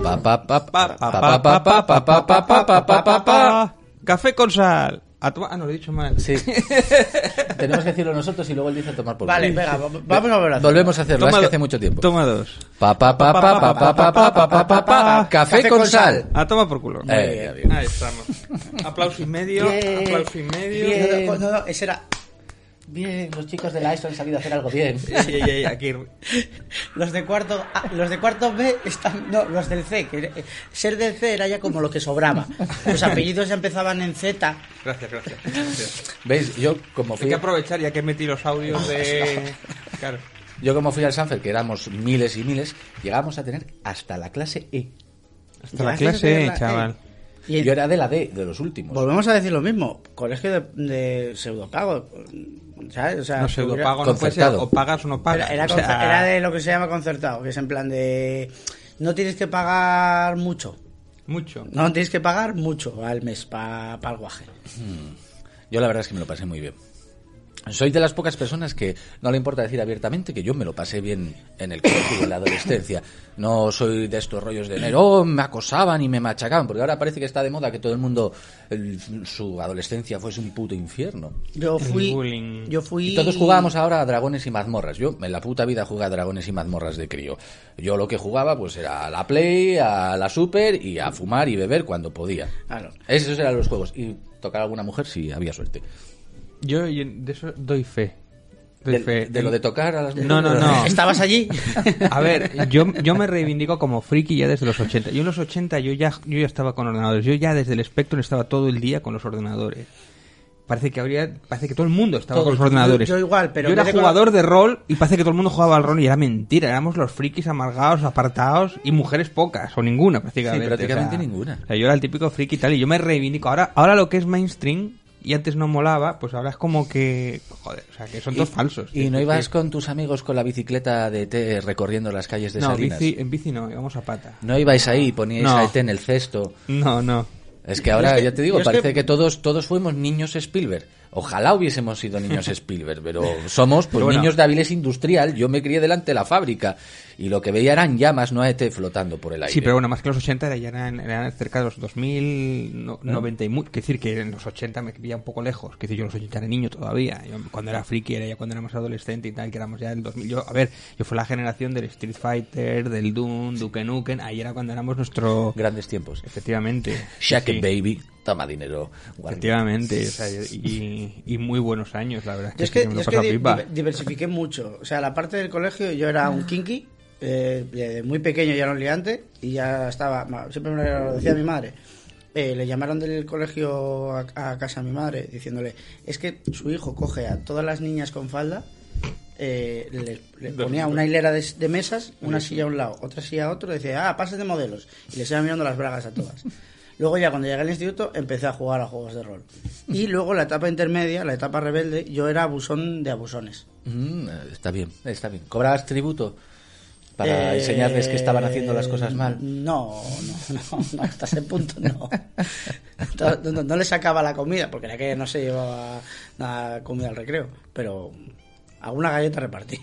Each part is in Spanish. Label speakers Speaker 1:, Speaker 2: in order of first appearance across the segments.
Speaker 1: Café con sal. No, lo he dicho mal.
Speaker 2: Sí. Tenemos que decirlo nosotros y luego él dice a tomar por culo.
Speaker 3: Vale, venga, vamos a volver a hacerlo.
Speaker 2: Volvemos a hacerlo, es que hace mucho tiempo.
Speaker 1: Toma 2.
Speaker 2: Café con sal.
Speaker 1: A tomar por culo.
Speaker 2: Bien.
Speaker 1: Ahí estamos. Aplauso y medio.
Speaker 3: Bien.
Speaker 1: Aplauso y medio.
Speaker 2: Bien.
Speaker 3: No, ese era...
Speaker 2: Bien, los chicos de la ESO han sabido hacer algo bien.
Speaker 1: Aquí.
Speaker 3: Los de cuarto B están... No, los del C. Que ser del C era ya como lo que sobraba. Los apellidos ya empezaban en Z.
Speaker 1: Gracias.
Speaker 2: ¿Veis? Yo como
Speaker 1: Hay
Speaker 2: fui...
Speaker 1: que aprovechar ya que metí los audios de... Claro.
Speaker 2: Yo como fui al Sanfer, que éramos miles y miles, llegamos a tener hasta la clase E.
Speaker 1: Hasta la clase, chaval.
Speaker 3: Y
Speaker 2: Yo era de la D, de los últimos.
Speaker 3: volvemos a decir lo mismo. Colegio de pseudopago. ¿Sabes? O sea,
Speaker 1: No, pseudopago no puede ser.
Speaker 2: concertado.
Speaker 1: O pagas o no pagas.
Speaker 3: Era de lo que se llama concertado, que es en plan de... No tienes que pagar mucho.
Speaker 1: Mucho.
Speaker 3: No tienes que pagar mucho al mes para el guaje.
Speaker 2: Yo la verdad es que me lo pasé muy bien. Soy de las pocas personas que no le importa decir abiertamente que yo me lo pasé bien en el colegio y en la adolescencia. No soy de estos rollos de me acosaban y me machacaban, porque ahora parece que está de moda que todo el mundo su adolescencia fuese un puto infierno.
Speaker 3: Yo fui...
Speaker 2: Y todos jugábamos ahora a dragones y mazmorras. Yo en la puta vida jugué a dragones y mazmorras de crío. Yo lo que jugaba pues era a la Play, a la Super y a fumar y beber cuando podía.
Speaker 3: Claro.
Speaker 2: Esos eran los juegos. Y tocar a alguna mujer si había suerte.
Speaker 1: Yo de eso doy fe.
Speaker 2: De lo de tocar a las mujeres.
Speaker 1: No.
Speaker 3: ¿Estabas allí?
Speaker 1: A ver, yo me reivindico como friki ya desde los 80. Yo en los 80 yo ya estaba con ordenadores. Yo ya desde el Spectrum estaba todo el día con los ordenadores. Parece que todo el mundo estaba con los ordenadores.
Speaker 3: Yo igual, pero...
Speaker 1: Yo era jugador de rol y parece que todo el mundo jugaba al rol y era mentira. Éramos los frikis amargados, apartados y mujeres pocas o ninguna prácticamente.
Speaker 2: Sí, prácticamente
Speaker 1: o sea,
Speaker 2: ninguna.
Speaker 1: O sea, yo era el típico friki y tal y yo me reivindico. Ahora lo que es mainstream... Y antes no molaba, pues ahora es como que... Joder, o sea, que son todos falsos.
Speaker 2: ¿Y no ibas con tus amigos con la bicicleta de té recorriendo las calles de Salinas?
Speaker 1: No, en bici no, íbamos a pata.
Speaker 2: ¿No ibais ahí y poníais
Speaker 1: No.
Speaker 2: a té en el cesto?
Speaker 1: No.
Speaker 2: Es que ahora, ya te digo,
Speaker 3: es
Speaker 2: parece
Speaker 3: que-
Speaker 2: que todos fuimos niños Spielberg. Ojalá hubiésemos sido niños Spielberg, pero somos pues
Speaker 1: Pero bueno.
Speaker 2: niños de Avilés Industrial. Yo me crié delante de la fábrica y lo que veía eran llamas, no a ET flotando por el aire.
Speaker 1: Sí, pero bueno, más que los 80 ya eran cerca de los 2000, 90 y mucho. Quiero decir que en los 80 me pilla un poco lejos. Quiero decir, yo en los 80 era niño todavía. Yo, cuando era friki era ya cuando era más adolescente y tal, que éramos ya del 2000. Yo fui la generación del Street Fighter, del Doom, Duke Nukem. Ahí era cuando éramos nuestro...
Speaker 2: Grandes tiempos.
Speaker 1: Efectivamente.
Speaker 2: Shaq
Speaker 1: Sí.
Speaker 2: it, baby. Toma dinero.
Speaker 1: Efectivamente. O sea, y muy buenos años, la verdad.
Speaker 3: Yo es
Speaker 1: sí
Speaker 3: que,
Speaker 1: me
Speaker 3: yo
Speaker 1: lo
Speaker 3: es que
Speaker 1: paso pipa.
Speaker 3: diversifiqué mucho. O sea, la parte del colegio yo era un kinky. Muy pequeño ya era un liante. Y ya estaba... Siempre me lo decía mi madre. Le llamaron del colegio a casa a mi madre diciéndole, es que su hijo coge a todas las niñas con falda, le ponía una hilera de mesas, una silla a un lado, otra silla a otro, y decía, pases de modelos, y les iba mirando las bragas a todas. Luego ya cuando llegué al instituto empecé a jugar a juegos de rol. Y luego la etapa intermedia, la etapa rebelde, yo era abusón de abusones.
Speaker 2: Está bien. ¿Cobrabas tributo para enseñarles que estaban haciendo las cosas mal?
Speaker 3: No, hasta ese punto no. No le sacaba la comida, porque era que no se llevaba nada comida al recreo, pero alguna galleta repartí.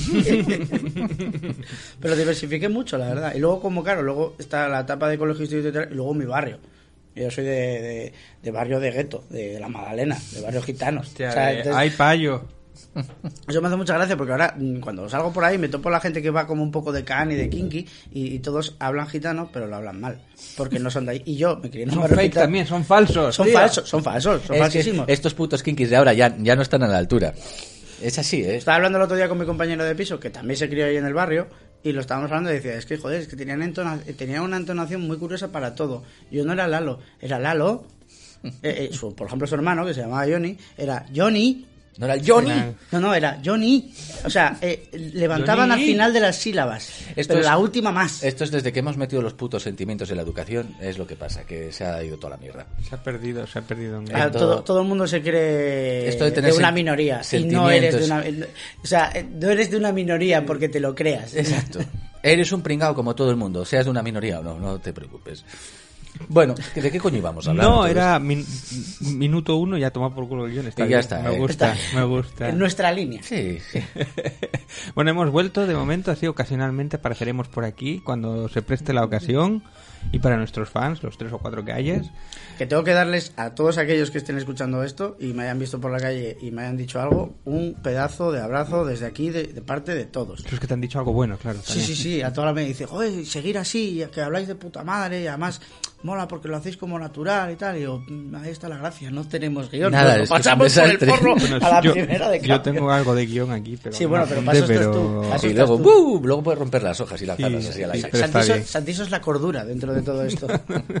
Speaker 3: Pero diversifiqué mucho, la verdad. Y luego, como claro, luego está la etapa de colegio instituto y luego mi barrio. Yo soy de barrio de gueto, de la Magdalena, de barrio gitanos.
Speaker 1: Hostia,
Speaker 3: O sea, entonces,
Speaker 1: ¡ay, payo!
Speaker 3: eso me hace mucha gracia porque ahora cuando salgo por ahí me topo la gente que va como un poco de can y de kinky y todos hablan gitano pero lo hablan mal porque no son de ahí. Y yo me crié en un
Speaker 1: Son
Speaker 3: barrio
Speaker 1: fake
Speaker 3: gitano.
Speaker 1: también, son falsos.
Speaker 3: Son
Speaker 1: tío.
Speaker 3: falsos, son
Speaker 2: Es que
Speaker 3: falsísimos.
Speaker 2: estos putos kinkis de ahora ya no están a la altura. Es así, ¿eh?
Speaker 3: Estaba hablando el otro día con mi compañero de piso que también se crió ahí en el barrio y lo estábamos hablando y decía, es que joder, es que tenían una entonación muy curiosa para todo. Yo no era Lalo, era Lalo. Por ejemplo, su hermano, que se llamaba Johnny, era Johnny.
Speaker 2: No era el Johnny.
Speaker 3: No, era Johnny. O sea, levantaban
Speaker 1: Johnny.
Speaker 3: al final de las sílabas. Pero la última más.
Speaker 2: Esto es desde que hemos metido los putos sentimientos en la educación, es lo que pasa, que se ha ido toda la mierda.
Speaker 1: Se ha perdido.
Speaker 3: Todo el mundo se cree
Speaker 2: Esto de tener
Speaker 3: una minoría. Y no eres de una... O sea, no eres de una minoría porque te lo creas.
Speaker 2: Exacto. Eres un pringao como todo el mundo, seas de una minoría o no te preocupes. Bueno, ¿de qué coño íbamos a hablar?
Speaker 1: No,
Speaker 2: entonces?
Speaker 1: era minuto 1 y ya toma por culo el guión. Está
Speaker 2: Y ya
Speaker 1: bien.
Speaker 2: está,
Speaker 1: Me gusta, me gusta.
Speaker 3: En nuestra línea.
Speaker 2: Sí, sí.
Speaker 1: Bueno, hemos vuelto de momento, así ocasionalmente apareceremos por aquí cuando se preste la ocasión. Y para nuestros fans, los 3 o 4 que hayas.
Speaker 3: Que tengo que darles a todos aquellos que estén escuchando esto y me hayan visto por la calle y me hayan dicho algo, un pedazo de abrazo desde aquí de parte de todos.
Speaker 1: Esos que te han dicho algo bueno, claro.
Speaker 3: Sí, sí, sí, a toda la me dice, joder, seguir así, que habláis de puta madre y además mola porque lo hacéis como natural y tal. Y yo, ahí está la gracia, no tenemos guión.
Speaker 2: Nada,
Speaker 3: Nos
Speaker 2: es que
Speaker 3: pasamos
Speaker 2: se me
Speaker 3: por el
Speaker 2: sale
Speaker 3: porro
Speaker 1: Bueno,
Speaker 3: a la
Speaker 1: yo,
Speaker 3: primera de
Speaker 1: yo
Speaker 3: cambio.
Speaker 1: tengo algo de guión aquí, pero
Speaker 3: Sí, bueno, pero
Speaker 1: no
Speaker 3: para eso
Speaker 1: apunte,
Speaker 3: estás tú.
Speaker 1: pero-
Speaker 3: Para eso
Speaker 2: Y
Speaker 3: estás
Speaker 2: luego,
Speaker 3: tú.
Speaker 2: luego puedes romper las hojas y lanzarlas
Speaker 1: Sí,
Speaker 2: así a la
Speaker 1: sí,
Speaker 2: calle.
Speaker 1: pero está bien.
Speaker 3: Santiso es la cordura dentro de todo esto.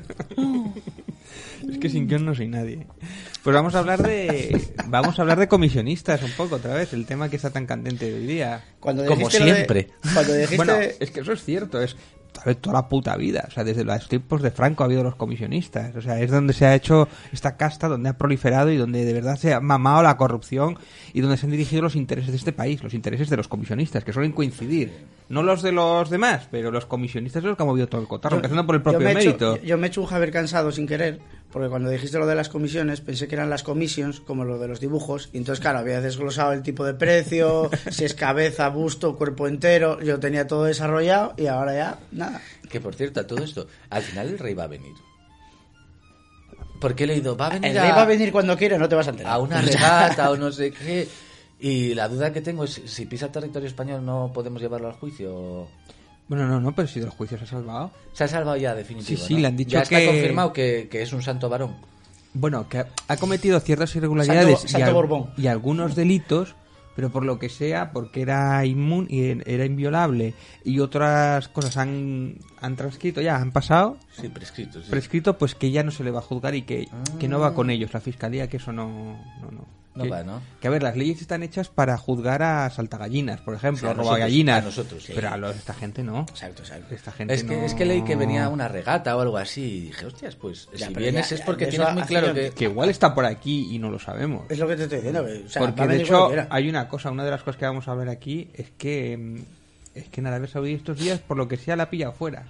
Speaker 1: Es que sin guión no soy nadie. Pues vamos a hablar de comisionistas un poco otra vez, el tema que está tan candente hoy día.
Speaker 3: Cuando
Speaker 2: Como
Speaker 3: dijiste lo de-
Speaker 2: siempre.
Speaker 3: Cuando dijiste...
Speaker 1: Bueno, es que eso es cierto, es toda la puta vida, o sea, desde los tiempos de Franco ha habido los comisionistas, o sea, es donde se ha hecho esta casta, donde ha proliferado y donde de verdad se ha mamado la corrupción y donde se han dirigido los intereses de este país, los intereses de los comisionistas, que suelen coincidir, no los de los demás, pero los comisionistas son los que han movido todo el cotarro, empezando por el propio
Speaker 3: me he hecho-
Speaker 1: mérito.
Speaker 3: yo me he hecho un Javier cansado sin querer, porque cuando dijiste lo de las comisiones pensé que eran las commissions, como lo de los dibujos, y entonces claro, había desglosado el tipo de precio, si es cabeza, busto, cuerpo entero, yo tenía todo desarrollado y ahora ya, nada.
Speaker 2: Que por cierto, a todo esto, al final el rey va a venir. Porque he leído, va a venir
Speaker 3: El rey va a venir cuando quiere, no te vas a enterar.
Speaker 2: a una regata o no sé qué. Y la duda que tengo es si pisa territorio español no podemos llevarlo al juicio.
Speaker 1: Bueno, no, pero si del juicio se ha salvado.
Speaker 2: Se ha salvado ya definitivo.
Speaker 1: Sí,
Speaker 2: ¿no?
Speaker 1: le han dicho
Speaker 2: ya está
Speaker 1: que-
Speaker 2: confirmado que es un santo varón.
Speaker 1: Bueno, que ha cometido ciertas irregularidades
Speaker 3: Santo Borbón.
Speaker 1: y algunos delitos, pero por lo que sea, porque era era inviolable y otras cosas han transcrito ya, han pasado,
Speaker 2: Sí, prescrito. Sí.
Speaker 1: prescrito, pues que ya no se le va a juzgar y que no va con ellos la fiscalía, que eso no.
Speaker 2: No
Speaker 1: que,
Speaker 2: va, ¿no?
Speaker 1: Que a ver, las leyes están hechas para juzgar a saltagallinas, por ejemplo,
Speaker 2: Sí, a
Speaker 1: a
Speaker 2: nosotros,
Speaker 1: robagallinas.
Speaker 2: a nosotros, sí.
Speaker 1: Pero a esta gente no.
Speaker 3: Exacto, exacto.
Speaker 1: Esta gente
Speaker 2: Es que
Speaker 1: no-
Speaker 2: leí que venía una regata o algo así y dije, hostias, pues
Speaker 3: Ya,
Speaker 2: si
Speaker 3: pero
Speaker 2: vienes
Speaker 3: ya,
Speaker 2: es porque
Speaker 3: de eso
Speaker 2: tienes muy
Speaker 3: hace
Speaker 2: claro
Speaker 3: yo-
Speaker 2: que...
Speaker 1: igual está por aquí y no lo sabemos.
Speaker 3: Es lo que te estoy diciendo. O sea, va
Speaker 1: Porque
Speaker 3: a
Speaker 1: de
Speaker 3: venir
Speaker 1: hecho
Speaker 3: cuando quiera.
Speaker 1: hay una cosa, una de las cosas que vamos a ver aquí es que en Arabia Saudí estos días, por lo que sea, la ha pillado fuera.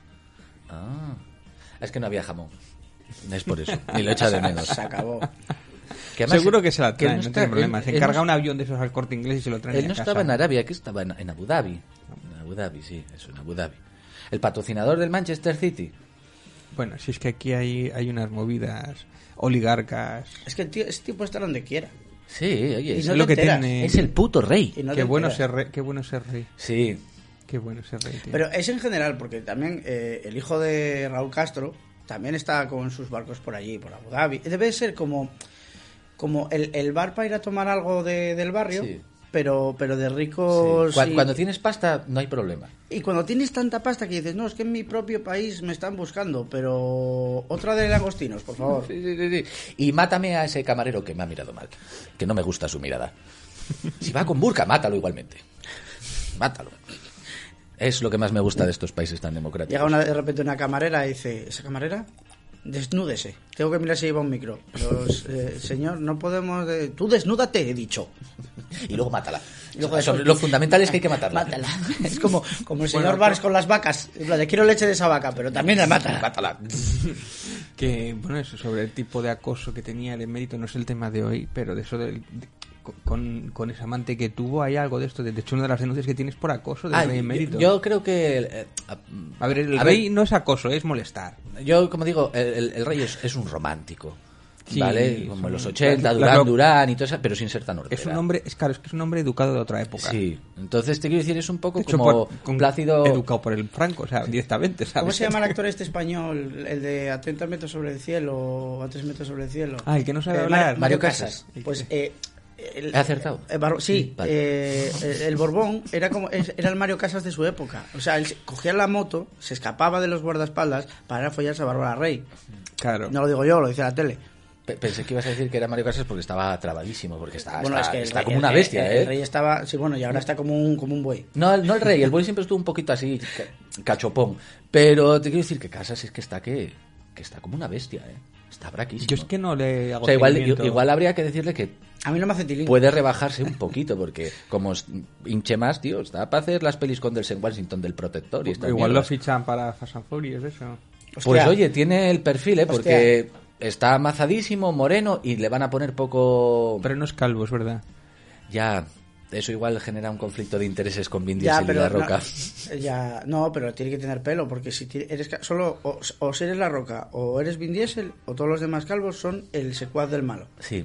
Speaker 2: Ah, es que no había jamón. Es por eso. Y lo echa de menos.
Speaker 3: Se acabó.
Speaker 2: Que además-
Speaker 1: Seguro que se la
Speaker 2: que
Speaker 1: traen,
Speaker 2: no
Speaker 1: no
Speaker 2: está-
Speaker 1: tiene problema. Se
Speaker 2: él
Speaker 1: encarga
Speaker 2: no-
Speaker 1: un avión de esos al Corte Inglés y se lo traen
Speaker 2: Él no
Speaker 1: a casa.
Speaker 2: estaba en Arabia, que estaba en Abu Dhabi. En Abu Dhabi, sí, eso, en Abu Dhabi. El patrocinador del Manchester City.
Speaker 1: Bueno, si es que aquí hay unas movidas oligarcas.
Speaker 3: Es que el tío, ese tipo está donde quiera.
Speaker 2: Sí, oye,
Speaker 3: Y
Speaker 2: es,
Speaker 3: no
Speaker 1: lo
Speaker 3: te
Speaker 1: que
Speaker 3: enteras.
Speaker 1: tiene-
Speaker 2: es el puto rey.
Speaker 3: Y no
Speaker 1: Qué
Speaker 3: te
Speaker 1: bueno
Speaker 3: enteras.
Speaker 1: ser rey, qué bueno ser rey.
Speaker 2: Sí,
Speaker 1: Qué bueno ser rey, tío.
Speaker 3: Pero es en general, porque también el hijo de Raúl Castro también está con sus barcos por allí, por Abu Dhabi. Debe ser como el bar para ir a tomar algo del barrio,
Speaker 2: Sí.
Speaker 3: pero de ricos.
Speaker 2: sí.
Speaker 3: y-
Speaker 2: Cuando tienes pasta no hay problema.
Speaker 3: Y cuando tienes tanta pasta que dices, no, es que en mi propio país me están buscando, pero otra de langostinos, por favor.
Speaker 2: Sí, sí, sí, sí. Y mátame a ese camarero que me ha mirado mal, que no me gusta su mirada. Si va con burka, mátalo igualmente. Mátalo. Es lo que más me gusta de estos países tan democráticos.
Speaker 3: Llega de repente una camarera y dice, ¿esa camarera? Desnúdese. Tengo que mirar si lleva un micro. Pero, señor, no podemos... Tú desnúdate, he dicho.
Speaker 2: Y luego mátala.
Speaker 3: Y luego
Speaker 2: Eso,
Speaker 3: después-
Speaker 2: lo fundamental es que hay que matarla.
Speaker 3: Mátala. Es como el señor
Speaker 1: Bueno,
Speaker 3: Barnes con las vacas. En plan de, quiero leche de esa vaca, pero también la mátala.
Speaker 2: Mátala.
Speaker 1: Que, bueno, eso sobre el tipo de acoso que tenía el emérito no es el tema de hoy, pero de eso con ese amante que tuvo, hay algo de esto. De hecho, una de las denuncias que tienes por acoso del rey emérito.
Speaker 2: yo creo que...
Speaker 1: A ver, el
Speaker 2: a
Speaker 1: rey
Speaker 2: ver,
Speaker 1: no es acoso, es molestar.
Speaker 2: yo, como digo, el rey es un romántico.
Speaker 1: Sí,
Speaker 2: ¿Vale? Como en los
Speaker 1: son-
Speaker 2: 80,
Speaker 1: claro.
Speaker 2: Durán y todo eso, pero sin ser tan hortera.
Speaker 1: Es un hombre, es claro, es que es un hombre educado de otra época.
Speaker 2: Sí, entonces te quiero decir, es un poco
Speaker 1: De hecho,
Speaker 2: como
Speaker 1: con
Speaker 2: Plácido...
Speaker 1: educado por el Franco, o sea, directamente, ¿sabes?
Speaker 3: ¿Cómo se llama el actor este español? El de A 30 metros sobre el cielo o A 3 metros sobre el cielo.
Speaker 1: Ah, el que no sabe
Speaker 3: Mario-
Speaker 1: hablar.
Speaker 2: Mario Casas.
Speaker 3: Pues...
Speaker 2: ¿He acertado?
Speaker 3: Sí,
Speaker 2: Vale.
Speaker 3: el Borbón era era el Mario Casas de su época. O sea, él cogía la moto, se escapaba de los guardaespaldas para ir a follarse a Bárbara Rey.
Speaker 1: Claro.
Speaker 3: No lo digo yo, lo dice la tele.
Speaker 2: Pensé que ibas a decir que era Mario Casas porque estaba trabadísimo, porque está
Speaker 3: Bueno, es que
Speaker 2: está
Speaker 3: el
Speaker 2: como
Speaker 3: rey-
Speaker 2: una bestia,
Speaker 3: el
Speaker 2: ¿eh?
Speaker 3: rey estaba, sí, bueno, y ahora está como un buey.
Speaker 2: No el rey, el buey siempre estuvo un poquito así, cachopón. Pero te quiero decir que Casas es que está como una bestia, ¿eh? Está braquísimo.
Speaker 1: Yo es que no le hago
Speaker 2: O sea,
Speaker 1: seguimiento.
Speaker 2: igual habría que decirle que
Speaker 3: A mí no me hace tilín.
Speaker 2: puede rebajarse un poquito, porque como hinche más, tío, está para hacer las pelis con Denzel Washington del Protector y estas
Speaker 1: Igual lo
Speaker 2: mierdas.
Speaker 1: fichan para Fast and Furious, eso.
Speaker 2: Pues oye, tiene el perfil, porque
Speaker 3: Hostia.
Speaker 2: está amazadísimo, moreno, y le van a poner poco...
Speaker 1: Pero no es calvo, es verdad.
Speaker 2: Ya, eso igual genera un conflicto de intereses con Vin Diesel y La Roca.
Speaker 3: No, pero tiene que tener pelo, porque si eres solo o si eres La Roca o eres Vin Diesel o todos los demás calvos son el secuaz del malo.
Speaker 2: Sí.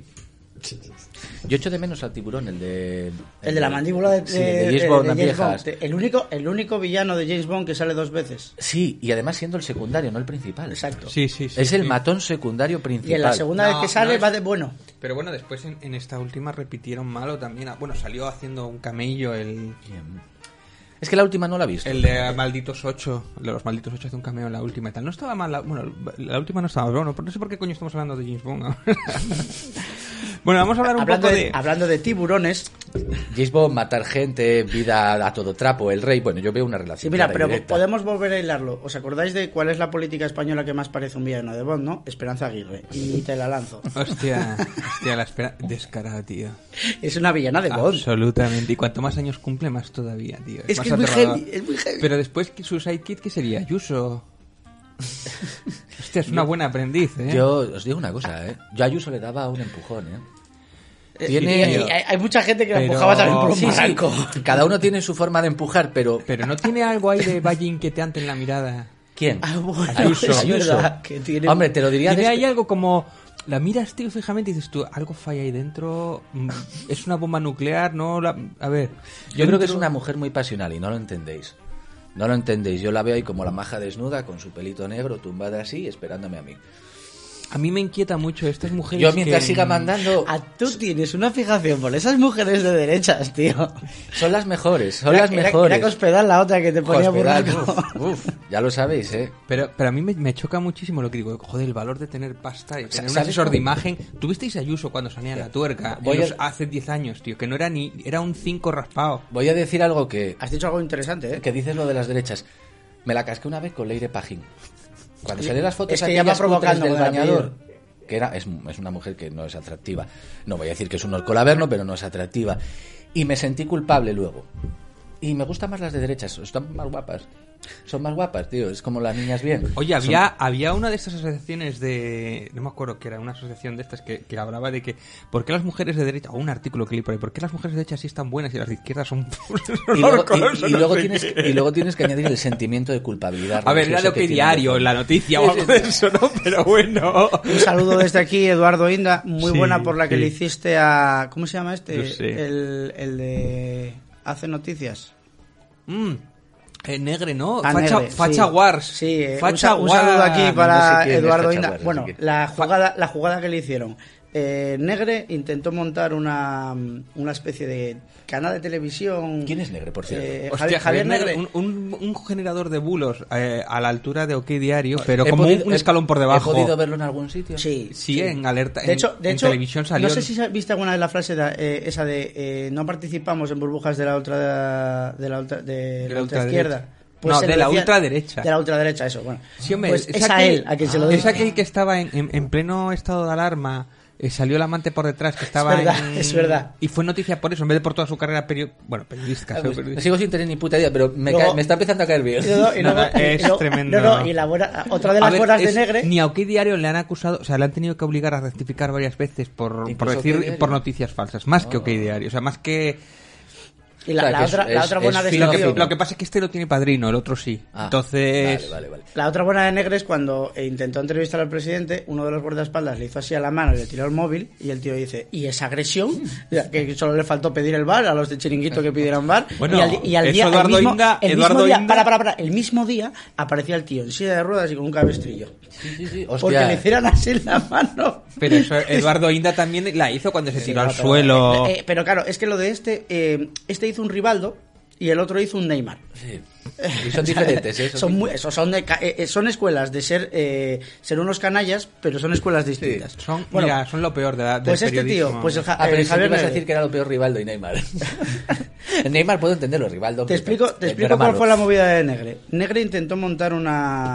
Speaker 2: Yo echo de menos al tiburón, el de
Speaker 3: la mandíbula de
Speaker 2: James Bond, las viejas.
Speaker 3: El único villano de James Bond que sale 2 veces.
Speaker 2: Sí, y además siendo el secundario, no el principal.
Speaker 3: Exacto.
Speaker 1: Sí.
Speaker 2: Es el matón secundario principal.
Speaker 3: Y en la segunda vez que sale va de bueno.
Speaker 1: Pero bueno, después en esta última repitieron malo también. Bueno, salió haciendo un camello
Speaker 2: Es que la última no la he visto.
Speaker 1: el de Malditos 8. El de los Malditos 8 hace un cameo en la última y tal. No estaba mal. La última no estaba bueno. No sé por qué coño estamos hablando de James Bond ahora. Bueno, vamos a hablar un poco de...
Speaker 3: Hablando de tiburones...
Speaker 2: James Bond, matar gente, vida a todo trapo, el rey... Bueno, yo veo una relación.
Speaker 3: Sí, mira,
Speaker 2: clara y
Speaker 3: pero
Speaker 2: directa.
Speaker 3: podemos volver a hilarlo. ¿Os acordáis de cuál es la política española que más parece un villano de Bond, no? Esperanza Aguirre. Y te la lanzo.
Speaker 1: Hostia, la espera... Descarada, tío.
Speaker 3: Es una villana de Bond.
Speaker 1: Absolutamente. Y cuanto más años cumple, más todavía, tío.
Speaker 3: Es
Speaker 1: más
Speaker 3: que es muy
Speaker 1: aterrador.
Speaker 3: heavy, es muy heavy.
Speaker 1: Pero después, su sidekick, ¿qué sería? Ayuso. Hostia, es una buena aprendiz, ¿eh?
Speaker 2: Yo os digo una cosa, ¿eh? Yo a Ayuso le daba un empujón, ¿eh?
Speaker 3: Y hay mucha gente que la empujaba también por un barranco.
Speaker 2: Cada uno tiene su forma de empujar, pero...
Speaker 1: Pero no tiene algo ahí de valle inquietante en la mirada.
Speaker 2: ¿Quién?
Speaker 3: Bueno,
Speaker 1: Ayuso.
Speaker 3: es verdad que tiene...
Speaker 2: Hombre, te lo diría...
Speaker 1: Tiene ahí algo como... La miras, tío, fijamente y dices tú, algo falla ahí dentro, es una bomba nuclear, no... A ver...
Speaker 2: Yo creo que es una mujer muy pasional y no lo entendéis. No lo entendéis. Yo la veo ahí como la maja desnuda, con su pelito negro, tumbada así, esperándome a mí.
Speaker 1: A mí me inquieta mucho estas mujeres.
Speaker 2: Yo mientras
Speaker 1: que...
Speaker 2: siga mandando...
Speaker 3: Tú tienes una fijación por esas mujeres de derechas, tío.
Speaker 2: Son las mejores, son las mejores.
Speaker 3: Era Cospedal la otra que te ponía
Speaker 2: Cospedal,
Speaker 3: burraco.
Speaker 2: uf, ya lo sabéis, ¿eh?
Speaker 1: Pero a mí me choca muchísimo lo que digo. Joder, el valor de tener pasta y tener un
Speaker 2: ¿sabes
Speaker 1: asesor
Speaker 2: cómo?
Speaker 1: de imagen. ¿Tuvisteis a Ayuso cuando salía en La Tuerca? Hace 10 años, tío. Que no era ni... Era un 5 raspado.
Speaker 2: Voy a decir algo que...
Speaker 3: Has dicho algo interesante, ¿eh?
Speaker 2: Que dices lo de las derechas. Me la casqué una vez con Leire Pajín. Cuando salieron las fotos
Speaker 3: Es que ya va
Speaker 2: aquellas
Speaker 3: provocando
Speaker 2: cutres del
Speaker 3: con el
Speaker 2: bañador, que es una mujer que no es atractiva. No voy a decir que es un orcolaverno, pero no es atractiva. Y me sentí culpable luego. Y me gustan más las de derechas, están más guapas. Son más guapas, tío, es como las niñas bien.
Speaker 1: Oye, había una de estas asociaciones de... No me acuerdo qué era, una asociación de estas que hablaba de que... ¿Por qué las mujeres de derecha... O un artículo que leí por ahí. ¿Por qué las mujeres de derecha sí están buenas y las de izquierda son...
Speaker 2: y luego tienes que añadir el sentimiento de culpabilidad.
Speaker 1: A ver, era de OK Diario, la noticia o algo de eso, ¿no? Pero bueno...
Speaker 3: Un saludo desde aquí, Eduardo Inda. Muy
Speaker 1: Sí,
Speaker 3: buena por la que
Speaker 1: sí.
Speaker 3: le hiciste a... ¿Cómo se llama este?
Speaker 1: No sé.
Speaker 3: El de... Hace Noticias.
Speaker 1: Negre, ¿no?
Speaker 3: Negre,
Speaker 1: Facha
Speaker 3: sí.
Speaker 1: Wars.
Speaker 3: Sí,
Speaker 1: Facha
Speaker 3: un saludo aquí para
Speaker 2: No sé quién es
Speaker 3: Eduardo
Speaker 2: Facha
Speaker 3: Inda.
Speaker 2: Wars,
Speaker 3: Bueno,
Speaker 2: así que-
Speaker 3: la jugada que le hicieron. Negre intentó montar una especie de canal de televisión.
Speaker 2: ¿Quién es Negre, por cierto?
Speaker 1: Hostia, Javier Negre,
Speaker 3: Negre.
Speaker 1: un generador de bulos a la altura de OK Diario, pero
Speaker 2: He
Speaker 1: como
Speaker 2: podido-
Speaker 1: un escalón por debajo.
Speaker 2: ¿He podido verlo en algún sitio?
Speaker 3: Sí,
Speaker 1: Sí, en alerta.
Speaker 3: De hecho,
Speaker 1: en televisión salió.
Speaker 3: no sé si viste alguna de la frase esa de no participamos en burbujas de la ultraizquierda.
Speaker 1: No, de la ultraderecha.
Speaker 3: De la ultraderecha, eso, bueno.
Speaker 1: Sí, hombre,
Speaker 3: pues es a él a quien se lo
Speaker 1: Es
Speaker 3: dice.
Speaker 1: aquel que estaba en pleno estado de alarma. Salió el amante por detrás que estaba
Speaker 3: Es verdad.
Speaker 1: Y fue noticia por eso, en vez de por toda su carrera periodística.
Speaker 2: Sigo sin tener ni puta idea, pero me está empezando a caer bien.
Speaker 1: Es tremendo.
Speaker 3: No, y otra de las buenas de Negre.
Speaker 1: Ni a OK Diario le han acusado, o sea, le han tenido que obligar a rectificar varias veces por
Speaker 2: Incluso
Speaker 1: decir
Speaker 2: OK Diario.
Speaker 1: por noticias falsas, más que OK Diario, o sea, más que...
Speaker 3: Y la otra buena de
Speaker 2: fino,
Speaker 3: este tío-
Speaker 2: fino.
Speaker 1: Lo que pasa es que este no tiene padrino, el otro sí.
Speaker 2: Ah,
Speaker 1: Entonces...
Speaker 2: Vale.
Speaker 3: La otra buena de Negre es cuando intentó entrevistar al presidente, uno de los guardaespaldas le hizo así a la mano y le tiró el móvil y el tío dice, ¿y esa agresión? Ya, que solo le faltó pedir el bar a los de Chiringuito que pidieran bar.
Speaker 1: Bueno,
Speaker 3: y al
Speaker 1: eso
Speaker 3: día,
Speaker 1: Eduardo Inda-
Speaker 3: el
Speaker 1: Eduardo
Speaker 3: mismo día,
Speaker 1: Inda-
Speaker 3: el mismo día aparecía el tío en silla de ruedas y con un cabestrillo.
Speaker 2: Sí.
Speaker 3: Porque
Speaker 2: Hostia.
Speaker 3: le hicieran así en la mano.
Speaker 1: Pero eso Eduardo Inda también la hizo cuando se tiró al
Speaker 3: pero-
Speaker 1: suelo.
Speaker 3: Pero claro, es que lo de este hizo un Rivaldo y el otro hizo un Neymar.
Speaker 2: Sí. Y son diferentes, ¿eh?
Speaker 3: Son escuelas de ser unos canallas, pero son escuelas distintas.
Speaker 1: Son,
Speaker 3: Bueno,
Speaker 1: mira, son lo peor del
Speaker 3: pues este
Speaker 1: periodismo.
Speaker 3: tío, pues el
Speaker 2: Pero si
Speaker 3: Javier
Speaker 2: ibas a
Speaker 3: Negre.
Speaker 2: decir que era lo peor Rivaldo y Neymar. Neymar puedo entenderlo, Rivaldo.
Speaker 3: Te explico cuál fue la movida de Negre. Negre intentó montar un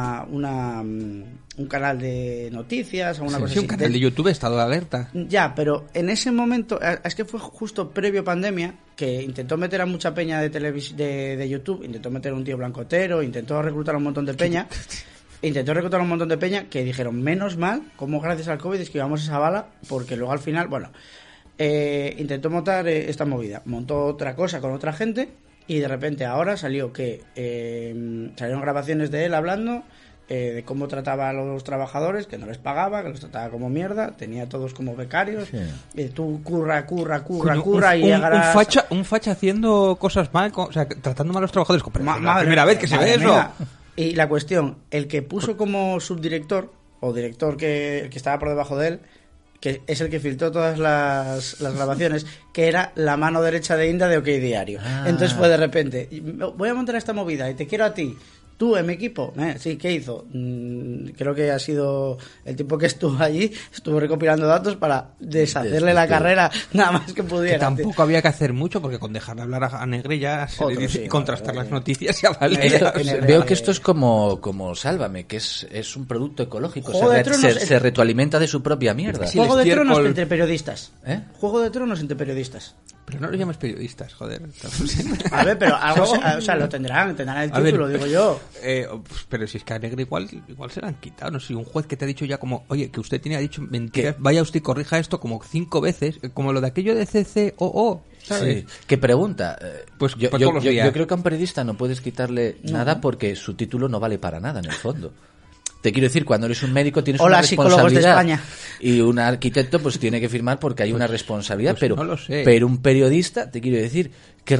Speaker 3: canal de noticias o una cosa
Speaker 1: Sí,
Speaker 3: así.
Speaker 1: un canal de YouTube, estado de alerta.
Speaker 3: Ya, pero en ese momento, es que fue justo previo pandemia, que intentó meter a mucha peña de YouTube, intentó meter a un tío blancotero, intentó reclutar a un montón de peña, intentó reclutar un montón de peña que dijeron, menos mal, como gracias al COVID esquivamos esa bala, porque luego al final, bueno, intentó montar esta movida. Montó otra cosa con otra gente y de repente ahora salió que salieron grabaciones de él hablando de cómo trataba a los trabajadores, que no les pagaba, que los trataba como mierda, tenía a todos como becarios, tú curra y llegarás...
Speaker 1: Un facha haciendo cosas mal, o sea, tratando mal a los trabajadores. Pero es la primera vez que se ve eso.
Speaker 3: Y la cuestión, el que puso como subdirector, o director que estaba por debajo de él, que es el que filtró todas las grabaciones, que era la mano derecha de Inda de OK Diario. Entonces fue de repente, voy a montar esta movida y te quiero a ti. Tú, en mi equipo, sí, ¿qué hizo? Creo que ha sido el tipo que estuvo allí, estuvo recopilando datos para deshacerle la carrera nada más que pudiera.
Speaker 1: Que tampoco había que hacer mucho, porque con dejarle hablar a Negre ya se le dice contrastar las noticias ya valía.
Speaker 2: Veo que esto es como Sálvame, que es un producto ecológico, se retroalimenta de su propia mierda.
Speaker 3: Juego de Tronos entre periodistas.
Speaker 2: Juego
Speaker 3: de Tronos entre periodistas.
Speaker 1: Pero no lo llames periodistas, joder.
Speaker 3: A ver, pero algo, o sea, lo tendrán el título, digo yo.
Speaker 1: Pero si es que a Negre igual se lo han quitado. No sé, un juez que te ha dicho ya como, oye, que usted ha dicho mentiras, vaya usted y corrija esto como 5 veces, como lo de aquello de CCOO, ¿sabes?
Speaker 2: Sí. ¿Qué pregunta?
Speaker 1: Pues
Speaker 2: yo creo que a un periodista no puedes quitarle nada porque su título no vale para nada en el fondo. Te quiero decir, cuando eres un médico tienes una responsabilidad. De España. Y un arquitecto pues tiene que firmar porque hay una responsabilidad, pero
Speaker 1: no lo sé.
Speaker 2: Pero un periodista, te quiero decir, ¿qué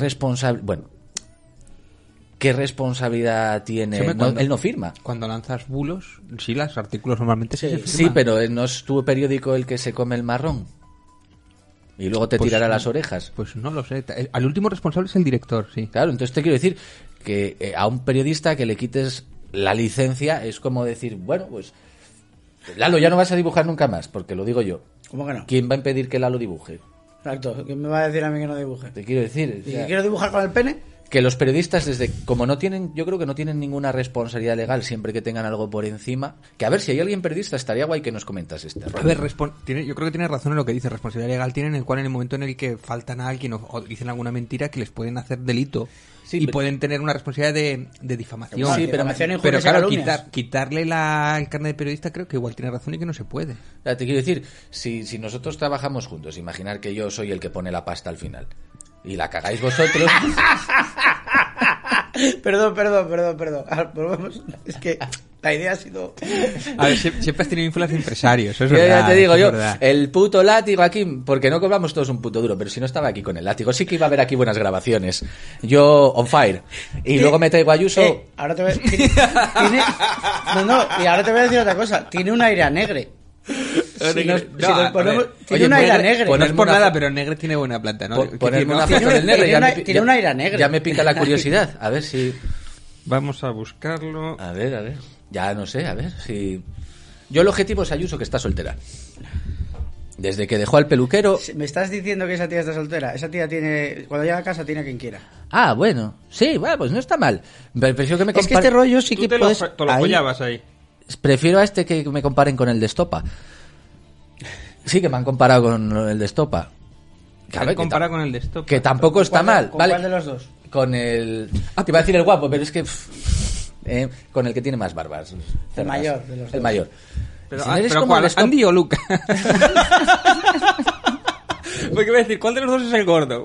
Speaker 2: responsabilidad tiene? Él no firma.
Speaker 1: Cuando lanzas bulos, sí, los artículos normalmente se firman.
Speaker 2: Sí, pero no es tu periódico el que se come el marrón. Y luego te tirará las orejas.
Speaker 1: Pues no lo sé. Al último responsable es el director, sí.
Speaker 2: Claro, entonces te quiero decir que a un periodista que le quites la licencia es como decir, bueno, pues Lalo, ya no vas a dibujar nunca más, porque lo digo yo.
Speaker 3: ¿Cómo que no?
Speaker 2: ¿Quién va a impedir que Lalo dibuje?
Speaker 3: Exacto, ¿quién me va a decir a mí que no dibuje?
Speaker 2: Te quiero decir...
Speaker 3: ¿Y que quiero dibujar con el pene?
Speaker 2: Que los periodistas, como no tienen, yo creo que no tienen ninguna responsabilidad legal, siempre que tengan algo por encima, que a ver, si hay alguien periodista, estaría guay que nos comentas este rollo.
Speaker 1: A ver, yo creo que tiene razón en lo que dice, responsabilidad legal tienen en el momento en el que faltan a alguien o dicen alguna mentira que les pueden hacer delito. Sí, y pueden tener una responsabilidad de difamación.
Speaker 3: Sí, pero
Speaker 1: claro, quitarle el carnet de periodista creo que igual tiene razón y que no se puede.
Speaker 2: O sea, te quiero decir, si nosotros trabajamos juntos, imaginar que yo soy el que pone la pasta al final y la cagáis vosotros...
Speaker 3: Perdón. Volvemos. Es que la idea ha sido...
Speaker 1: A ver, siempre has tenido influencia de empresarios, eso es
Speaker 2: verdad. Ya te digo yo,
Speaker 1: verdad.
Speaker 2: El puto látigo aquí, porque no cobramos todos un puto duro, pero si no estaba aquí con el látigo, sí que iba a haber aquí buenas grabaciones. Yo, on fire. Y luego me traigo a Ayuso...
Speaker 3: ahora te voy y ahora te voy a decir otra cosa. Tiene un aire a Negre. Tiene un aire a Negre.
Speaker 1: No es por nada, pero Negre tiene buena planta, ¿no?
Speaker 2: Ponerme una foto del Negre.
Speaker 3: Tiene un aire a Negre.
Speaker 2: Ya me pica la curiosidad. A ver si...
Speaker 1: Vamos a buscarlo.
Speaker 2: A ver. Ya no sé, a ver si... Yo el objetivo es Ayuso, que está soltera. Desde que dejó al peluquero...
Speaker 3: ¿Me estás diciendo que esa tía está soltera? Esa tía tiene... Cuando llega a casa tiene a quien quiera.
Speaker 2: Ah, bueno. Sí, bueno, pues no está mal. Prefiero que me
Speaker 3: Es que este rollo sí que puedes...
Speaker 1: Te lo apoyabas ahí.
Speaker 2: Prefiero a este que me comparen con el de Estopa. Sí, que me han comparado con el de Estopa.
Speaker 1: Con el de Estopa.
Speaker 2: Que tampoco está mal.
Speaker 3: ¿Con cuál de los dos?
Speaker 2: Con el... te iba a decir el guapo, pero es que... con el que tiene más barbas.
Speaker 3: El mayor de los dos.
Speaker 2: El mayor.
Speaker 1: Pero ¿cuál? ¿Andy o Luca? Porque voy a decir, ¿cuál de los dos es el gordo?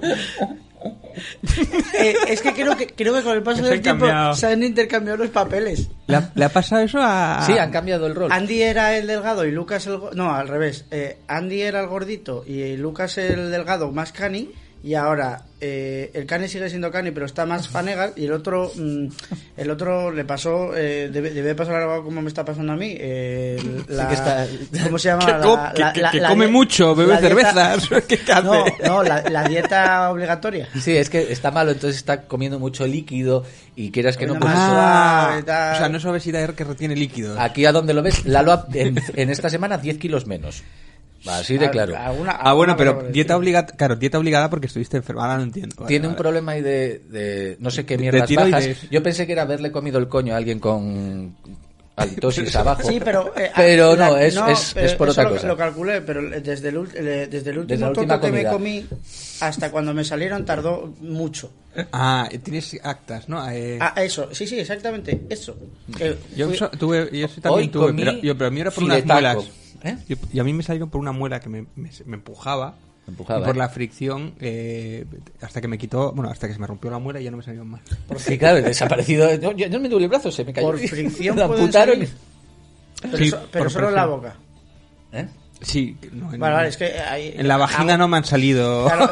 Speaker 3: Es que creo que con el paso del tiempo se han intercambiado los papeles.
Speaker 1: ¿Le ha pasado eso a...?
Speaker 2: Sí, han cambiado el rol.
Speaker 3: Andy era el delgado y Lucas el... No, al revés. Andy era el gordito y Lucas el delgado más cani. Y ahora el cani sigue siendo cani, pero está más fanegas. Y el otro le pasó... debe pasar algo como me está pasando a mí. ¿Cómo se llama?
Speaker 1: Que come mucho, bebe cervezas. ¿Qué hace?
Speaker 3: No, la dieta obligatoria.
Speaker 2: Sí, es que está malo, entonces está comiendo mucho líquido y quieras que no...
Speaker 3: Pues, o
Speaker 1: sea, no es obesidad que retiene líquidos.
Speaker 2: Aquí a donde lo ves, Lalo en esta semana 10 kilos menos. Así de claro.
Speaker 1: Bueno, pero dieta obligada porque estuviste enfermada, no entiendo.
Speaker 2: Tiene un problema ahí de no sé qué mierdas bajas. Yo pensé que era haberle comido el coño a alguien con halitosis abajo.
Speaker 3: Sí, pero
Speaker 2: no, es por otra cosa.
Speaker 3: Lo calculé, pero desde el último tonto que me comí hasta cuando me salieron tardó mucho.
Speaker 1: Tienes actas, ¿no?
Speaker 3: Eso, sí, exactamente, eso.
Speaker 1: Yo
Speaker 3: Fui-
Speaker 1: también tuve,
Speaker 2: comí
Speaker 1: pero a mí era por unas
Speaker 2: filetaco.
Speaker 1: muelas. Y a mí me salieron por una muela que me empujaba.
Speaker 2: Empujaba,
Speaker 1: y por
Speaker 2: ¿eh?
Speaker 1: la fricción, hasta que me quitó, hasta que se me rompió la muela y ya no me salieron más.
Speaker 2: Sí, claro, desaparecido. Yo me duele el brazo, se me cayó.
Speaker 3: Por fricción
Speaker 2: la
Speaker 3: pueden
Speaker 2: amputaron.
Speaker 3: salir. Pero,
Speaker 1: Sí,
Speaker 3: pero
Speaker 1: por
Speaker 3: solo en la
Speaker 1: presión.
Speaker 3: boca.
Speaker 2: ¿Eh?
Speaker 1: Sí, no,
Speaker 3: Vale, es que
Speaker 1: en la vagina no me han salido.
Speaker 3: Claro,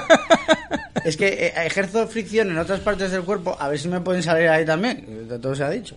Speaker 3: es que ejerzo fricción en otras partes del cuerpo, a ver si me pueden salir ahí también. Todo se ha dicho.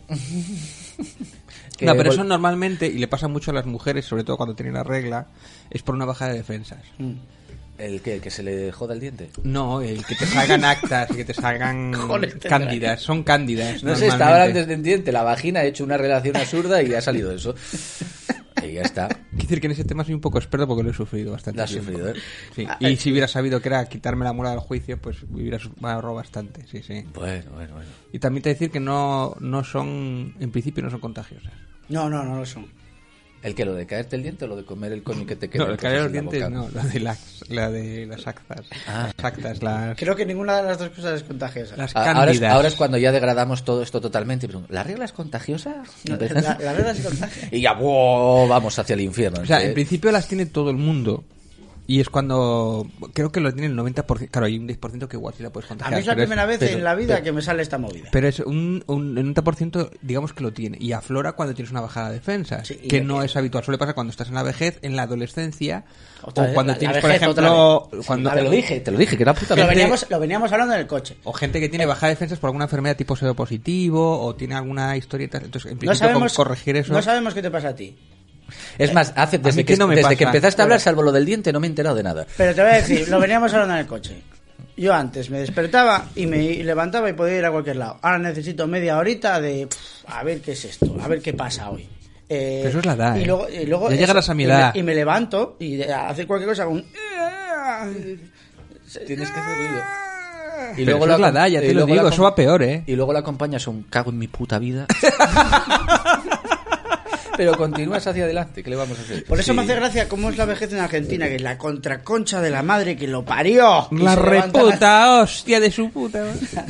Speaker 1: No, pero eso normalmente, y le pasa mucho a las mujeres, sobre todo cuando tienen la regla, es por una baja de defensas.
Speaker 2: ¿El qué? ¿El que se le joda el diente?
Speaker 1: No, el que te salgan actas y que te salgan
Speaker 3: Joder,
Speaker 1: cándidas. Son cándidas.
Speaker 2: No sé,
Speaker 1: normalmente.
Speaker 2: estaba antes del diente, la vagina ha hecho una relación absurda y ha salido eso. Y ya está.
Speaker 1: Quiero decir que en ese tema soy un poco experto porque lo he sufrido bastante.
Speaker 2: Lo has
Speaker 1: tiempo.
Speaker 2: sufrido, ¿eh?
Speaker 1: Sí. Y si hubiera sabido que era quitarme la muela del juicio, pues hubiera ahorrado bastante. Sí, sí.
Speaker 2: Bueno.
Speaker 1: Y también te decir que no son, en principio no son contagiosas.
Speaker 3: No lo son.
Speaker 2: ¿El que lo de caerte el diente o lo de comer el coño que te queda?
Speaker 1: No, el caer los
Speaker 2: en la
Speaker 1: dientes
Speaker 2: boca?
Speaker 1: no, la de las actas.
Speaker 2: Ah.
Speaker 1: Las actas, las
Speaker 3: Creo que ninguna de las dos cosas es contagiosa.
Speaker 2: Ahora es cuando ya degradamos todo esto totalmente. Pero, ¿la regla es contagiosa?
Speaker 3: La regla se contagia.
Speaker 2: Y ya vamos hacia el infierno.
Speaker 1: O sea, en principio las tiene todo el mundo. Y es cuando... Creo que lo tiene el 90%. Claro, hay un 10% que igual sí la puedes
Speaker 3: A
Speaker 1: contagiar.
Speaker 3: mí es la
Speaker 1: pero
Speaker 3: primera vez
Speaker 1: pero-
Speaker 3: en la vida que me sale esta movida.
Speaker 1: Pero es un 90% digamos que lo tiene. Y aflora cuando tienes una bajada de defensas.
Speaker 3: Sí, y
Speaker 1: que
Speaker 3: lo
Speaker 1: no
Speaker 3: que-
Speaker 1: es habitual. Suele pasar cuando estás en la vejez, en la adolescencia.
Speaker 3: Otra
Speaker 1: o
Speaker 3: vez,
Speaker 1: cuando
Speaker 3: la
Speaker 1: tienes, por
Speaker 3: vejez, otra
Speaker 1: ejemplo...
Speaker 3: vez.
Speaker 1: Cuando,
Speaker 2: Te lo dije, que era puta
Speaker 3: Lo
Speaker 2: mierda.
Speaker 3: veníamos hablando en el coche.
Speaker 1: O gente que tiene bajada de defensas por alguna enfermedad tipo seropositivo. O tiene alguna historieta. Entonces, en
Speaker 3: No
Speaker 1: principio,
Speaker 3: sabemos,
Speaker 1: corregir eso...
Speaker 3: no sabemos qué te pasa a ti.
Speaker 2: Es más, desde
Speaker 1: mí que no me
Speaker 2: desde
Speaker 1: pasa.
Speaker 2: que empezaste a hablar, salvo lo del diente, no me he enterado de nada.
Speaker 3: Pero te voy a decir, lo veníamos hablando en el coche. Yo antes me despertaba y me levantaba y podía ir a cualquier lado. Ahora necesito media horita de... a ver qué es esto, a ver qué pasa hoy.
Speaker 1: Pero eso es la edad,
Speaker 3: Y luego,
Speaker 1: Ya llegarás a mi edad.
Speaker 3: Y me levanto y hacer cualquier cosa con...
Speaker 2: Tienes que hacer ruido. Y
Speaker 1: Pero eso es la edad, ya te lo digo, eso va peor, ¿eh?
Speaker 2: Y luego la acompañas a un cago en mi puta vida. Pero continúas hacia adelante, ¿qué le vamos a hacer?
Speaker 3: Por eso
Speaker 2: Sí.
Speaker 3: me hace gracia cómo es la vejez en Argentina, que es la contraconcha de la madre que lo parió. Y
Speaker 1: La
Speaker 3: se levantan
Speaker 1: reputa, hostia de su puta.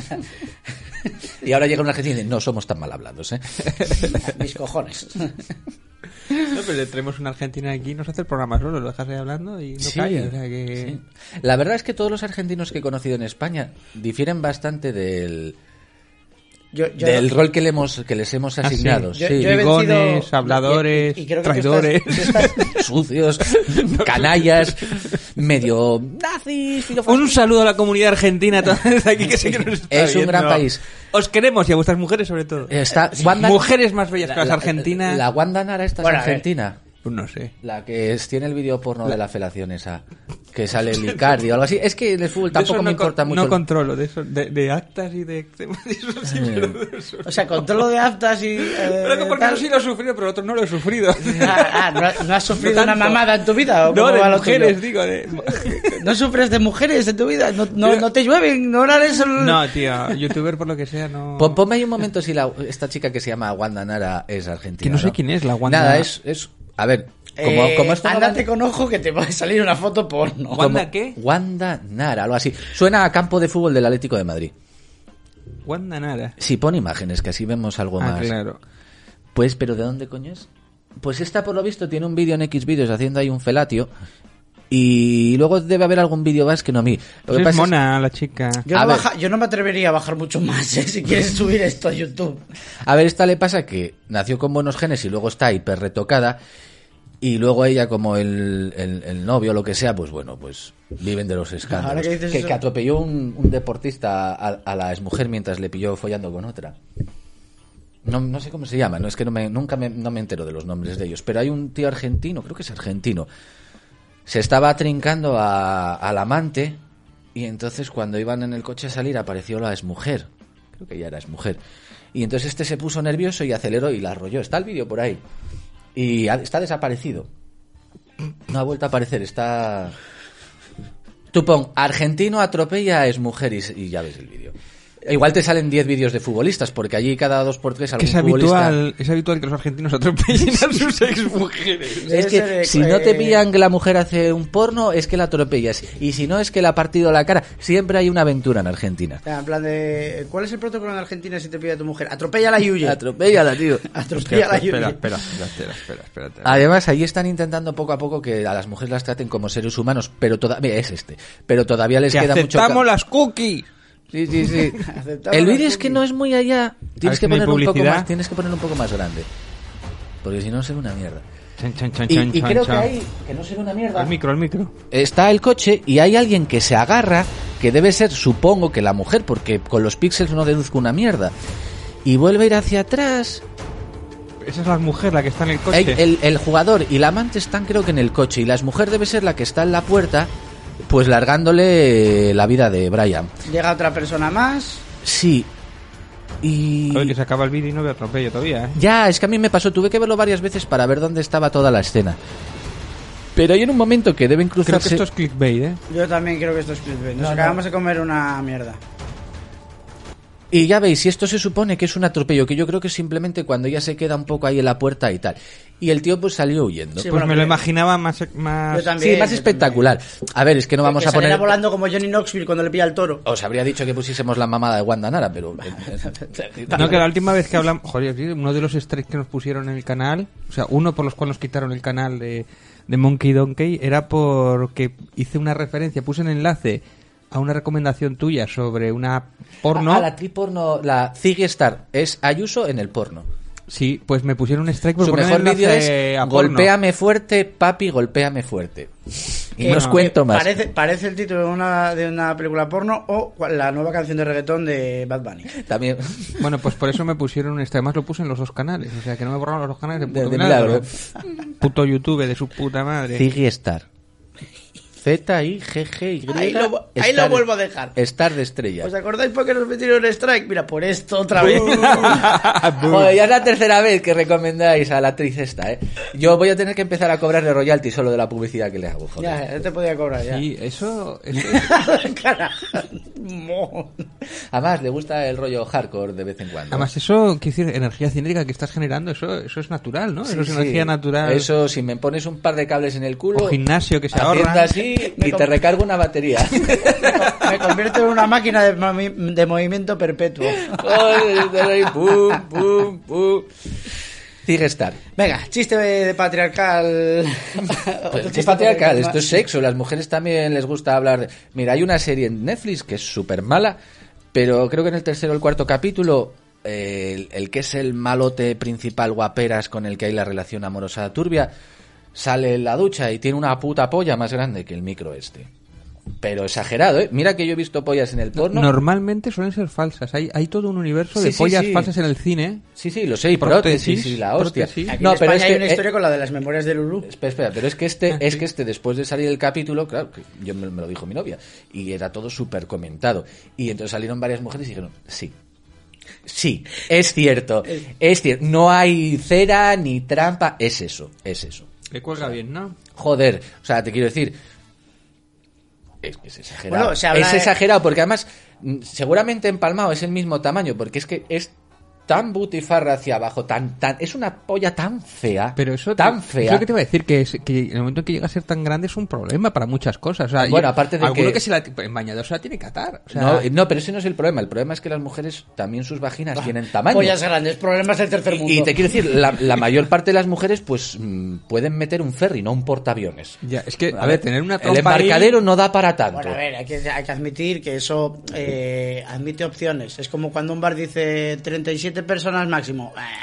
Speaker 2: Y ahora llega una gente y dice, no somos tan mal hablados, ¿eh?
Speaker 3: mis cojones.
Speaker 1: No, pero le traemos una Argentina aquí, nos hace el programa solo, lo dejas ahí hablando y no
Speaker 2: Sí,
Speaker 1: calla. O sea que...
Speaker 2: sí. La verdad es que todos los argentinos que he conocido en España difieren bastante del del rol que les hemos asignado.
Speaker 3: Yo-
Speaker 2: sí.
Speaker 3: yo he
Speaker 1: Bigones,
Speaker 3: vencido-
Speaker 1: habladores,
Speaker 3: y creo que
Speaker 1: traidores.
Speaker 3: tú estás-
Speaker 2: Sucios, canallas, medio nazis, filofascistas.
Speaker 1: Un saludo a la comunidad argentina toda desde aquí que sé que nos está
Speaker 2: Es un
Speaker 1: viendo.
Speaker 2: gran país.
Speaker 1: Os queremos y a vuestras mujeres sobre todo.
Speaker 2: Está Wanda-
Speaker 1: Mujeres más bellas que las argentinas.
Speaker 2: La Wanda Nara esta
Speaker 3: Bueno,
Speaker 2: es
Speaker 3: a ver.
Speaker 2: argentina.
Speaker 1: Pues no sé.
Speaker 2: La que tiene el vídeo porno de la felación esa. Que sale el Icardi o algo así. Es que el fútbol
Speaker 1: De eso
Speaker 2: tampoco me importa mucho.
Speaker 1: No controlo de eso, de actas y de temas de eso sí, pero de eso.
Speaker 3: O sea, controlo de aftas y...
Speaker 1: Pero que porque
Speaker 3: tal.
Speaker 1: yo sí lo he sufrido, pero el otro no lo he sufrido.
Speaker 3: ¿No has sufrido
Speaker 1: No
Speaker 3: una
Speaker 1: tanto.
Speaker 3: mamada en tu vida? ¿O
Speaker 1: No,
Speaker 3: cómo
Speaker 1: de
Speaker 3: va lo
Speaker 1: mujeres,
Speaker 3: tuyo?
Speaker 1: digo.
Speaker 3: ¿No sufres de mujeres en tu vida? ¿No te llueven? ¿No eres el...
Speaker 1: No, tío, youtuber por lo que sea, no...
Speaker 2: Ponme ahí un momento si esta chica que se llama Wanda Nara es argentina.
Speaker 1: Que no sé quién es la Wanda.
Speaker 2: Nada, es a ver, como esto no
Speaker 3: ándate
Speaker 2: va-
Speaker 3: con ojo que te va a salir una foto porno.
Speaker 1: ¿Wanda
Speaker 2: como-
Speaker 1: qué?
Speaker 2: Wanda Nara, algo así. Suena a campo de fútbol del Atlético de Madrid.
Speaker 1: Wanda Nara.
Speaker 2: Si pon imágenes, que así vemos algo más.
Speaker 1: Claro.
Speaker 2: Pues, ¿pero de dónde coño es? Pues esta, por lo visto, tiene un vídeo en Xvideos haciendo ahí un felatio. Y luego debe haber algún vídeo más que no a mí. Lo que
Speaker 1: Es
Speaker 2: pasa es-
Speaker 1: mona la chica.
Speaker 3: Yo
Speaker 2: A
Speaker 3: no,
Speaker 2: ver.
Speaker 3: yo no me atrevería a bajar mucho más, si quieres subir esto a YouTube.
Speaker 2: A ver, esta le pasa que nació con buenos genes y luego está hiper retocada. Y luego ella, como el novio o lo que sea, pues bueno, pues viven de los escándalos.
Speaker 3: Ahora que dices eso-
Speaker 2: Que atropelló un deportista a la exmujer mientras le pilló follando con otra. No sé cómo se llama, no es que no me entero de los nombres de ellos. Pero hay un tío argentino, creo que es argentino. Se estaba trincando al amante y entonces cuando iban en el coche a salir apareció la exmujer. Creo que ya era exmujer. Y entonces este se puso nervioso y aceleró y la arrolló. Está el vídeo por ahí. Y está desaparecido. No ha vuelto a aparecer, Tú pon, argentino atropella a exmujer y ya ves el vídeo. Igual te salen 10 vídeos de futbolistas, porque allí cada 2x3 algún
Speaker 1: Que
Speaker 2: futbolista...
Speaker 1: es habitual que los argentinos atropellen a sus exmujeres.
Speaker 2: Es que si no te pillan que la mujer hace un porno, es que la atropellas. Y si no, es que le ha partido la cara. Siempre hay una aventura en Argentina.
Speaker 3: O sea, en plan de... ¿Cuál es el protocolo en Argentina si te pilla tu mujer? Atropéllala y huye.
Speaker 2: Atropéllala, tío.
Speaker 3: Atropéllala y huye.
Speaker 1: Espera.
Speaker 2: Además, ahí están intentando poco a poco que a las mujeres las traten como seres humanos, pero todavía pero todavía les
Speaker 1: Que
Speaker 2: queda mucho...
Speaker 1: aceptamos las cookies.
Speaker 2: Sí.
Speaker 3: Aceptamos
Speaker 2: El
Speaker 3: las
Speaker 2: vídeo es que
Speaker 3: cookies.
Speaker 2: no es muy allá. Tienes que
Speaker 1: no hay
Speaker 2: ponerlo un poco
Speaker 1: publicidad.
Speaker 2: más, tienes que ponerlo un poco más grande. Porque si no será una mierda.
Speaker 1: Chan,
Speaker 2: Y creo que ahí, que no será una mierda.
Speaker 1: El micro.
Speaker 2: Está el coche y hay alguien que se agarra, que debe ser, supongo que la mujer, porque con los píxeles no deduzco una mierda. Y vuelve a ir hacia atrás.
Speaker 1: Esa es la mujer la que está en el coche.
Speaker 2: El jugador y la amante están creo que en el coche y la mujer debe ser la que está en la puerta, pues largándole la vida de Brian.
Speaker 3: Llega otra persona más.
Speaker 2: Sí. Y...
Speaker 1: Joder, que se acaba el vídeo y no veo atropello todavía, ¿eh?
Speaker 2: Ya, es que a mí me pasó, tuve que verlo varias veces para ver dónde estaba toda la escena. Pero hay en un momento que deben
Speaker 1: Creo
Speaker 2: cruzarse...
Speaker 1: que esto es clickbait, ¿eh?
Speaker 3: Yo también creo que esto es clickbait. Nos acabamos de comer una mierda.
Speaker 2: Y ya veis, si esto se supone que es un atropello, que yo creo que es simplemente cuando ella se queda un poco ahí en la puerta y tal. Y el tío pues salió huyendo.
Speaker 3: Sí,
Speaker 1: Pues
Speaker 3: bueno,
Speaker 1: me lo
Speaker 3: pero-
Speaker 1: imaginaba más...
Speaker 3: Yo también.
Speaker 2: Sí, más
Speaker 3: yo
Speaker 2: espectacular. A ver, es que no vamos
Speaker 3: que
Speaker 2: a poner...
Speaker 3: saliera volando como Johnny Knoxville cuando le pilla el toro.
Speaker 2: Os habría dicho que pusiésemos la mamada de Wanda Nara, pero...
Speaker 1: No, que la última vez que hablamos... Joder, tío, uno de los strikes que nos pusieron en el canal, o sea, uno por los cuales nos quitaron el canal de Monkey Donkey, era porque hice una referencia, puse un enlace a una recomendación tuya sobre una porno.
Speaker 2: La actriz porno, la Ziggy Star, es Ayuso en el porno.
Speaker 1: Sí, pues me pusieron un strike por
Speaker 2: Su
Speaker 1: poner
Speaker 2: mejor
Speaker 1: enlace
Speaker 2: vídeo es
Speaker 1: a porno.
Speaker 2: golpéame fuerte, papi, golpéame fuerte. Y
Speaker 3: Que-
Speaker 2: no os cuento más.
Speaker 3: Parece el título de una película porno o la nueva canción de reggaetón de Bad Bunny.
Speaker 2: También...
Speaker 1: Bueno, pues por eso me pusieron un strike. Además lo puse en los dos canales. O sea, que no me borraron los dos canales de puto
Speaker 2: De
Speaker 1: milagro.
Speaker 2: milagro.
Speaker 1: Puto YouTube de su puta madre.
Speaker 2: Ziggy Star. Z-I-G-G-Y.
Speaker 3: Ahí lo vuelvo a dejar.
Speaker 2: Star de estrella.
Speaker 3: ¿Os acordáis por qué nos metieron un strike? Mira, por esto otra vez.
Speaker 2: Joder, ya es la tercera vez que recomendáis a la actriz esta, ¿eh? Yo voy a tener que empezar a cobrarle royalty solo de la publicidad que le hago, joder.
Speaker 3: Ya te podía cobrar ya.
Speaker 1: Sí, eso
Speaker 3: Carajo. Mo.
Speaker 2: Además, le gusta el rollo hardcore de vez en cuando.
Speaker 1: Además, eso, quiero decir, energía cinética que estás generando, eso es natural, ¿no?
Speaker 2: Sí,
Speaker 1: eso es
Speaker 2: sí.
Speaker 1: energía natural.
Speaker 2: Eso, si me pones un par de cables en el culo...
Speaker 1: O gimnasio que se
Speaker 2: haciendo
Speaker 1: ahorra.
Speaker 2: así y te recargo una batería.
Speaker 3: Me convierto en una máquina de movimiento perpetuo.
Speaker 2: Joder, estás ahí, pum, pum, pum. Sigue estar.
Speaker 3: Venga, chiste de patriarcal.
Speaker 2: Pero es patriarcal, esto es sexo. Las mujeres también les gusta hablar de... Mira, hay una serie en Netflix que es súper mala, pero creo que en el tercero o el cuarto capítulo, el que es el malote principal guaperas con el que hay la relación amorosa turbia, sale en la ducha y tiene una puta polla más grande que el micro este. Pero exagerado, ¿eh? Mira que yo he visto pollas en el porno.
Speaker 1: Normalmente suelen ser falsas. Hay todo un universo de
Speaker 2: Sí,
Speaker 1: pollas
Speaker 2: sí.
Speaker 1: falsas en el cine.
Speaker 2: Sí, lo sé, y prótesis y la hostia.
Speaker 1: prótesis.
Speaker 3: Aquí
Speaker 2: No,
Speaker 3: en
Speaker 2: pero
Speaker 3: España
Speaker 2: es
Speaker 3: hay
Speaker 2: que...
Speaker 3: una historia con la de las memorias de Lulú.
Speaker 2: Espera, pero es que este después de salir el capítulo, claro, que yo me lo dijo mi novia, y era todo súper comentado. Y entonces salieron varias mujeres y dijeron, sí, es cierto, no hay cera ni trampa, es eso.
Speaker 1: Le cuelga bien, ¿no?
Speaker 2: Joder, o sea, te quiero decir, es que es exagerado.
Speaker 3: Bueno, se habla
Speaker 2: es
Speaker 3: de-
Speaker 2: exagerado porque además, seguramente empalmado es el mismo tamaño, porque es que es tan butifarra hacia abajo, es una polla tan fea,
Speaker 1: Pero eso
Speaker 2: tan
Speaker 1: es
Speaker 2: fea.
Speaker 1: lo que te iba a decir, que en el momento en que llega a ser tan grande es un problema para muchas cosas. O sea,
Speaker 2: Bueno, aparte de
Speaker 1: alguno
Speaker 2: que-
Speaker 1: que se la, en bañador se la tiene que atar. O sea,
Speaker 2: No, pero ese no es el problema. El problema es que las mujeres también sus vaginas tienen tamaño.
Speaker 3: Pollas grandes, problemas del tercer mundo.
Speaker 2: Y te quiero decir, la mayor parte de las mujeres pues pueden meter un ferry, no un portaaviones.
Speaker 1: ya, es que, a ver, tener una
Speaker 2: El
Speaker 1: trompa ahí-
Speaker 2: embarcadero no da para tanto.
Speaker 3: Bueno, a ver, hay que admitir que eso admite opciones. Es como cuando un bar dice 37 personas máximo.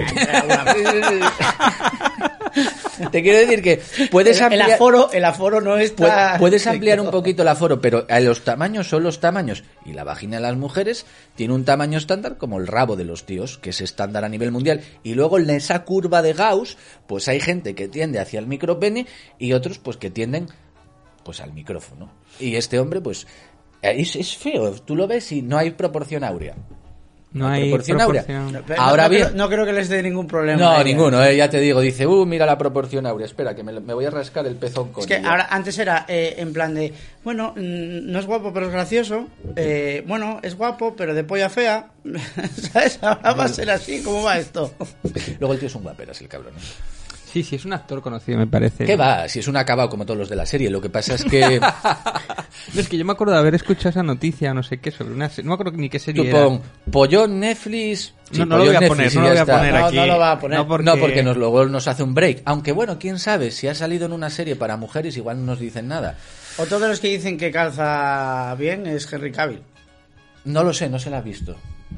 Speaker 2: Te quiero decir que puedes
Speaker 3: el
Speaker 2: ampliar...
Speaker 3: aforo no está...
Speaker 2: Puedes ampliar un poquito el aforo, pero los tamaños son los tamaños. Y la vagina de las mujeres tiene un tamaño estándar como el rabo de los tíos, que es estándar a nivel mundial. Y luego en esa curva de Gauss, pues hay gente que tiende hacia el micropene y otros pues que tienden pues al micrófono. Y este hombre pues es feo, tú lo ves y no hay proporción áurea.
Speaker 1: No hay
Speaker 2: proporción áurea.
Speaker 3: Ahora bien, no creo que les dé ningún problema.
Speaker 2: No, ninguno, ya te digo, dice, mira la proporción áurea, espera, que me voy a rascar el pezón con
Speaker 3: Es que
Speaker 2: ella.
Speaker 3: ahora, antes era en plan de, bueno, no es guapo pero es gracioso, bueno, es guapo pero de polla fea, ¿sabes? Ahora va a ser así, ¿cómo va esto?
Speaker 2: Luego el tío es un guaperas, el cabrón.
Speaker 1: Sí, es un actor conocido, me parece.
Speaker 2: ¿Qué va? Si es un acabado como todos los de la serie, lo que pasa es que...
Speaker 1: No, es que yo me acuerdo de haber escuchado esa noticia, no sé qué, sobre una serie, no me acuerdo ni qué serie
Speaker 2: Tú
Speaker 1: era.
Speaker 2: pon Pollón Netflix... Sí,
Speaker 1: No lo voy a
Speaker 2: Pollón
Speaker 1: poner,
Speaker 2: Netflix,
Speaker 1: no
Speaker 2: y
Speaker 1: lo voy
Speaker 2: ya
Speaker 1: a
Speaker 2: está.
Speaker 1: poner aquí.
Speaker 3: No lo va a poner.
Speaker 2: No, porque luego nos hace un break. Aunque bueno, quién sabe, si ha salido en una serie para mujeres igual no nos dicen nada.
Speaker 3: Otro de los que dicen que calza bien es Henry Cavill.
Speaker 2: No lo sé, no se la ha visto.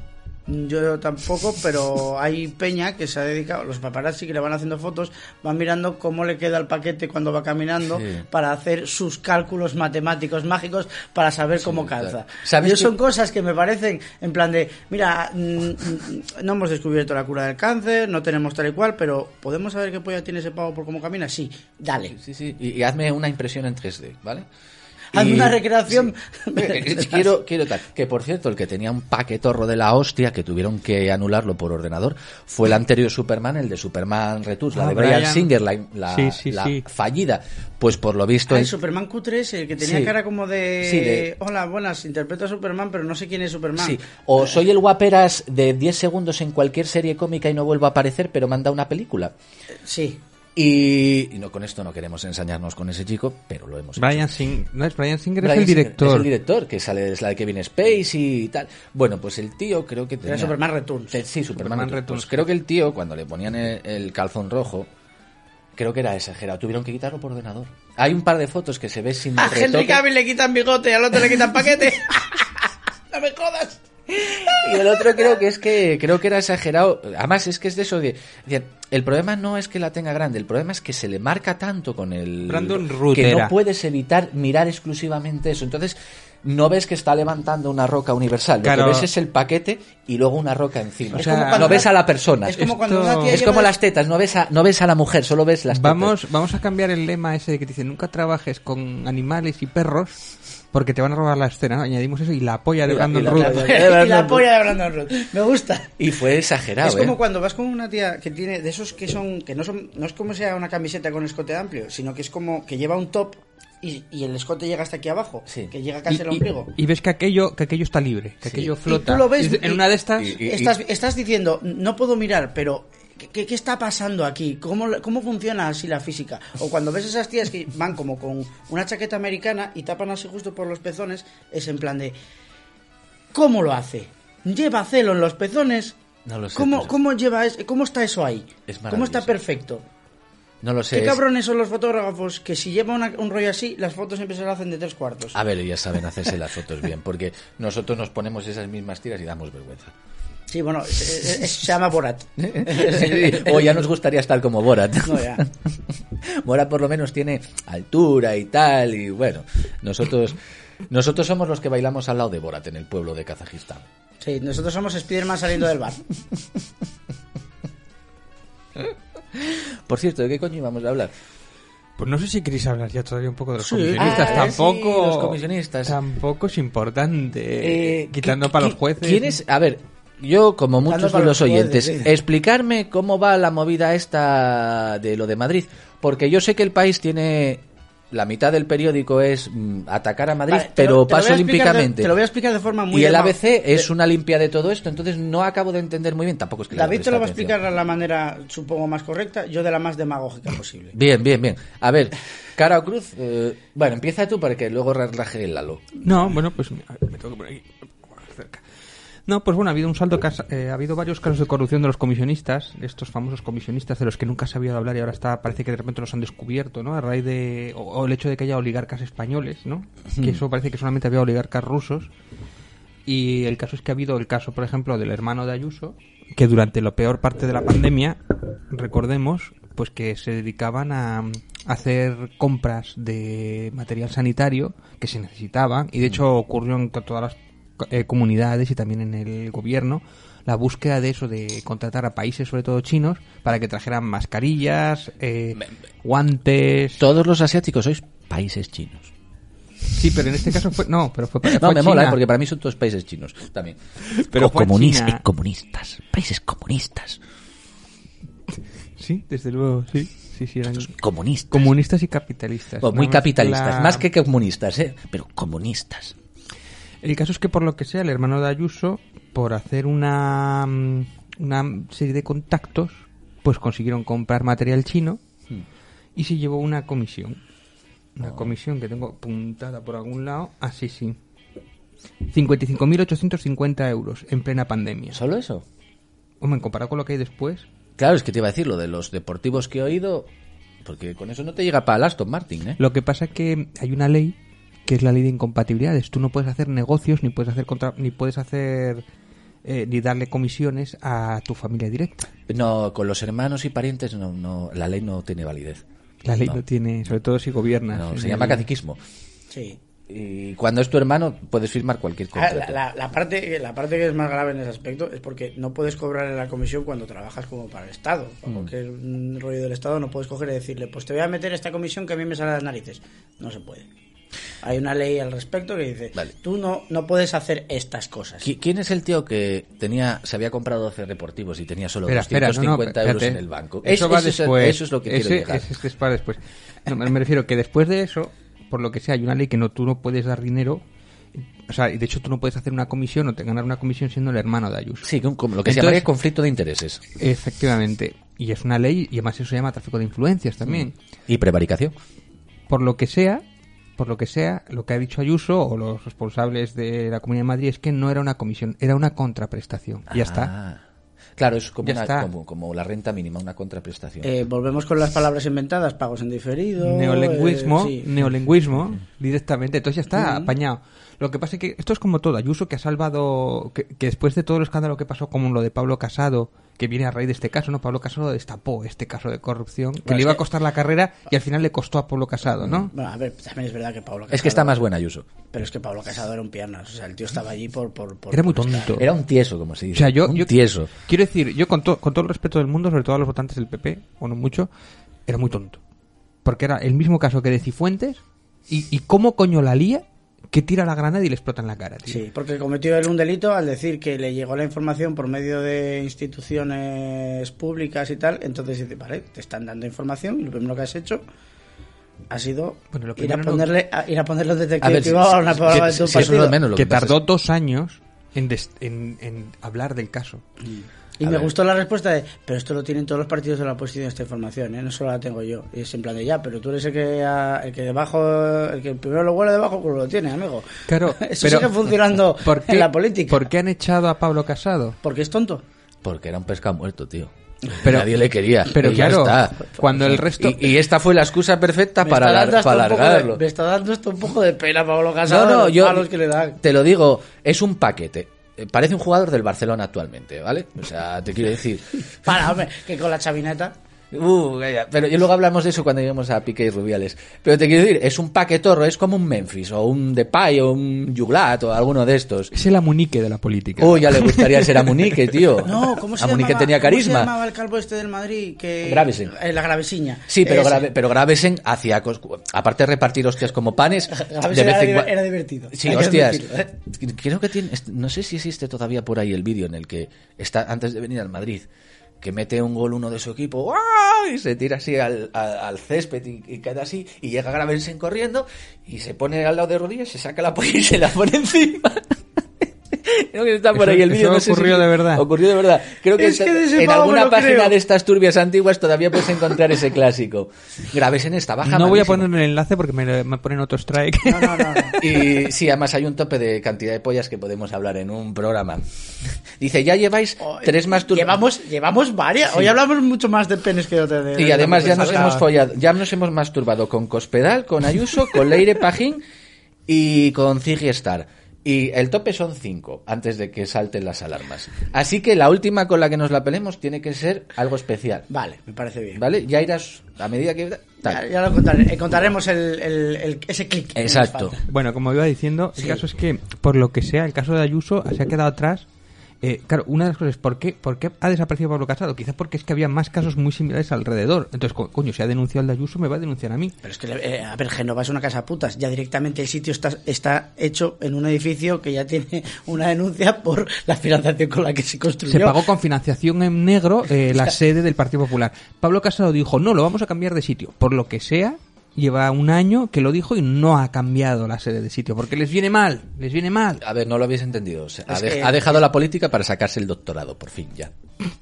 Speaker 3: Yo tampoco, pero hay peña que se ha dedicado, los paparazzi que le van haciendo fotos, van mirando cómo le queda el paquete cuando va caminando,
Speaker 2: Sí.
Speaker 3: para hacer sus cálculos matemáticos mágicos para saber cómo calza.
Speaker 2: Claro. ¿Sabes
Speaker 3: Yo
Speaker 2: que-
Speaker 3: son cosas que me parecen en plan de, mira, no hemos descubierto la cura del cáncer, no tenemos tal y cual, pero ¿podemos saber qué polla tiene ese pavo por cómo camina? Sí, dale.
Speaker 2: Sí. Y hazme una impresión en 3D, ¿vale?
Speaker 3: Hazme
Speaker 2: Y-
Speaker 3: una recreación.
Speaker 2: Quiero tal. Que por cierto, el que tenía un paquetorro de la hostia, que tuvieron que anularlo por ordenador, fue el anterior Superman, el de Superman Returns, la de Bryan Singer, la
Speaker 1: Sí.
Speaker 2: fallida. Pues por lo visto...
Speaker 3: El Superman cutre ese, el que tenía
Speaker 2: Sí.
Speaker 3: cara como de...
Speaker 2: Sí, de-
Speaker 3: Hola, buenas, interpreto a Superman, pero no sé quién es Superman.
Speaker 2: Sí, o soy el guaperas de 10 segundos en cualquier serie cómica y no vuelvo a aparecer, pero manda una película.
Speaker 3: Sí.
Speaker 2: Y no, con esto no queremos ensañarnos con ese chico, pero lo hemos hecho.
Speaker 1: Bryan Singer, no es Bryan Singer,
Speaker 2: Bryan
Speaker 1: es el
Speaker 2: Singer
Speaker 1: director.
Speaker 2: Es el director, que sale es la de Kevin Spacey y tal. Bueno, pues el tío creo que tenía...
Speaker 3: Era Superman Returns.
Speaker 2: Sí, Superman Returns.
Speaker 1: Returns.
Speaker 2: Pues creo que el tío, cuando le ponían el calzón rojo, creo que era exagerado. Tuvieron que quitarlo por ordenador. Hay un par de fotos que se ve sin
Speaker 3: A Henry
Speaker 2: retoque.
Speaker 3: Cavill le quitan bigote y al otro le quitan paquete. ¡No me jodas!
Speaker 2: Y el otro creo que era exagerado. Además, es que es de eso de... El problema no es que la tenga grande, el problema es que se le marca tanto con el...
Speaker 1: Brandon Root
Speaker 2: que
Speaker 1: era.
Speaker 2: no puedes evitar mirar exclusivamente eso. Entonces, no ves que está levantando una roca universal. Lo
Speaker 1: Claro.
Speaker 2: que ves es el paquete y luego una roca encima.
Speaker 1: O
Speaker 2: Es
Speaker 1: sea,
Speaker 2: como cuando ves a la persona.
Speaker 3: Es como cuando una tía
Speaker 2: Es
Speaker 3: lleva-
Speaker 2: como las tetas, no ves a la mujer, solo ves las tetas.
Speaker 1: Vamos a cambiar el lema ese de que te dicen nunca trabajes con animales y perros porque te van a robar la escena, ¿no? Añadimos eso y la polla de
Speaker 2: Y la-
Speaker 1: Brandon
Speaker 2: y la-
Speaker 1: Root.
Speaker 3: Y la polla de Brandon Root. Me gusta.
Speaker 2: Y fue exagerado,
Speaker 3: Es como
Speaker 2: ¿eh?
Speaker 3: cuando vas con una tía que tiene de esos que son, no es como sea una camiseta con escote amplio, sino que es como que lleva un top y el escote llega hasta aquí abajo,
Speaker 2: Sí.
Speaker 3: que llega casi al ombligo.
Speaker 1: Y ves que aquello está libre, que aquello flota.
Speaker 3: Y tú lo ves
Speaker 1: Y en una de estas...
Speaker 2: y-
Speaker 3: estás diciendo, no puedo mirar, pero ¿qué está pasando aquí? ¿Cómo funciona así la física? O cuando ves esas tías que van como con una chaqueta americana y tapan así justo por los pezones, es en plan de... ¿Cómo lo hace? ¿Lleva celo en los pezones?
Speaker 2: No lo sé,
Speaker 3: ¿Cómo está eso ahí?
Speaker 2: Es
Speaker 3: ¿Cómo está
Speaker 2: maravilloso.
Speaker 3: perfecto?
Speaker 2: No lo sé.
Speaker 3: ¿Qué
Speaker 2: es-
Speaker 3: cabrones son los fotógrafos que si lleva un rollo así, las fotos siempre se lo hacen de 3/4?
Speaker 2: A ver, ellas saben hacerse las fotos bien, porque nosotros nos ponemos esas mismas tiras y damos vergüenza.
Speaker 3: Sí, bueno, se llama Borat.
Speaker 2: O ya nos gustaría estar como Borat.
Speaker 3: No, ya.
Speaker 2: Borat por lo menos tiene altura y tal, y bueno, nosotros somos los que bailamos al lado de Borat en el pueblo de Kazajistán.
Speaker 3: Sí, nosotros somos Spiderman saliendo del bar.
Speaker 2: Por cierto, ¿de qué coño íbamos a hablar?
Speaker 1: Pues no sé si queréis hablar ya todavía un poco de los
Speaker 3: Sí.
Speaker 1: comisionistas.
Speaker 2: Sí, los comisionistas.
Speaker 1: Tampoco es importante. Quitando
Speaker 2: ¿qui-
Speaker 1: para los
Speaker 2: qui-
Speaker 1: jueces.
Speaker 2: ¿Quién es? A ver, yo, como muchos
Speaker 3: para
Speaker 2: de los
Speaker 3: los
Speaker 2: oyentes,
Speaker 3: jueces, sí.
Speaker 2: explicarme cómo va la movida esta de lo de Madrid. Porque yo sé que el país tiene... La mitad del periódico es atacar a Madrid,
Speaker 3: Vale, te
Speaker 2: pero
Speaker 3: lo voy a
Speaker 2: paso
Speaker 3: explicar
Speaker 2: olímpicamente.
Speaker 3: te lo voy a explicar de forma muy...
Speaker 2: Y el
Speaker 3: dema-
Speaker 2: ABC es una limpia de todo esto, entonces no acabo de entender muy bien. Tampoco es que le haya
Speaker 3: David te lo va a
Speaker 2: prestado
Speaker 3: explicar
Speaker 2: atención.
Speaker 3: de la manera, supongo, más correcta, yo de la más demagógica posible.
Speaker 2: Bien. A ver, cara o cruz. Bueno, empieza tú para que luego raje el Lalo.
Speaker 1: No, bueno, pues a ver, me tengo que poner aquí. Cerca. No, pues bueno, ha habido ha habido varios casos de corrupción de los comisionistas, de estos famosos comisionistas de los que nunca se había oído hablar y ahora parece que de repente los han descubierto, ¿no? A raíz de o el hecho de que haya oligarcas españoles, ¿no? Que eso parece que solamente había oligarcas rusos. Y el caso es que ha habido el caso, por ejemplo, del hermano de Ayuso, que durante la peor parte de la pandemia, recordemos, pues que se dedicaban a hacer compras de material sanitario que se necesitaba, y de hecho ocurrió en todas las comunidades y también en el gobierno la búsqueda de eso, de contratar a países, sobre todo chinos, para que trajeran mascarillas, guantes...
Speaker 2: Todos los asiáticos sois países chinos.
Speaker 1: Sí, pero en este caso fue... No, pero fue
Speaker 2: No, me mola,
Speaker 1: China.
Speaker 2: porque para mí son todos países chinos también.
Speaker 1: Pero fue China.
Speaker 2: comunistas, países comunistas.
Speaker 1: Sí, desde luego, sí. Sí, eran
Speaker 2: Comunistas.
Speaker 1: comunistas y capitalistas.
Speaker 2: Bueno, muy
Speaker 1: Una
Speaker 2: capitalistas,
Speaker 1: mezcla-
Speaker 2: más que comunistas, pero comunistas.
Speaker 1: El caso es que por lo que sea, el hermano de Ayuso, por hacer una serie de contactos, pues consiguieron comprar material chino y se llevó una comisión. Una comisión que tengo apuntada por algún lado. Ah, sí. 55.850 euros en plena pandemia.
Speaker 2: ¿Solo eso?
Speaker 1: Hombre, comparado con lo que hay después...
Speaker 2: Claro, es que te iba a decir lo de los deportivos que he oído, porque con eso no te llega para el Aston Martin, ¿eh?
Speaker 1: Lo que pasa es que hay una ley que es la ley de incompatibilidades. Tú no puedes hacer negocios, ni puedes hacer ni darle comisiones a tu familia directa.
Speaker 2: No, con los hermanos y parientes no, la ley no tiene validez.
Speaker 1: La ley no tiene, sobre todo si gobiernas.
Speaker 2: No,
Speaker 1: en
Speaker 2: se llama
Speaker 1: el-
Speaker 2: catequismo.
Speaker 3: Sí.
Speaker 2: Y cuando es tu hermano puedes firmar cualquier contrato.
Speaker 3: La parte que es más grave en ese aspecto es porque no puedes cobrar la comisión cuando trabajas como para el Estado. Para cualquier rollo del Estado no puedes coger y decirle, pues te voy a meter esta comisión que a mí me sale a las narices. No se puede. Hay una ley al respecto que dice,
Speaker 2: Vale.
Speaker 3: tú no puedes hacer estas cosas.
Speaker 2: ¿Quién es el tío que se había comprado 12 deportivos y tenía solo
Speaker 1: Espera,
Speaker 2: 250 euros
Speaker 1: espérate.
Speaker 2: en el banco?
Speaker 1: Eso va después.
Speaker 2: Eso es lo que quiero llegar.
Speaker 1: Ese es para después. No, me refiero que después de eso, por lo que sea, hay una ley que tú no puedes dar dinero. O sea, y de hecho tú no puedes hacer una comisión o te ganar una comisión siendo el hermano de Ayuso.
Speaker 2: Sí, como lo que se
Speaker 1: Entonces-
Speaker 2: llama conflicto de intereses.
Speaker 1: Efectivamente. Y es una ley, y además eso se llama tráfico de influencias también.
Speaker 2: Y prevaricación.
Speaker 1: Por lo que sea, lo que ha dicho Ayuso o los responsables de la Comunidad de Madrid es que no era una comisión, era una contraprestación. Ya está.
Speaker 2: Ah. Claro, es como,
Speaker 1: Ya está.
Speaker 2: como la renta mínima, una contraprestación.
Speaker 3: Volvemos con las palabras inventadas, pagos en diferido.
Speaker 1: Neolingüismo directamente, entonces ya está apañado. Lo que pasa es que esto es como todo, Ayuso que ha salvado, que después de todo el escándalo que pasó, como lo de Pablo Casado, que viene a raíz de este caso, ¿no? Pablo Casado destapó este caso de corrupción, que
Speaker 3: Bueno,
Speaker 1: le
Speaker 3: es
Speaker 1: iba a
Speaker 3: que-
Speaker 1: costar la carrera y al final le costó a Pablo Casado, ¿no?
Speaker 3: Bueno, a ver, también es verdad que Pablo Casado...
Speaker 2: Es que está más buena Ayuso.
Speaker 3: Pero es que Pablo Casado era un piernas. O sea, el tío estaba allí por
Speaker 1: Era muy
Speaker 3: por estar.
Speaker 1: tonto.
Speaker 2: Era un tieso, como se dice.
Speaker 1: O sea,
Speaker 2: un tieso.
Speaker 1: quiero decir, yo con todo el respeto del mundo, sobre todo a los votantes del PP, o no mucho, era muy tonto. Porque era el mismo caso que de Cifuentes, y cómo coño la lía que tira la granada y le explota en la cara, tío.
Speaker 3: Sí, porque cometió él un delito al decir que le llegó la información por medio de instituciones públicas y tal. Entonces dice, vale, te están dando información y lo primero que has hecho ha sido
Speaker 1: Bueno, lo
Speaker 3: ir a
Speaker 1: primero
Speaker 3: ir a ponerle un
Speaker 2: A ver,
Speaker 3: detective privado a una palabra de tu
Speaker 2: si eso es
Speaker 3: partido.
Speaker 2: lo menos. Lo
Speaker 1: Que
Speaker 2: que pasa
Speaker 1: tardó
Speaker 2: es-
Speaker 1: 2 años en hablar del caso.
Speaker 3: Y
Speaker 2: A
Speaker 3: me
Speaker 2: ver.
Speaker 3: gustó la respuesta de, pero esto lo tienen todos los partidos de la oposición, esta información, ¿eh? No solo la tengo yo. Y es en plan de, ya, pero tú eres el que debajo, el que primero lo huele debajo, pues lo tiene, amigo.
Speaker 1: Claro,
Speaker 3: Eso
Speaker 1: pero
Speaker 3: sigue funcionando
Speaker 1: ¿por qué,
Speaker 3: en la política.
Speaker 1: ¿Por qué han echado a Pablo Casado?
Speaker 3: Porque es tonto.
Speaker 2: Porque era un pescado muerto, tío.
Speaker 1: Pero-
Speaker 2: Nadie le quería.
Speaker 1: Pero
Speaker 2: Y ya
Speaker 1: claro,
Speaker 2: está.
Speaker 1: cuando el resto...
Speaker 2: Y esta fue la excusa perfecta
Speaker 3: Me
Speaker 2: para,
Speaker 3: está dando hasta un poco de-
Speaker 2: alargarlo.
Speaker 3: me está dando esto un poco de pena, Pablo Casado,
Speaker 2: No,
Speaker 3: los
Speaker 2: yo
Speaker 3: palos que le dan.
Speaker 2: te lo digo, es un paquete. Parece un jugador del Barcelona actualmente, ¿vale? O sea, te quiero decir...
Speaker 3: Para, hombre, que con la chavineta...
Speaker 2: Calla. Pero luego hablamos de eso cuando lleguemos a Piqué y Rubiales. Pero te quiero decir, es un paquetorro, es como un Memphis, o un Depay, o un Juglat, o alguno de estos.
Speaker 1: Es el amunique de la política.
Speaker 2: Uy, ya le gustaría ser a Munique, tío.
Speaker 3: No, ¿cómo se
Speaker 2: a Munique
Speaker 3: llamaba?
Speaker 2: tenía
Speaker 3: ¿Cómo se
Speaker 2: carisma.
Speaker 3: llamaba el calvo este del Madrid? Que...
Speaker 2: Gravesen.
Speaker 3: La Gravesiña.
Speaker 2: Sí, pero,
Speaker 3: Ese.
Speaker 2: Gravesen hacía... aparte de repartir hostias como panes...
Speaker 3: Gravesen era divertido.
Speaker 2: Sí,
Speaker 3: Hay que
Speaker 2: hostias.
Speaker 3: admitirlo, ¿eh?
Speaker 2: Creo que tiene... No sé si existe todavía por ahí el vídeo en el que está antes de venir al Madrid, que mete un gol uno de su equipo ¡guau! Y se tira así al césped y queda así, y llega Gravensen corriendo y se pone al lado de rodillas, se saca la polla y se la pone encima. Creo que está por ahí el vídeo.
Speaker 1: Eso
Speaker 2: No sé
Speaker 1: ocurrió
Speaker 2: si-
Speaker 1: de verdad.
Speaker 2: Ocurrió de verdad. Creo que,
Speaker 3: Es que de ese
Speaker 2: en
Speaker 3: pavo
Speaker 2: alguna
Speaker 3: me lo
Speaker 2: página
Speaker 3: creo.
Speaker 2: de estas turbias antiguas todavía puedes encontrar ese clásico. Gravesen estaba
Speaker 1: No voy a
Speaker 2: jamadísimo.
Speaker 1: poner el enlace porque me ponen otro strike.
Speaker 3: No.
Speaker 2: Y sí, además hay un tope de cantidad de pollas que podemos hablar en un programa. Dice, ya lleváis 3 masturbaciones.
Speaker 3: Llevamos varias. Hoy hablamos mucho más de penes que de
Speaker 2: Y además ya nos
Speaker 3: de-
Speaker 2: hemos follado, ya nos hemos masturbado con Cospedal, con Ayuso, con Leire Pajín y con Ziggy Star. Y el tope son 5, antes de que salten las alarmas. Así que la última con la que nos la pelemos tiene que ser algo especial.
Speaker 3: Vale, me parece bien.
Speaker 2: ¿Vale? Ya irás a medida que...
Speaker 3: Ya lo contaremos ese clic. que nos
Speaker 2: Exacto.
Speaker 3: falta.
Speaker 1: Bueno, como iba diciendo, el caso es que, por lo que sea, el caso de Ayuso se ha quedado atrás Claro, una de las cosas es ¿por qué ha desaparecido Pablo Casado? Quizás porque es que había más casos muy similares alrededor. Entonces, coño, si ha denunciado al de Ayuso, me va a denunciar a mí.
Speaker 3: Pero es que, a ver, Génova es una casa putas. Ya directamente el sitio está hecho en un edificio que ya tiene una denuncia por la financiación con la que se construyó.
Speaker 1: Se pagó con financiación en negro la sede del Partido Popular. Pablo Casado dijo, no, lo vamos a cambiar de sitio. Por lo que sea, lleva un año que lo dijo y no ha cambiado la sede de sitio, porque les viene mal.
Speaker 2: A ver, no lo habéis entendido. O sea,
Speaker 3: que-
Speaker 2: ha dejado la política para sacarse el doctorado, por fin, ya.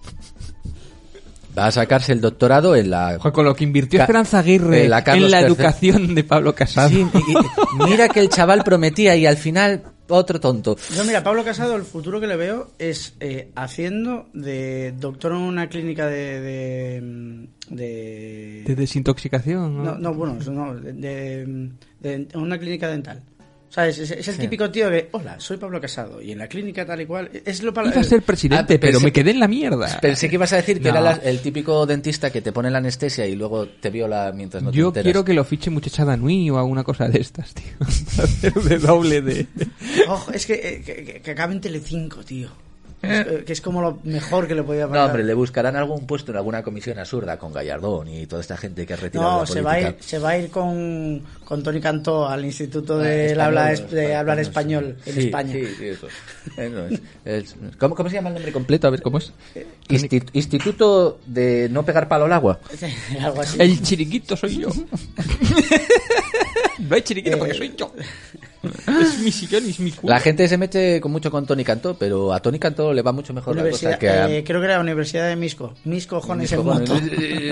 Speaker 2: Va a sacarse el doctorado en la...
Speaker 1: Joder, con lo que invirtió
Speaker 2: Ca-
Speaker 1: Esperanza Aguirre
Speaker 2: en la Carlos
Speaker 1: en la
Speaker 2: III.
Speaker 1: educación de Pablo Casado.
Speaker 2: Sí, y mira que el chaval prometía y al final otro tonto.
Speaker 3: Yo, mira, Pablo Casado, el futuro que le veo es haciendo de doctor en una clínica de
Speaker 1: De desintoxicación, ¿no?
Speaker 3: No, bueno, no, de una clínica dental. ¿Sabes? Es el típico tío que, hola, soy Pablo Casado y en la clínica tal y cual. Es lo para...
Speaker 1: Iba a ser presidente, pero
Speaker 2: pensé-
Speaker 1: me quedé en la mierda.
Speaker 2: Pensé que ibas a decir que
Speaker 1: No.
Speaker 2: era el típico dentista que te pone la anestesia y luego te viola mientras no te
Speaker 1: Yo
Speaker 2: enteras.
Speaker 1: quiero que lo fiche Muchachada Nui o alguna cosa de estas, tío. Hacer de doble de...
Speaker 3: Ojo, es que acabe en Telecinco, tío. Que es como lo mejor que le podía pasar.
Speaker 2: No, hombre, le buscarán algún puesto en alguna comisión absurda con Gallardón y toda esta gente que ha retirado
Speaker 3: No,
Speaker 2: la
Speaker 3: se
Speaker 2: política.
Speaker 3: va a ir con Tony Cantó al Instituto de
Speaker 2: Español,
Speaker 3: hablar español en
Speaker 2: sí,
Speaker 3: España.
Speaker 2: Sí, eso. ¿Cómo se llama el nombre completo? A ver, ¿cómo es? Instituto de no pegar palo al agua.
Speaker 3: Algo así.
Speaker 1: El chiriquito soy yo. No hay chiriquito porque soy yo. Es mi sillón y es mi culo.
Speaker 2: La gente se mete con mucho con Tony Cantó, pero a Tony Cantó le va mucho mejor la
Speaker 3: Universidad,
Speaker 2: cosa que a...
Speaker 3: creo que era la Universidad de Misco. Mis cojones en
Speaker 2: Cojones.
Speaker 3: moto.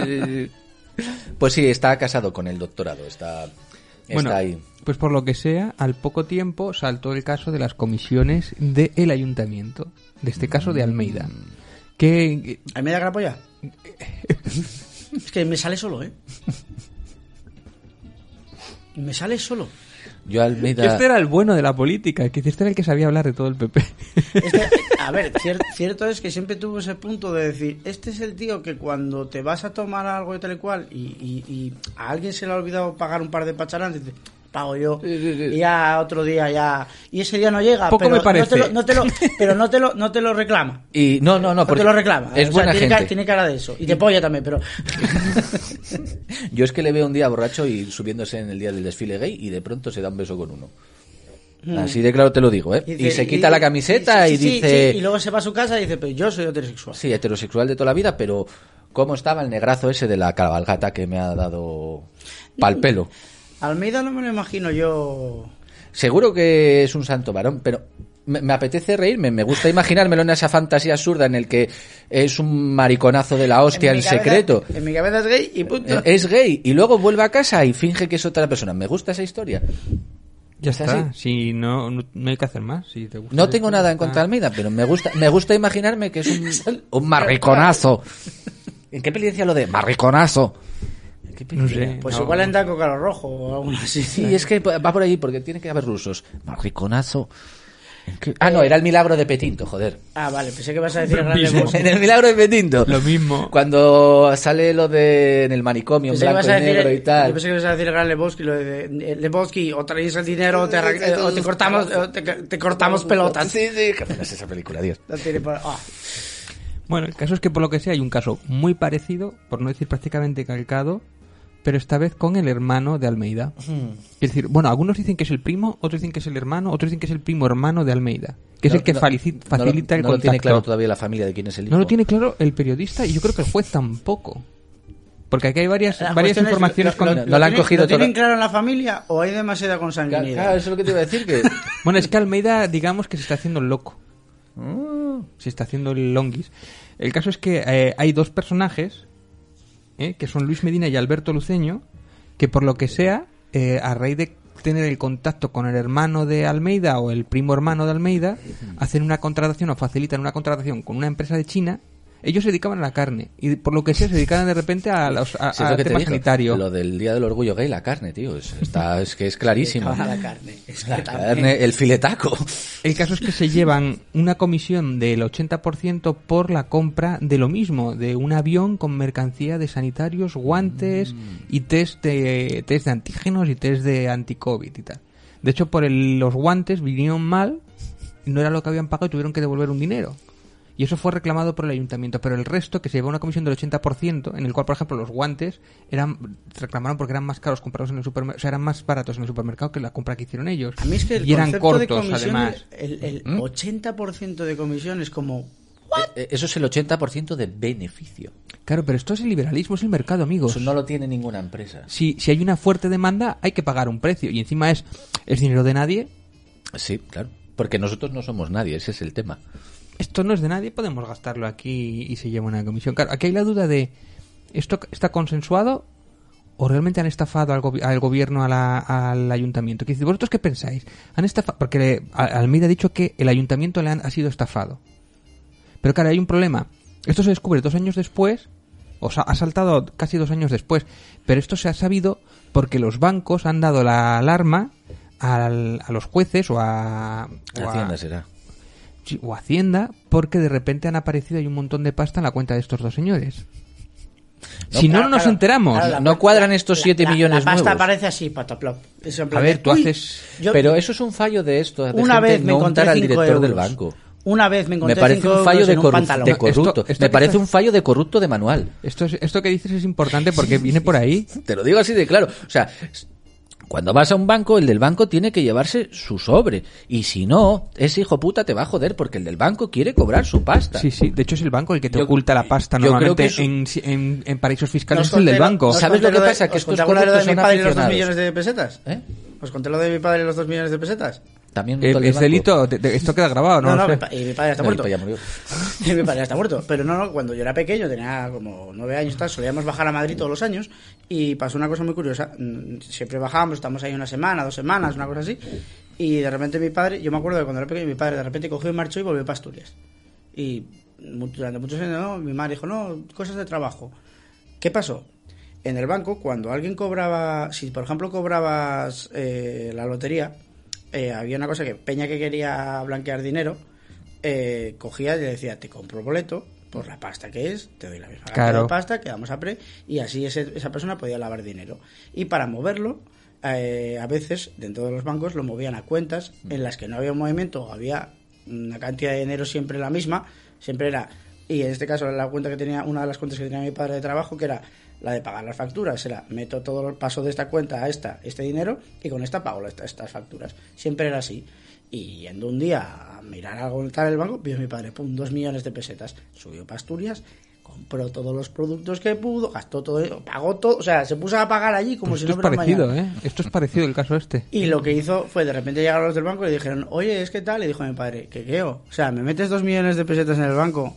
Speaker 2: Pues sí, está casado con el doctorado, está
Speaker 1: Bueno,
Speaker 2: ahí.
Speaker 1: pues por lo que sea, al poco tiempo saltó el caso de las comisiones del ayuntamiento. De este caso de Almeida. Que...
Speaker 3: ¿A mí me da que la polla? Es que me sale solo, ¿eh? Me sale solo.
Speaker 2: Yo Almeida...
Speaker 1: Este era el bueno de la política, que este era el que sabía hablar de todo el PP.
Speaker 3: Es que, a ver, cierto es que siempre tuvo ese punto de decir, este es el tío que cuando te vas a tomar algo de tal y cual y a alguien se le ha olvidado pagar un par de pacharanes, dice, pago yo, y ya otro día ya, y ese día no llega,
Speaker 1: Poco
Speaker 3: pero
Speaker 1: me parece.
Speaker 3: pero no te lo reclama.
Speaker 2: Y no,
Speaker 3: No
Speaker 2: porque
Speaker 3: te lo reclama.
Speaker 2: es
Speaker 3: O sea,
Speaker 2: buena gente.
Speaker 3: Tiene cara de eso. Y te polla también, pero...
Speaker 2: Yo es que le veo un día borracho y subiéndose en el día del desfile gay y de pronto se da un beso con uno. Así de claro te lo digo, ¿eh? Y se quita la camiseta y dice...
Speaker 3: sí, y luego se va a su casa y dice, pero yo soy heterosexual.
Speaker 2: Sí, heterosexual de toda la vida, pero ¿cómo estaba el negrazo ese de la cabalgata que me ha dado pal pelo?
Speaker 3: Almeida no me lo imagino yo...
Speaker 2: Seguro que es un santo varón, pero me apetece reírme, me gusta imaginármelo en esa fantasía absurda en el que es un mariconazo de la hostia en
Speaker 3: mi cabeza-
Speaker 2: secreto.
Speaker 3: En mi cabeza es gay y punto.
Speaker 2: Es gay y luego vuelve a casa y finge que es otra persona. Me gusta esa historia.
Speaker 1: Ya
Speaker 2: ¿Es
Speaker 1: está.
Speaker 2: así?
Speaker 1: Si no hay que hacer más. Si te gusta
Speaker 2: No
Speaker 1: esto,
Speaker 2: tengo nada en
Speaker 1: está.
Speaker 2: contra de Almeida, pero me gusta imaginarme que es un mariconazo. ¿En qué peli decía lo de mariconazo? ¿En qué peli
Speaker 1: No
Speaker 2: decía?
Speaker 1: sé.
Speaker 3: Pues
Speaker 1: No.
Speaker 3: igual anda con Calo Rojo o algo así.
Speaker 2: Sí, es que va por ahí porque tiene que haber rusos. Mariconazo. ¿En qué? Ah, no, era el milagro de Petinto, joder.
Speaker 3: Ah, vale, pensé que vas a decir el Gran
Speaker 1: mismo.
Speaker 3: Lebowski.
Speaker 2: En el milagro de Petinto.
Speaker 1: Lo mismo.
Speaker 2: Cuando sale lo de en el manicomio, en
Speaker 3: Pensé que
Speaker 2: blanco
Speaker 3: ibas a
Speaker 2: y
Speaker 3: decir,
Speaker 2: negro y
Speaker 3: yo
Speaker 2: tal.
Speaker 3: pensé que ibas a decir el Gran Lebowski, lo de Lebowski, o traéis el dinero o te cortamos, te cortamos pelotas.
Speaker 2: Sí, sí, qué buena es esa película, Dios.
Speaker 3: No tiene por- ah.
Speaker 1: Bueno, el caso es que por lo que sea hay un caso muy parecido, por no decir prácticamente calcado, pero esta vez con el hermano de Almeida. Es decir, bueno, algunos dicen que es el primo, otros dicen que es el hermano, otros dicen que es el primo hermano de Almeida, que es el que facilita
Speaker 2: no
Speaker 1: el
Speaker 2: lo
Speaker 1: contacto.
Speaker 2: tiene claro todavía la familia de quién es el hijo.
Speaker 1: No lo tiene claro el periodista y yo creo que el juez tampoco. Porque aquí hay varias
Speaker 3: La
Speaker 1: varias
Speaker 3: cuestión es,
Speaker 1: informaciones con...
Speaker 2: no la han cogido
Speaker 3: ¿Lo tienen
Speaker 2: toda-
Speaker 3: claro en la familia o hay demasiada
Speaker 2: Claro,
Speaker 3: consanguinidad?
Speaker 2: eso es lo que te iba a decir, que...
Speaker 1: Bueno, es que Almeida, digamos que se está haciendo el loco. Se está haciendo el longuis. El caso es que hay dos personajes, que son Luis Medina y Alberto Luceño, que por lo que sea, a raíz de tener el contacto con el hermano de Almeida o el primo hermano de Almeida, hacen una contratación o facilitan una contratación con una empresa de China. Ellos se dedicaban a la carne y por lo que sea se dedicaban de repente a
Speaker 2: Sí, es
Speaker 1: al
Speaker 2: lo que te
Speaker 1: tema
Speaker 2: digo,
Speaker 1: sanitario.
Speaker 2: lo del Día del Orgullo Gay, la carne, tío, es que es clarísimo.
Speaker 3: A la carne. Es que
Speaker 2: La
Speaker 3: también.
Speaker 2: carne, el filetaco.
Speaker 1: El caso es que se llevan una comisión del 80% por la compra de lo mismo, de un avión con mercancía de sanitarios, guantes y test de antígenos y test de anti-COVID y tal. De hecho, los guantes vinieron mal, no era lo que habían pagado y tuvieron que devolver un dinero. Y eso fue reclamado por el ayuntamiento, pero el resto, que se llevó una comisión del 80%, en el cual, por ejemplo, los guantes reclamaron porque eran más caros comprados en el supermercado, o sea, eran más baratos en el supermercado que la compra que hicieron ellos.
Speaker 3: A mí es que el
Speaker 1: y eran
Speaker 3: concepto de
Speaker 1: cortos,
Speaker 3: comisión,
Speaker 1: además.
Speaker 3: el 80% de comisión es como...
Speaker 2: Eso es el 80% de beneficio.
Speaker 1: Claro, pero esto es el liberalismo, es el mercado, amigos.
Speaker 2: Eso no lo tiene ninguna empresa.
Speaker 1: Si hay una fuerte demanda, hay que pagar un precio. Y encima es dinero de nadie.
Speaker 2: Sí, claro. Porque nosotros no somos nadie, ese es el tema.
Speaker 1: Esto no es de nadie, podemos gastarlo aquí y se lleva una comisión. Claro, aquí hay la duda de, ¿esto está consensuado o realmente han estafado al gobierno, al ayuntamiento? ¿Vosotros qué pensáis? ¿Han estafado? Porque Almeida ha dicho que el ayuntamiento ha sido estafado. Pero claro, hay un problema. Esto se descubre 2 años después, o sea, ha saltado casi 2 años después, pero esto se ha sabido porque los bancos han dado la alarma a los jueces o a
Speaker 2: Hacienda será.
Speaker 1: Sí, o Hacienda, porque de repente han aparecido hay un montón de pasta en la cuenta de estos 2 señores.
Speaker 2: No,
Speaker 1: Si
Speaker 3: claro,
Speaker 1: no nos
Speaker 3: claro.
Speaker 1: enteramos.
Speaker 3: Claro,
Speaker 2: No cuadran estos 7 millones
Speaker 3: La pasta
Speaker 2: nuevos.
Speaker 3: aparece así, pataplop. Eso en
Speaker 1: A
Speaker 3: plan
Speaker 1: ver,
Speaker 3: de,
Speaker 1: tú
Speaker 3: "Uy,
Speaker 1: haces...
Speaker 2: Pero eso es un fallo de esto, de
Speaker 3: una
Speaker 2: gente
Speaker 3: vez me
Speaker 2: no
Speaker 3: encontré
Speaker 2: untar al
Speaker 3: 5
Speaker 2: director
Speaker 3: euros.
Speaker 2: del banco.
Speaker 3: Una vez me encontré
Speaker 2: Me parece
Speaker 3: 5
Speaker 2: un fallo
Speaker 3: euros
Speaker 2: de,
Speaker 3: en un pantalón".
Speaker 2: de corrupto.
Speaker 1: Esto
Speaker 2: Me
Speaker 1: que
Speaker 2: parece
Speaker 1: estás-
Speaker 2: un fallo de corrupto de manual.
Speaker 1: Esto que dices es importante porque viene por ahí.
Speaker 2: Te lo digo así de claro. O sea, cuando vas a un banco, el del banco tiene que llevarse su sobre. Y si no, ese hijo puta te va a joder porque el del banco quiere cobrar su pasta.
Speaker 1: Sí, sí. De hecho, es el banco el que te
Speaker 2: Yo-
Speaker 1: oculta la pasta
Speaker 2: yo creo
Speaker 1: normalmente
Speaker 2: que eso-
Speaker 1: en paraísos fiscales.
Speaker 3: Os
Speaker 1: Es el del
Speaker 3: conté
Speaker 1: banco.
Speaker 3: os
Speaker 2: ¿Sabes
Speaker 3: conté
Speaker 2: lo que
Speaker 3: de-
Speaker 2: pasa? Que
Speaker 3: os
Speaker 2: estos
Speaker 3: conté alguna vez lo de
Speaker 2: corruptos
Speaker 3: mi
Speaker 2: son
Speaker 3: padre y los 2
Speaker 2: aficionados.
Speaker 3: millones de pesetas.
Speaker 2: ¿Eh?
Speaker 3: ¿Os conté lo de mi padre y los 2 millones de pesetas?
Speaker 2: También
Speaker 1: Es
Speaker 2: del banco.
Speaker 1: delito. Esto queda grabado, ¿no?
Speaker 3: No,
Speaker 1: lo sé.
Speaker 3: y mi padre ya está
Speaker 2: No,
Speaker 3: muerto.
Speaker 2: ya murió.
Speaker 3: Y mi padre ya está muerto. Pero no, cuando yo era pequeño, tenía como 9 años y tal, solíamos bajar a Madrid todos los años y pasó una cosa muy curiosa. Siempre bajábamos, estamos ahí una semana, 2 semanas, una cosa así. Y de repente mi padre, yo me acuerdo de cuando era pequeño, mi padre de repente cogió y marchó y volvió para Asturias. Y durante muchos años, ¿no? Mi madre dijo, no, cosas de trabajo. ¿Qué pasó? En el banco, cuando alguien cobraba, si por ejemplo cobrabas la lotería, había una cosa que Peña que quería blanquear dinero, cogía y le decía, te compro boleto por la pasta que es, te doy la misma cantidad
Speaker 1: Claro.
Speaker 3: de pasta, quedamos a pre, y así esa persona podía lavar dinero. Y para moverlo, a veces dentro de los bancos lo movían a cuentas en las que no había un movimiento, había una cantidad de dinero siempre la misma, siempre era, y en este caso la cuenta que tenía, una de las cuentas que tenía mi padre de trabajo, que era la de pagar las facturas, era meto todo el paso de esta cuenta a este dinero y con esta pago estas facturas. Siempre era así. Y yendo un día a mirar algo tal el banco, vio mi padre, pum, 2 millones de pesetas. Subió para Asturias, compró todos los productos que pudo, gastó todo, pagó todo, o sea, se puso a pagar allí como
Speaker 1: Pues
Speaker 3: si
Speaker 1: esto
Speaker 3: no
Speaker 1: es
Speaker 3: hubiera
Speaker 1: parecido,
Speaker 3: mañana.
Speaker 1: Esto es parecido el caso este.
Speaker 3: Y lo que hizo fue, de repente llegaron los del banco y le dijeron, oye, ¿es que tal? Y dijo mi padre, ¿qué? O sea, ¿me metes 2 millones de pesetas en el banco?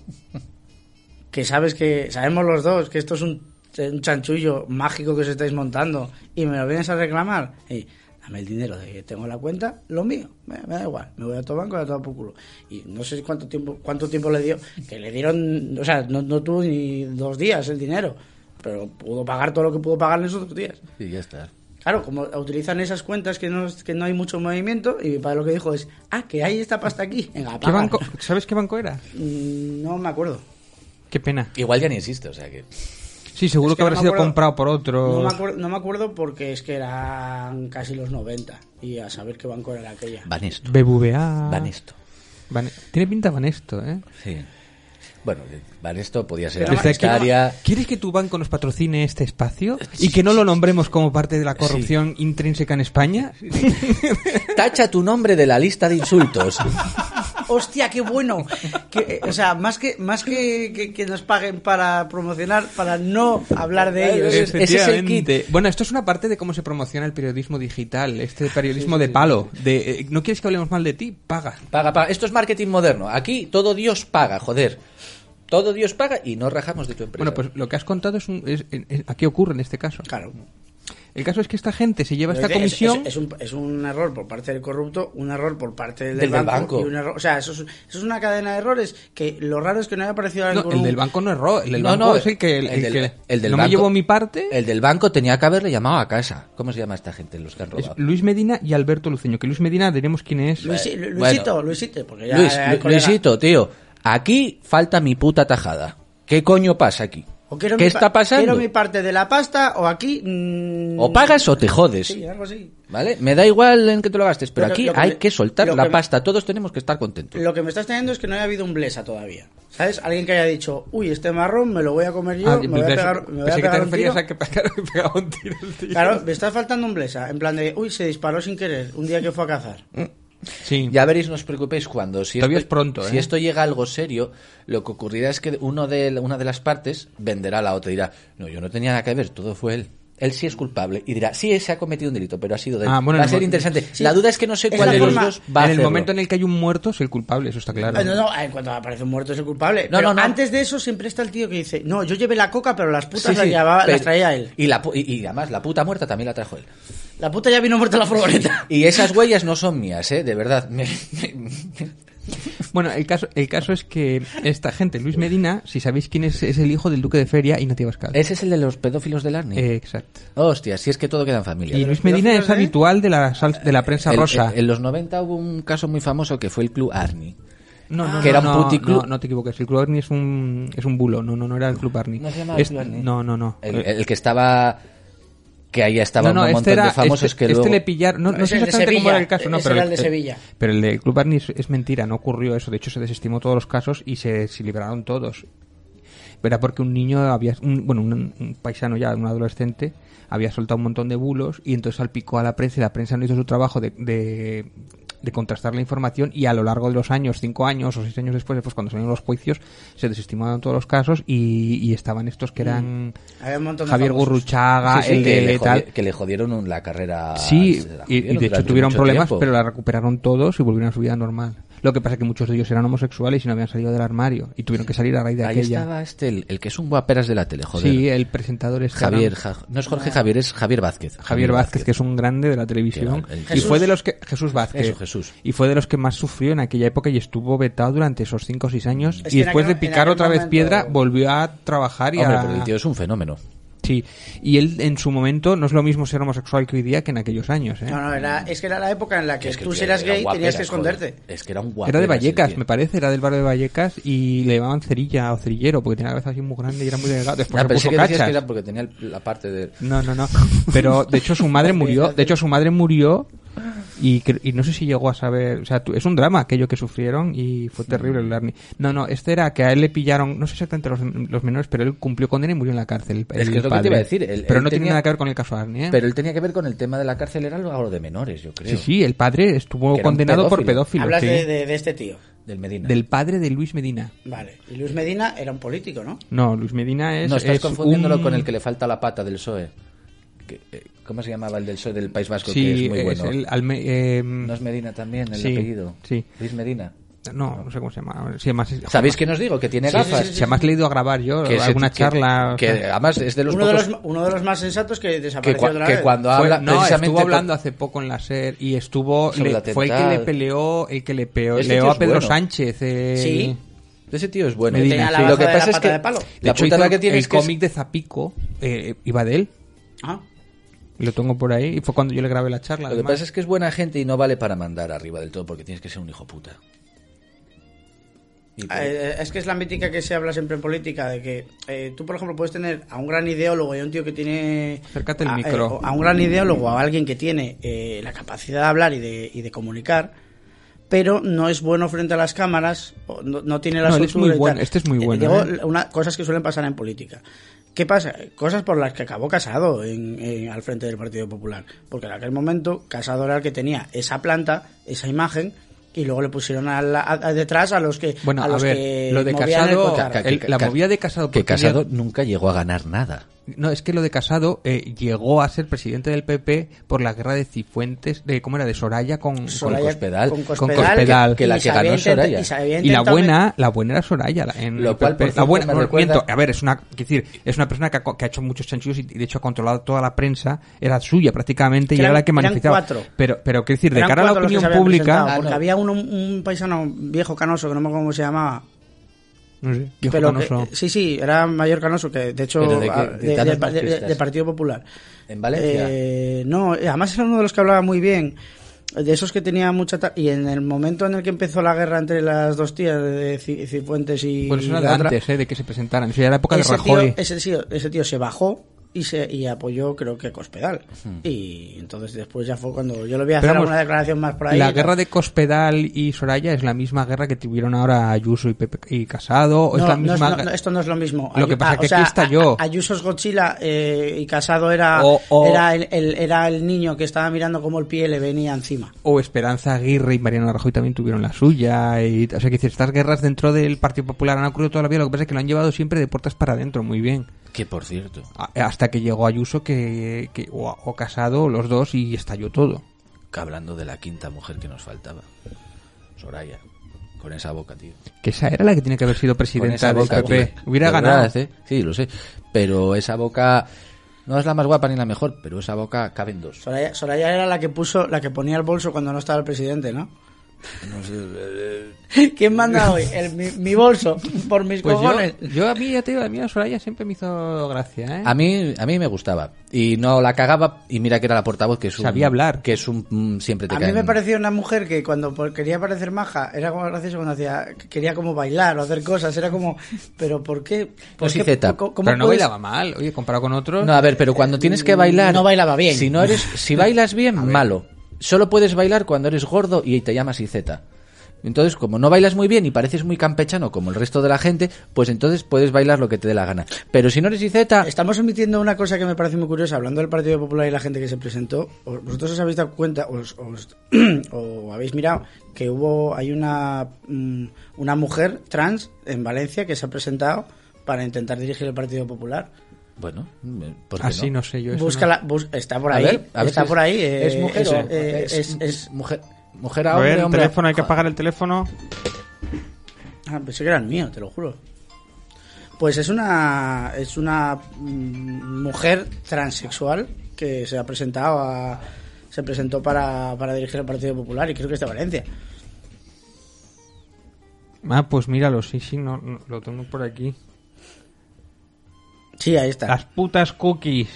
Speaker 3: Que sabemos los dos que esto es un chanchullo mágico que os estáis montando y me lo vienes a reclamar. Y dame el dinero de que tengo en la cuenta, lo mío, me da igual, me voy a tu banco y a todo por culo. Y no sé cuánto tiempo le dio, que le dieron, o sea, no tuvo ni 2 días el dinero, pero pudo pagar todo lo que pudo pagar en esos 2 días.
Speaker 2: Y ya está.
Speaker 3: Claro, como utilizan esas cuentas que no hay mucho movimiento, y mi padre lo que dijo es, que hay esta pasta aquí, venga, a
Speaker 1: ¿Qué
Speaker 3: pagar.
Speaker 1: banco? ¿Sabes qué banco era?
Speaker 3: No me acuerdo.
Speaker 1: Qué pena.
Speaker 2: Igual ya ni existe, o sea que...
Speaker 1: Sí, seguro
Speaker 3: Es
Speaker 1: que
Speaker 3: que
Speaker 1: habrá
Speaker 3: no me
Speaker 1: sido
Speaker 3: acuerdo.
Speaker 1: comprado por otro.
Speaker 3: No me acuerdo porque es que eran casi los 90 y a saber qué banco era aquella.
Speaker 2: Banesto.
Speaker 1: BBVA.
Speaker 2: Banesto.
Speaker 1: Tiene pinta Banesto, ¿eh?
Speaker 2: Sí. Bueno, Banesto podía ser
Speaker 3: Pero
Speaker 1: Desde aquí,
Speaker 2: Estaria...
Speaker 1: ¿quieres que tu banco nos patrocine este espacio y que no lo nombremos como parte de la corrupción intrínseca en España?
Speaker 2: Tacha tu nombre de la lista de insultos.
Speaker 3: ¡Hostia, qué bueno! O sea, más que nos paguen para promocionar, para no hablar de ellos.
Speaker 2: Ese es el kit.
Speaker 1: Efectivamente. Bueno, esto es una parte de cómo se promociona el periodismo digital, este periodismo de palo. De ¿no quieres que hablemos mal de ti? Paga.
Speaker 2: Paga. Esto es marketing moderno. Aquí todo Dios paga, joder. Todo Dios paga y no rajamos de tu empresa.
Speaker 1: Bueno, pues lo que has contado es aquí ocurre en este caso.
Speaker 3: Claro.
Speaker 1: El caso es que esta gente se lleva esta
Speaker 3: Pero
Speaker 1: comisión.
Speaker 3: es un error por parte del corrupto, un error por parte del
Speaker 2: Del
Speaker 3: banco.
Speaker 2: banco.
Speaker 3: Y un error, o sea, eso es una cadena de errores que lo raro es que no haya aparecido
Speaker 1: No, el del banco no es error. El del
Speaker 2: No,
Speaker 1: banco
Speaker 2: no,
Speaker 1: es el que,
Speaker 2: el del
Speaker 1: no
Speaker 2: banco-
Speaker 1: me llevo mi parte.
Speaker 2: El del banco tenía que haberle llamado a casa. ¿Cómo se llama esta gente, los que han
Speaker 1: Es
Speaker 2: robado?
Speaker 1: Luis Medina y Alberto Luceño. Que Luis Medina diremos quién es.
Speaker 3: Luisito, porque ya
Speaker 2: Luis,
Speaker 3: el colega-
Speaker 2: Luisito, tío. Aquí falta mi puta tajada. ¿Qué coño pasa aquí?
Speaker 3: O quiero
Speaker 2: ¿Qué está pasando?
Speaker 3: Quiero mi parte de la pasta o aquí...
Speaker 2: O pagas o te jodes.
Speaker 3: Sí, algo así.
Speaker 2: ¿Vale? Me da igual en que te lo gastes, pero
Speaker 3: Lo que-
Speaker 2: aquí
Speaker 3: lo que
Speaker 2: hay
Speaker 3: me-
Speaker 2: que soltar
Speaker 3: lo
Speaker 2: la
Speaker 3: que me-
Speaker 2: pasta. Todos tenemos que estar contentos.
Speaker 3: Lo que me estás teniendo es que no haya habido un blesa todavía. ¿Sabes? Alguien que haya dicho, uy, este marrón me lo voy a comer yo, me voy a pegar, me voy a
Speaker 1: pensé que te
Speaker 3: pegar un tiro.
Speaker 1: referías a que pegaba un tiro el tío.
Speaker 3: Claro, me está faltando un blesa. En plan de, uy, se disparó sin querer un día que fue a cazar.
Speaker 1: Sí.
Speaker 2: Ya veréis, no os preocupéis cuando si
Speaker 1: Todavía
Speaker 2: esto,
Speaker 1: es pronto,
Speaker 2: si
Speaker 1: ¿eh?
Speaker 2: esto llega a algo serio, lo que ocurrirá es que una de las partes venderá a la otra y dirá, no, yo no tenía nada que ver, todo fue él. Él sí es culpable y dirá, sí, se ha cometido un delito, pero ha sido de él.
Speaker 1: Bueno,
Speaker 2: va a
Speaker 1: en
Speaker 2: ser
Speaker 1: el
Speaker 2: interesante.
Speaker 3: sí.
Speaker 2: La duda es que no sé
Speaker 3: Es
Speaker 2: cuál
Speaker 3: la
Speaker 2: de los
Speaker 3: forma-
Speaker 2: dos va a
Speaker 1: En el
Speaker 2: hacerlo.
Speaker 1: momento en el que hay un muerto, es el culpable, eso está claro.
Speaker 3: No, en cuanto aparece un muerto es el culpable.
Speaker 2: No,
Speaker 3: Pero
Speaker 2: no.
Speaker 3: antes de eso siempre está el tío que dice, no, yo llevé la coca, pero las putas
Speaker 2: Sí, sí,
Speaker 3: las
Speaker 2: pero-
Speaker 3: traía él.
Speaker 2: Y además, la puta muerta también la trajo él.
Speaker 3: La puta ya vino muerta en la furgoneta.
Speaker 2: Y esas huellas no son mías, de verdad.
Speaker 1: Bueno, el caso es que esta gente, Luis Medina, si sabéis quién es el hijo del duque de Feria y Nati Bascal.
Speaker 2: Ese es el de los pedófilos del Arni.
Speaker 1: Exacto.
Speaker 2: Hostia, si es que todo queda en familia.
Speaker 1: Y Luis Medina es habitual de la prensa rosa.
Speaker 2: En los 90 hubo un caso muy famoso que fue el Club Arni.
Speaker 1: No,
Speaker 2: que era un puticlub.
Speaker 1: No te equivoques, el Club Arni es un bulo. No era el Club Arni.
Speaker 2: ¿No se llamaba el Club Arni?
Speaker 1: No.
Speaker 2: El que estaba... Que ahí estaban un montón
Speaker 1: era,
Speaker 2: de famosos que luego...
Speaker 1: le pillaron, no
Speaker 3: Es
Speaker 1: sé
Speaker 3: el de
Speaker 1: exactamente cómo
Speaker 3: Sevilla,
Speaker 1: era el caso, no,
Speaker 3: ese
Speaker 1: pero
Speaker 3: era el de Sevilla.
Speaker 1: Pero el del Club Arni es mentira, no ocurrió eso, de hecho se desestimó todos los casos y se liberaron todos. Era porque un niño un paisano ya, un adolescente, había soltado un montón de bulos y entonces salpicó a la prensa y la prensa no hizo su trabajo de contrastar la información y a lo largo de los años, 5 años o 6 años después, cuando salieron los juicios, se desestimaron todos los casos y estaban estos que eran
Speaker 3: Había un montón de
Speaker 1: Javier
Speaker 3: famosos.
Speaker 1: Gurruchaga,
Speaker 2: Sí,
Speaker 1: el de tal.
Speaker 2: que le jodieron la carrera...
Speaker 1: Sí,
Speaker 2: se la
Speaker 1: y
Speaker 2: jodieron
Speaker 1: de hecho
Speaker 2: durante
Speaker 1: tuvieron
Speaker 2: mucho
Speaker 1: problemas,
Speaker 2: tiempo.
Speaker 1: pero la recuperaron todos y volvieron a su vida normal. Lo que pasa es que muchos de ellos eran homosexuales y no habían salido del armario y tuvieron que salir a raíz de
Speaker 2: Ahí
Speaker 1: aquella.
Speaker 2: estaba el que es un guaperas de la tele, joder.
Speaker 1: Sí, el presentador este
Speaker 2: Javier, no es Jorge Javier, es Javier Vázquez.
Speaker 1: Javier Vázquez, que es un grande de la televisión.
Speaker 2: Que
Speaker 1: Y
Speaker 3: Jesús.
Speaker 1: fue de los que... Jesús Vázquez.
Speaker 2: Eso, Jesús.
Speaker 1: Y fue de los que más sufrió en aquella época y estuvo vetado durante esos 5 o 6 años.
Speaker 3: Es
Speaker 1: Y
Speaker 3: que en
Speaker 1: después
Speaker 3: aquel-
Speaker 1: de picar
Speaker 3: en aquel
Speaker 1: otra vez
Speaker 3: momento-
Speaker 1: piedra, volvió a trabajar y
Speaker 2: Hombre,
Speaker 1: a...
Speaker 2: pero el tío es un fenómeno.
Speaker 1: Sí, y él en su momento no es lo mismo ser homosexual que hoy día que en aquellos años, ¿eh?
Speaker 3: No, es que era la época en la que
Speaker 2: Es que
Speaker 3: tú
Speaker 2: el
Speaker 3: si
Speaker 2: tío
Speaker 3: eras
Speaker 2: era
Speaker 3: gay
Speaker 2: guaperas,
Speaker 3: tenías que
Speaker 2: joder.
Speaker 3: esconderte.
Speaker 2: Es que era un guapo.
Speaker 1: Era de Vallecas, me parece, era del barrio de Vallecas y le llamaban cerilla o cerillero porque tenía la cabeza así muy grande y era muy delgado. Después se
Speaker 2: pensé
Speaker 1: puso
Speaker 2: que decías
Speaker 1: cachas.
Speaker 2: que era porque tenía la parte de...
Speaker 1: No. Pero de hecho su madre murió. De hecho su madre murió y no sé si llegó a saber. O sea, es un drama aquello que sufrieron y fue terrible el Arni. No, este era que a él le pillaron, no sé exactamente los menores, pero él cumplió condena y murió en la cárcel.
Speaker 2: Es que es lo que te iba a decir.
Speaker 1: Pero
Speaker 2: él
Speaker 1: no tiene
Speaker 2: tenía-
Speaker 1: nada que ver con el caso Arni, ¿eh?
Speaker 2: Pero él tenía que ver con el tema de la cárcel, era algo de menores, yo creo.
Speaker 1: Sí, el padre estuvo
Speaker 2: Que era un
Speaker 1: condenado por
Speaker 2: pedófilo.
Speaker 1: pedófilo.
Speaker 3: Hablas
Speaker 1: sí.
Speaker 3: de este tío.
Speaker 2: Del Medina.
Speaker 1: Del padre de Luis Medina.
Speaker 3: Vale. Y Luis Medina era un político, ¿no?
Speaker 1: No, Luis Medina es.
Speaker 2: No, estás
Speaker 1: es
Speaker 2: confundiéndolo
Speaker 1: un-
Speaker 2: con el que le falta la pata del PSOE. ¿Cómo se llamaba el del PSOE del País Vasco?
Speaker 1: Sí,
Speaker 2: que es muy
Speaker 1: es
Speaker 2: bueno.
Speaker 1: el
Speaker 2: ¿No es Medina también el
Speaker 1: sí,
Speaker 2: apellido?
Speaker 1: sí.
Speaker 2: Luis Medina.
Speaker 1: No sé cómo se llama. Sí, además,
Speaker 2: ¿Sabéis quién os digo? Que tiene gafas.
Speaker 1: Si además le he ido a grabar yo
Speaker 2: Que se-
Speaker 1: alguna
Speaker 2: que-
Speaker 1: charla. o
Speaker 2: Que,
Speaker 1: sea,
Speaker 2: además es de los
Speaker 3: Uno
Speaker 2: pocos...
Speaker 3: de los más sensatos que
Speaker 2: que,
Speaker 3: desapareció otra
Speaker 2: que
Speaker 3: vez.
Speaker 2: cuando
Speaker 1: fue-
Speaker 2: habla
Speaker 1: no,
Speaker 2: precisamente
Speaker 1: estuvo hablando
Speaker 2: con-
Speaker 1: hace poco en la SER y estuvo
Speaker 2: Sobre el
Speaker 1: fue el que le
Speaker 2: atentado.
Speaker 1: peleó
Speaker 2: Este
Speaker 1: peleó
Speaker 2: tío
Speaker 1: a
Speaker 2: es
Speaker 1: Pedro
Speaker 2: bueno.
Speaker 1: Sánchez.
Speaker 3: Sí.
Speaker 2: Ese tío es bueno.
Speaker 1: Medina,
Speaker 3: Tenía la
Speaker 1: sí.
Speaker 3: baza
Speaker 2: Lo que
Speaker 3: de
Speaker 2: pasa
Speaker 3: la
Speaker 2: es
Speaker 3: pata
Speaker 2: que
Speaker 3: de palo.
Speaker 1: De
Speaker 2: la
Speaker 1: hecho,
Speaker 2: putada
Speaker 1: hizo
Speaker 2: que tiene
Speaker 1: el
Speaker 2: es que es-
Speaker 1: cómic de Zapico iba de él.
Speaker 3: Ah.
Speaker 1: Lo tengo por ahí y fue cuando yo le grabé la charla.
Speaker 2: Lo que
Speaker 1: además.
Speaker 2: pasa es que es buena gente y no vale para mandar arriba del todo porque tienes que ser un hijo puta. Y por-
Speaker 3: Es que es la mítica que se habla siempre en política, de que tú, por ejemplo, puedes tener a un gran ideólogo y a un tío que tiene...
Speaker 1: Acércate el micro.
Speaker 3: A un gran ideólogo, a alguien que tiene la capacidad de hablar y de comunicar, pero no es bueno frente a las cámaras, o no tiene la
Speaker 1: No, él es
Speaker 3: soltura
Speaker 1: muy
Speaker 3: y
Speaker 1: bueno,
Speaker 3: tal.
Speaker 1: este es muy bueno,
Speaker 3: Digo,
Speaker 1: ¿eh?
Speaker 3: cosas que suelen pasar en política. ¿Qué pasa? Cosas por las que acabó Casado al frente del Partido Popular. Porque en aquel momento Casado era el que tenía esa planta, esa imagen, y luego le pusieron detrás a los que
Speaker 1: Bueno,
Speaker 3: a
Speaker 1: a
Speaker 3: los
Speaker 1: ver,
Speaker 3: que
Speaker 1: lo de
Speaker 3: movían el
Speaker 1: Casado,
Speaker 3: cotarro.
Speaker 1: la movida de Casado...
Speaker 2: que
Speaker 1: porque
Speaker 2: Casado
Speaker 1: ya-
Speaker 2: nunca llegó a ganar nada.
Speaker 1: No, es que lo de Casado llegó a ser presidente del PP por la guerra de Cifuentes, ¿cómo era? De Soraya con
Speaker 2: Cospedal.
Speaker 3: con
Speaker 1: Con Cospedal.
Speaker 2: Que la
Speaker 3: y
Speaker 2: que
Speaker 3: se había
Speaker 2: ganó Soraya.
Speaker 3: se había
Speaker 1: Y la
Speaker 3: intentado
Speaker 1: buena era Soraya. En
Speaker 2: Lo
Speaker 1: el
Speaker 2: cual,
Speaker 1: PP.
Speaker 2: por
Speaker 1: La
Speaker 2: cierto,
Speaker 1: buena,
Speaker 2: me
Speaker 1: no,
Speaker 2: recuerda-
Speaker 1: miento. A ver, es una persona que ha hecho muchos chanchullos y de hecho ha controlado toda la prensa, era suya prácticamente y
Speaker 3: Eran-
Speaker 1: era la que
Speaker 3: eran
Speaker 1: manifestaba.
Speaker 3: 4.
Speaker 1: Pero quiero decir, de
Speaker 3: Eran
Speaker 1: cara a la
Speaker 3: 4 los que
Speaker 1: opinión
Speaker 3: se habían
Speaker 1: pública,
Speaker 3: presentado, porque
Speaker 2: no.
Speaker 3: había un paisano viejo canoso que no me acuerdo cómo se llamaba.
Speaker 1: no sé, viejo
Speaker 3: Pero
Speaker 1: Canoso.
Speaker 3: sí, era mayor canoso que de hecho
Speaker 2: ¿Pero de qué? Danos más pistas.
Speaker 3: de Partido Popular.
Speaker 2: ¿En Valencia?
Speaker 3: No, además era uno de los que hablaba muy bien. de esos que tenía mucha... Y en el momento en el que empezó la guerra entre las dos tías de Cifuentes y...
Speaker 1: Por eso era de
Speaker 3: la otra,
Speaker 1: antes, de que se presentaran. Eso ya era la época de
Speaker 3: ese
Speaker 1: Rajoy.
Speaker 3: ese tío se bajó y apoyó, creo que Cospedal. Y entonces después ya fue cuando yo le voy a hacer
Speaker 1: Pero vamos,
Speaker 3: alguna declaración más por ahí.
Speaker 1: La guerra de Cospedal y Soraya es la misma guerra que tuvieron ahora Ayuso y Pepe y Casado. ¿O es la misma
Speaker 3: esto no es lo mismo.
Speaker 1: Lo que pasa es que aquí estalló.
Speaker 3: Ayuso es Godzilla y Casado era el niño que estaba mirando cómo el pie le venía encima.
Speaker 1: O Esperanza Aguirre y Mariano Rajoy también tuvieron la suya. O sea, que estas guerras dentro del Partido Popular han ocurrido toda la vida. Lo que pasa es que lo han llevado siempre de puertas para adentro, muy bien.
Speaker 2: Que por cierto.
Speaker 1: Hasta que llegó Ayuso o Casado, los dos, y estalló todo.
Speaker 2: Que hablando de la quinta mujer que nos faltaba, Soraya, con esa boca, tío.
Speaker 1: Que esa era la que tiene que haber sido presidenta del PP. Hubiera ganado.
Speaker 2: Verdad, ¿eh? Sí, lo sé. Pero esa boca no es la más guapa ni la mejor, pero esa boca cabe en dos.
Speaker 3: Soraya era la que ponía el bolso cuando no estaba el presidente, ¿no?
Speaker 2: No sé.
Speaker 3: ¿Quién manda hoy? Mi bolso, por mis cojones.
Speaker 1: Yo a mí, ya te digo, a mí la Soraya siempre me hizo gracia, ¿eh?
Speaker 2: A mí me gustaba. Y no la cagaba. Y mira que era la portavoz, que es un...
Speaker 1: Sabía hablar.
Speaker 2: Que es un... siempre te
Speaker 3: A
Speaker 2: caen.
Speaker 3: mí me parecía una mujer que cuando quería parecer maja, era como gracioso cuando quería como bailar o hacer cosas. Era como, ¿pero por qué?
Speaker 2: Pues Zeta.
Speaker 1: Pero no bailaba mal. Oye, comparado con otros...
Speaker 2: No, a ver, pero cuando tienes que bailar...
Speaker 3: No bailaba bien.
Speaker 2: Si bailas bien, malo. Solo puedes bailar cuando eres gordo y te llamas Iceta. Entonces, como no bailas muy bien y pareces muy campechano como el resto de la gente, pues entonces puedes bailar lo que te dé la gana. Pero si no eres Iceta...
Speaker 3: Estamos omitiendo una cosa que me parece muy curiosa, hablando del Partido Popular y la gente que se presentó. ¿Vosotros os habéis dado cuenta, o habéis mirado, que hay una mujer trans en Valencia que se ha presentado para intentar dirigir el Partido Popular?
Speaker 2: Bueno, ¿por qué
Speaker 1: así no sé yo.
Speaker 3: Búscala, está por ahí.
Speaker 2: A ver
Speaker 3: está por ahí.
Speaker 2: ¿Es mujer
Speaker 3: es
Speaker 2: mujer? Mujer a
Speaker 1: a
Speaker 2: hombre,
Speaker 1: ver, el
Speaker 2: hombre.
Speaker 1: teléfono, hay que apagar el teléfono.
Speaker 3: Pensé que era el mío, te lo juro. Pues es una mujer transexual que se presentó para dirigir el Partido Popular y creo que es de Valencia.
Speaker 1: Pues míralo, sí, no, lo tengo por aquí.
Speaker 3: Sí, ahí está.
Speaker 1: Las putas cookies.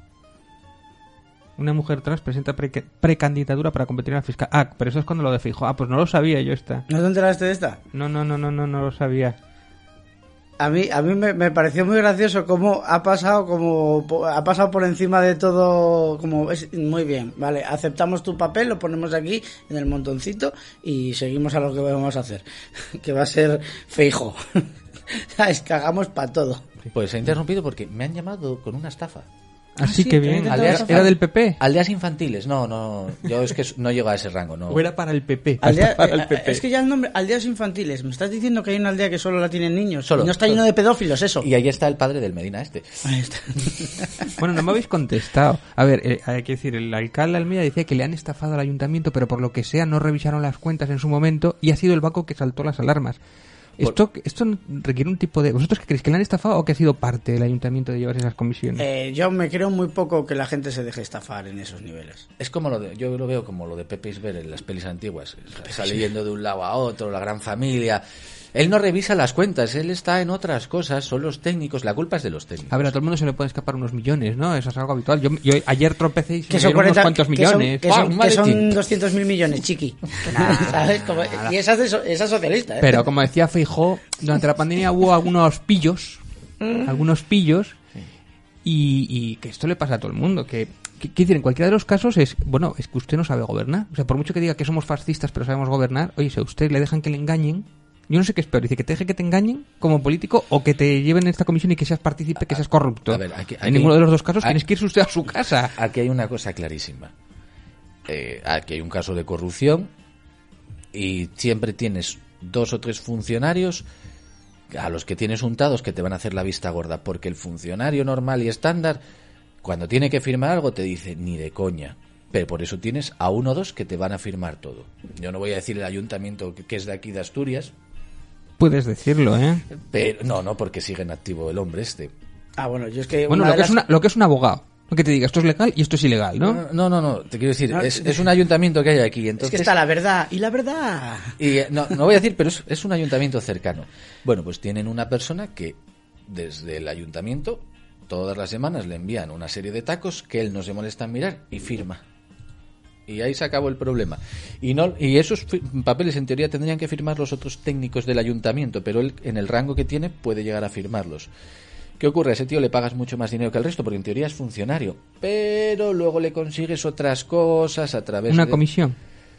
Speaker 1: Una mujer trans presenta precandidatura para competir en la fiscal. Pero eso es cuando lo de Feijóo. Pues no lo sabía yo esta.
Speaker 3: ¿No te enteraste de esta?
Speaker 1: No lo sabía.
Speaker 3: A mí me pareció muy gracioso cómo ha pasado por encima de todo, como es muy bien, vale, aceptamos tu papel, lo ponemos aquí en el montoncito y seguimos a lo que vamos a hacer, que va a ser Feijóo. Es que hagamos para todo.
Speaker 2: Pues he interrumpido porque me han llamado con una estafa.
Speaker 1: Así que bien. ¿Era del PP?
Speaker 2: Aldeas infantiles. No. Yo es que no llego a ese rango. No.
Speaker 1: ¿O era para el PP?
Speaker 3: Es que ya el nombre, aldeas infantiles. Me estás diciendo que hay una aldea que solo la tienen niños.
Speaker 2: Solo,
Speaker 3: y no está lleno de pedófilos, eso.
Speaker 2: Y ahí está el padre del Medina este.
Speaker 3: Ahí está.
Speaker 1: Bueno, no me habéis contestado. A ver, hay que decir, el alcalde de Almeida decía que le han estafado al ayuntamiento, pero por lo que sea no revisaron las cuentas en su momento y ha sido el banco que saltó las alarmas. Esto requiere un tipo de... ¿Vosotros qué creéis? ¿Que le han estafado o que ha sido parte del ayuntamiento de llevar esas comisiones?
Speaker 3: Yo me creo muy poco que la gente se deje estafar en esos niveles.
Speaker 2: Es como yo lo veo como lo de Pepe Isber en las pelis antiguas. Sale yendo de un lado a otro, la gran familia. Él no revisa las cuentas, él está en otras cosas, son los técnicos, la culpa es de los técnicos.
Speaker 1: A ver, a todo el mundo se le puede escapar unos millones, ¿no? Eso es algo habitual. Yo ayer tropecé y se
Speaker 3: que
Speaker 1: me
Speaker 3: son
Speaker 1: dieron unos cuantos millones.
Speaker 3: Que son 200.000 millones, chiqui. ¿Sabes? Y esa es socialista, ¿eh?
Speaker 1: Pero como decía Feijóo, durante la pandemia hubo algunos pillos, y que esto le pasa a todo el mundo, que decir, en cualquiera de los casos es que usted no sabe gobernar. O sea, por mucho que diga que somos fascistas pero sabemos gobernar, oye, si a usted le dejan que le engañen, yo no sé qué es peor, dice que te deje que te engañen como político o que te lleven en esta comisión y que seas partícipe, que seas corrupto.
Speaker 2: A ver,
Speaker 1: en ninguno de los dos casos tienes que irse usted a su casa.
Speaker 2: Aquí hay una cosa clarísima. Aquí hay un caso de corrupción y siempre tienes 2 o 3 funcionarios a los que tienes untados que te van a hacer la vista gorda, porque el funcionario normal y estándar, cuando tiene que firmar algo, te dice ni de coña. Pero por eso tienes a 1 o 2 que te van a firmar todo. Yo no voy a decir el ayuntamiento que es de aquí de Asturias.
Speaker 1: Puedes decirlo, ¿eh?
Speaker 2: Pero no, porque sigue en activo el hombre este.
Speaker 3: Bueno, yo es que...
Speaker 1: Bueno, lo que es un abogado. Lo que te diga, esto es legal y esto es ilegal, ¿no?
Speaker 2: No, te quiero decir, es un ayuntamiento que hay aquí. Entonces,
Speaker 3: es que está la verdad, y la verdad.
Speaker 2: Y no voy a decir, pero es un ayuntamiento cercano. Bueno, pues tienen una persona que desde el ayuntamiento todas las semanas le envían una serie de tacos que él no se molesta en mirar y firma. Y ahí se acabó el problema. Y esos papeles en teoría tendrían que firmar los otros técnicos del ayuntamiento, pero él en el rango que tiene puede llegar a firmarlos. ¿Qué ocurre? A ese tío le pagas mucho más dinero que al resto, porque en teoría es funcionario, pero luego le consigues otras cosas a través
Speaker 1: de... ¿Una comisión?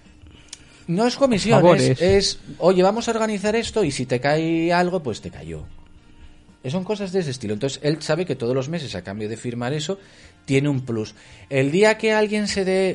Speaker 2: No es comisión, es, oye, vamos a organizar esto y si te cae algo, pues te cayó. Son cosas de ese estilo. Entonces, él sabe que todos los meses, a cambio de firmar eso, tiene un plus. El día que alguien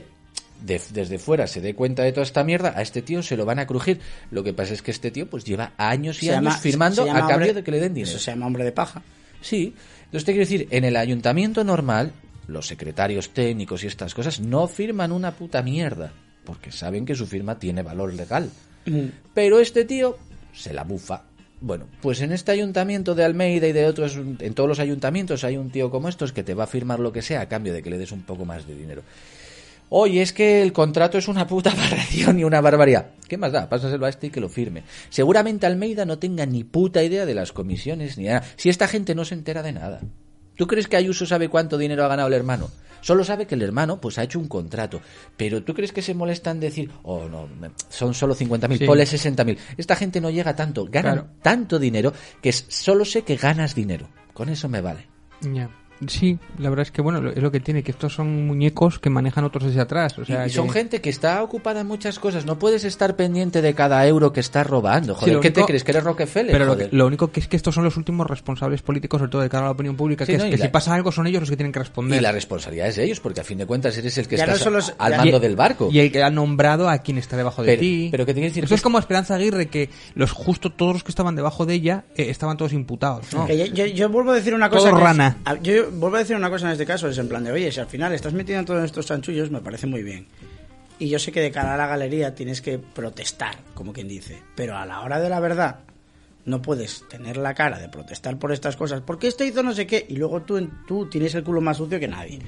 Speaker 2: desde fuera se dé cuenta de toda esta mierda, a este tío se lo van a crujir. Lo que pasa es que este tío pues lleva años y años firmando a cambio de que le den dinero.
Speaker 3: Eso se llama hombre de paja.
Speaker 2: Sí. Entonces, te quiero decir, en el ayuntamiento normal, los secretarios técnicos y estas cosas no firman una puta mierda, porque saben que su firma tiene valor legal. Pero este tío se la bufa. Bueno, pues en este ayuntamiento de Almeida y de otros, en todos los ayuntamientos hay un tío como estos que te va a firmar lo que sea a cambio de que le des un poco más de dinero. Oye, es que el contrato es una puta aberración y una barbaridad. ¿Qué más da? Pásaselo a este y que lo firme. Seguramente Almeida no tenga ni puta idea de las comisiones ni nada. Si esta gente no se entera de nada. ¿Tú crees que Ayuso sabe cuánto dinero ha ganado el hermano? Solo sabe que el hermano pues ha hecho un contrato. Pero ¿tú crees que se molesta en decir, oh no, son solo 50.000, ponle 60.000? Esta gente no llega a tanto, ganan tanto dinero que solo sé que ganas dinero. Con eso me vale.
Speaker 1: Ya. Sí, la verdad es que bueno, es lo que tiene, que estos son muñecos que manejan otros desde atrás. O sea,
Speaker 2: y son gente que está ocupada en muchas cosas. No puedes estar pendiente de cada euro que estás robando. Joder, sí, ¿qué te crees? ¿Que eres Rockefeller?
Speaker 1: Pero lo único que es que estos son los últimos responsables políticos, sobre todo de cara a la opinión pública, sí, que si pasa algo son ellos los que tienen que responder.
Speaker 2: Y la responsabilidad es de ellos, porque a fin de cuentas eres el que estás al mando del barco.
Speaker 1: Y el que ha nombrado a quien está debajo de ti.
Speaker 2: Pero ¿qué te quiere decir?
Speaker 1: Eso es como Esperanza Aguirre, que todos los que estaban debajo de ella estaban todos imputados, ¿no?
Speaker 3: Yo vuelvo a decir una cosa.
Speaker 1: Todo rana.
Speaker 3: Yo vuelvo a decir una cosa en este caso, es en plan de, oye, si al final estás metiendo todos estos chanchullos, me parece muy bien. Y yo sé que de cara a la galería tienes que protestar, como quien dice, pero a la hora de la verdad no puedes tener la cara de protestar por estas cosas, porque este hizo no sé qué, y luego tú tienes el culo más sucio que nadie.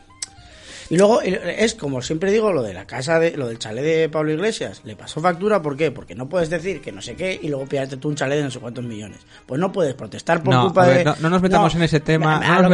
Speaker 3: Y luego es como siempre digo, lo de la casa lo del chalet de Pablo Iglesias, le pasó factura. ¿Por qué? Porque no puedes decir que no sé qué y luego pillarte tú un chalet de no sé cuántos millones. Pues no puedes protestar por culpa de...
Speaker 1: No nos metamos en ese tema. No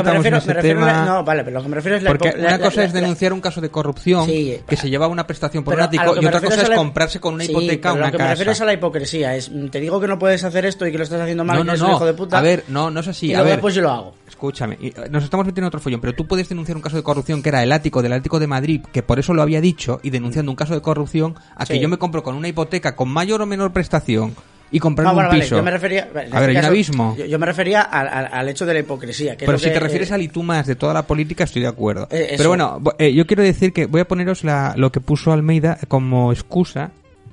Speaker 3: vale, pero lo que me refiero es
Speaker 1: porque una cosa es denunciar un caso de corrupción que se lleva una prestación por un ático, y otra cosa es comprarse con una hipoteca una casa.
Speaker 3: Lo que me refiero es a la hipocresía. Te digo que no puedes hacer esto y que lo estás haciendo mal, que eres un hijo de puta.
Speaker 1: A ver, no es así.
Speaker 3: Y luego después yo lo hago.
Speaker 1: Escúchame, nos estamos metiendo en otro follón, pero tú puedes denunciar un caso de corrupción que era del ático de Madrid, que por eso lo había dicho, y denunciando un caso de corrupción a que yo me compro con una hipoteca con mayor o menor prestación y comprar un piso.
Speaker 3: Yo me refería,
Speaker 1: hay un abismo.
Speaker 3: Yo me refería al hecho de la hipocresía.
Speaker 1: Pero si te refieres al y tú más de toda la política, estoy de acuerdo. Pero bueno, yo quiero decir que voy a poneros lo que puso Almeida como excusa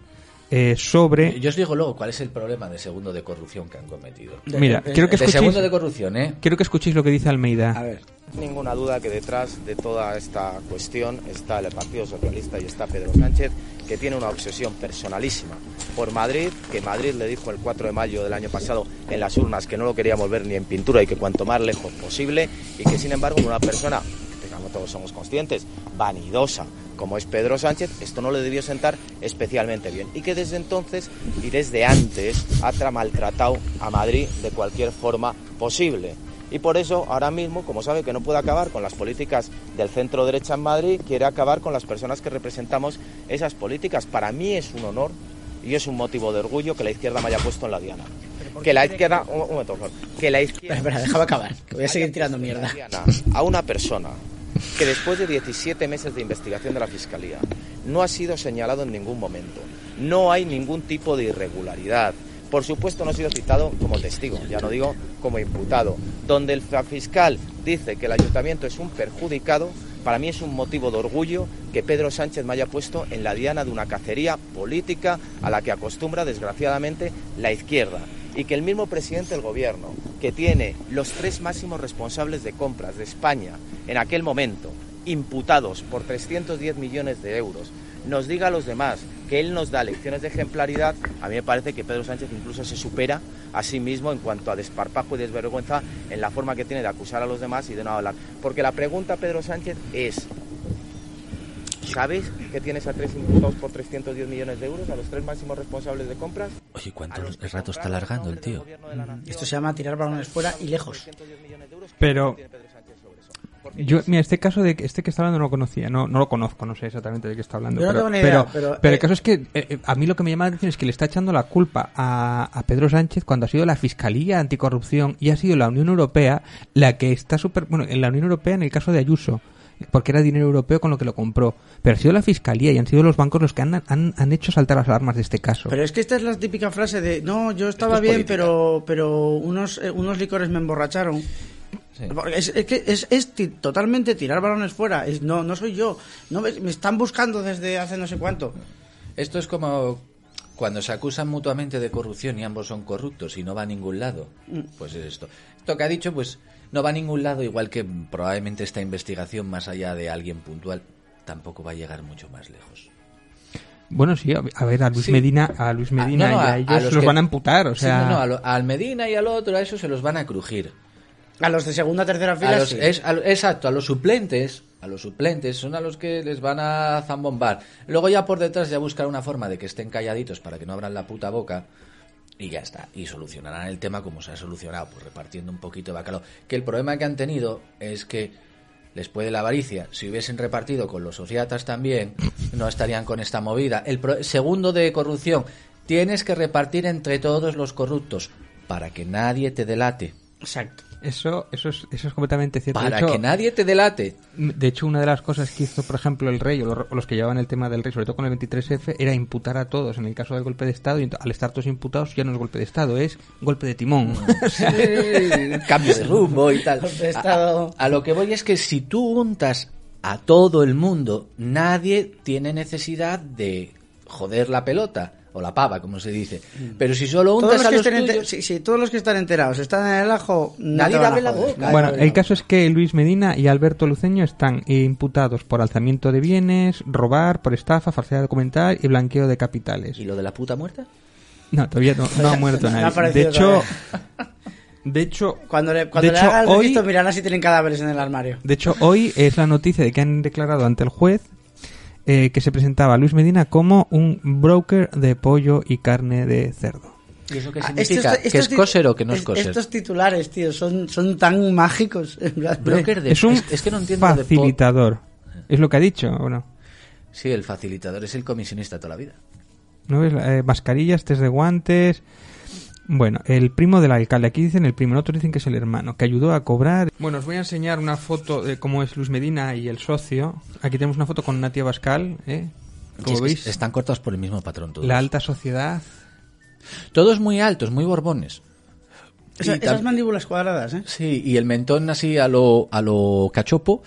Speaker 1: sobre...
Speaker 2: Yo os digo luego cuál es el problema de segundo de corrupción que han cometido.
Speaker 1: Mira, quiero que escuchéis...
Speaker 2: De segundo de corrupción,
Speaker 1: Quiero que escuchéis lo que dice Almeida.
Speaker 3: A ver.
Speaker 4: Ninguna duda que detrás de toda esta cuestión está el Partido Socialista y está Pedro Sánchez, que tiene una obsesión personalísima por Madrid, que Madrid le dijo el 4 de mayo del año pasado en las urnas que no lo queríamos ver ni en pintura y que cuanto más lejos posible, y que sin embargo una persona, digamos, todos somos conscientes, vanidosa, como es Pedro Sánchez, esto no le debió sentar especialmente bien, y que desde entonces y desde antes ha maltratado a Madrid de cualquier forma posible. Y por eso, ahora mismo, como sabe que no puede acabar con las políticas del centro derecha en Madrid, quiere acabar con las personas que representamos esas políticas. Para mí es un honor y es un motivo de orgullo que la izquierda me haya puesto en la diana. Que la izquierda... Un momento, por favor. Que la izquierda...
Speaker 3: Espera, déjame acabar, que voy a seguir tirando mierda.
Speaker 4: A una persona que después de 17 meses de investigación de la Fiscalía no ha sido señalado en ningún momento, no hay ningún tipo de irregularidad, por supuesto no ha sido citado como testigo, ya no digo como imputado, donde el fiscal dice que el ayuntamiento es un perjudicado, para mí es un motivo de orgullo que Pedro Sánchez me haya puesto en la diana de una cacería política a la que acostumbra desgraciadamente la izquierda. Y que el mismo presidente del gobierno, que tiene los 3 máximos responsables de compras de España en aquel momento, imputados por 310 millones de euros, nos diga a los demás que él nos da lecciones de ejemplaridad, a mí me parece que Pedro Sánchez incluso se supera a sí mismo en cuanto a desparpajo y desvergüenza en la forma que tiene de acusar a los demás y de no hablar. Porque la pregunta, Pedro Sánchez, es... ¿Sabes que tienes a 3 imputados por 310 millones de euros, a los 3 máximos responsables de compras?
Speaker 2: Oye, ¿cuánto rato está alargando el tío?
Speaker 3: Esto se llama tirar balones fuera y lejos.
Speaker 1: Pero Yo, mira, este caso de este que está hablando no lo conocía, no lo conozco, no sé exactamente de qué está hablando.
Speaker 3: Yo no
Speaker 1: pero,
Speaker 3: tengo ni idea,
Speaker 1: pero el caso es que a mí lo que me llama la atención es que le está echando la culpa a Pedro Sánchez cuando ha sido la Fiscalía Anticorrupción y ha sido la Unión Europea la que está en la Unión Europea en el caso de Ayuso, porque era dinero europeo con lo que lo compró, pero ha sido la Fiscalía y han sido los bancos los que han hecho saltar las alarmas de este caso.
Speaker 3: Pero es que esta es la típica frase de no, yo estaba bien, pero unos licores me emborracharon. Sí. Es totalmente tirar balones fuera. No soy yo. No me están buscando desde hace no sé cuánto.
Speaker 2: Esto es como cuando se acusan mutuamente de corrupción y ambos son corruptos y no va a ningún lado. Pues es esto. Esto que ha dicho, pues no va a ningún lado, igual que probablemente esta investigación, más allá de alguien puntual, tampoco va a llegar mucho más lejos.
Speaker 1: Bueno, sí, a ver, a Luis Medina y a ellos se los van a amputar, o sea...
Speaker 2: Sí, al Medina y al otro, a eso se los van a crujir.
Speaker 3: A los de segunda, tercera fila, sí.
Speaker 2: Exacto, a los suplentes son a los que les van a zambombar. Luego ya por detrás ya buscar una forma de que estén calladitos para que no abran la puta boca y ya está. Y solucionarán el tema como se ha solucionado, pues repartiendo un poquito de bacalao. Que el problema que han tenido es que les puede la avaricia. Si hubiesen repartido con los sociatas también, no estarían con esta movida. Segundo de corrupción, tienes que repartir entre todos los corruptos para que nadie te delate.
Speaker 3: Exacto.
Speaker 1: Eso es completamente cierto.
Speaker 2: Para que nadie te delate.
Speaker 1: De hecho, una de las cosas que hizo, por ejemplo, el rey, o los que llevaban el tema del rey, sobre todo con el 23F, era imputar a todos en el caso del golpe de Estado, y al estar todos imputados ya no es golpe de Estado, es golpe de timón.
Speaker 2: Sí, cambio de rumbo y tal.
Speaker 3: Golpe de Estado.
Speaker 2: A lo que voy es que si tú untas a todo el mundo, nadie tiene necesidad de joder la pelota. O la pava, como se dice. Pero si solo untas a los tuyos...
Speaker 3: Si todos los que están enterados están en el ajo,
Speaker 2: nadie abre la boca.
Speaker 1: Bueno, el caso es que Luis Medina y Alberto Luceño están imputados por alzamiento de bienes, robar, por estafa, falsedad documental y blanqueo de capitales.
Speaker 2: ¿Y lo de la puta muerta?
Speaker 1: No, todavía no ha muerto nadie. De hecho,
Speaker 3: cuando le haga el registro, mirarán si tienen cadáveres en el armario.
Speaker 1: De hecho, hoy es la noticia de que han declarado ante el juez que se presentaba a Luis Medina como un broker de pollo y carne de cerdo.
Speaker 2: ¿Y eso qué significa? ¿Que es kosher o que no es kosher?
Speaker 3: Estos titulares, tío, son tan mágicos.
Speaker 2: Broker de...
Speaker 1: Es un
Speaker 2: es que no entiendo
Speaker 1: facilitador. ¿Es lo que ha dicho o no?
Speaker 2: Sí, el facilitador es el comisionista toda la vida.
Speaker 1: ¿No ves? Mascarillas, test de guantes... Bueno, el primo del alcalde, aquí dicen el primo, otros dicen que es el hermano, que ayudó a cobrar. Bueno, os voy a enseñar una foto de cómo es Luis Medina y el socio. Aquí tenemos una foto con Natia Bascal, como veis.
Speaker 2: Están cortados por el mismo patrón todos.
Speaker 1: La alta sociedad.
Speaker 2: Todos muy altos, muy borbones.
Speaker 3: Esas mandíbulas cuadradas, ¿eh?
Speaker 2: Sí, y el mentón así a lo cachopo.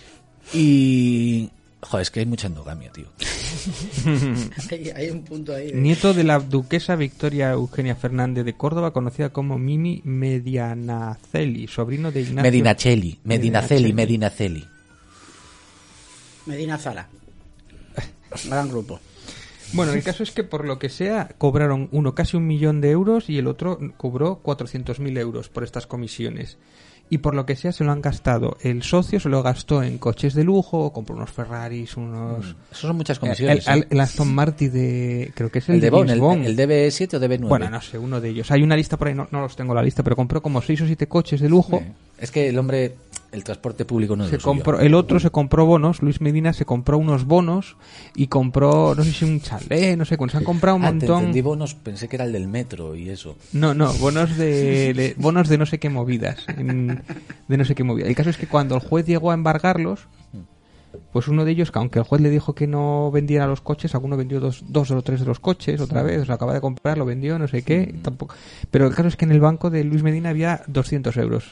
Speaker 2: Y... Joder, es que hay mucha endogamia, tío.
Speaker 3: Hay un punto ahí.
Speaker 1: Nieto de la duquesa Victoria Eugenia Fernández de Córdoba, conocida como Mimi Medinaceli, sobrino de Ignacio...
Speaker 2: Medinaceli.
Speaker 3: Medina Zara. Gran grupo.
Speaker 1: Bueno, el caso es que por lo que sea, cobraron uno casi 1 millón de euros y el otro cobró 400.000 euros por estas comisiones. Y por lo que sea se lo han gastado. El socio se lo gastó en coches de lujo, compró unos Ferraris, unos...
Speaker 2: Eso son muchas comisiones.
Speaker 1: El Aston Martin de... Creo que es el de
Speaker 2: Bond. ¿El DB7 o DB9?
Speaker 1: Bueno, no sé, uno de ellos. Hay una lista por ahí, no los tengo la lista, pero compró como 6 o 7 coches de lujo.
Speaker 2: Sí. Es que el hombre... El transporte público no es lo
Speaker 1: suyo. El otro se compró bonos. Luis Medina se compró unos bonos y compró, no sé si un chalet, no sé, se han comprado un montón.
Speaker 2: Te entendí bonos, pensé que era el del metro y eso.
Speaker 1: No, bonos de bonos de no sé qué movidas. De no sé qué movidas. El caso es que cuando el juez llegó a embargarlos, pues uno de ellos, que aunque el juez le dijo que no vendiera los coches, alguno vendió dos o tres de los coches otra vez, o sea, acaba de comprar, lo vendió, no sé qué, tampoco. Pero el caso es que en el banco de Luis Medina había 200 euros.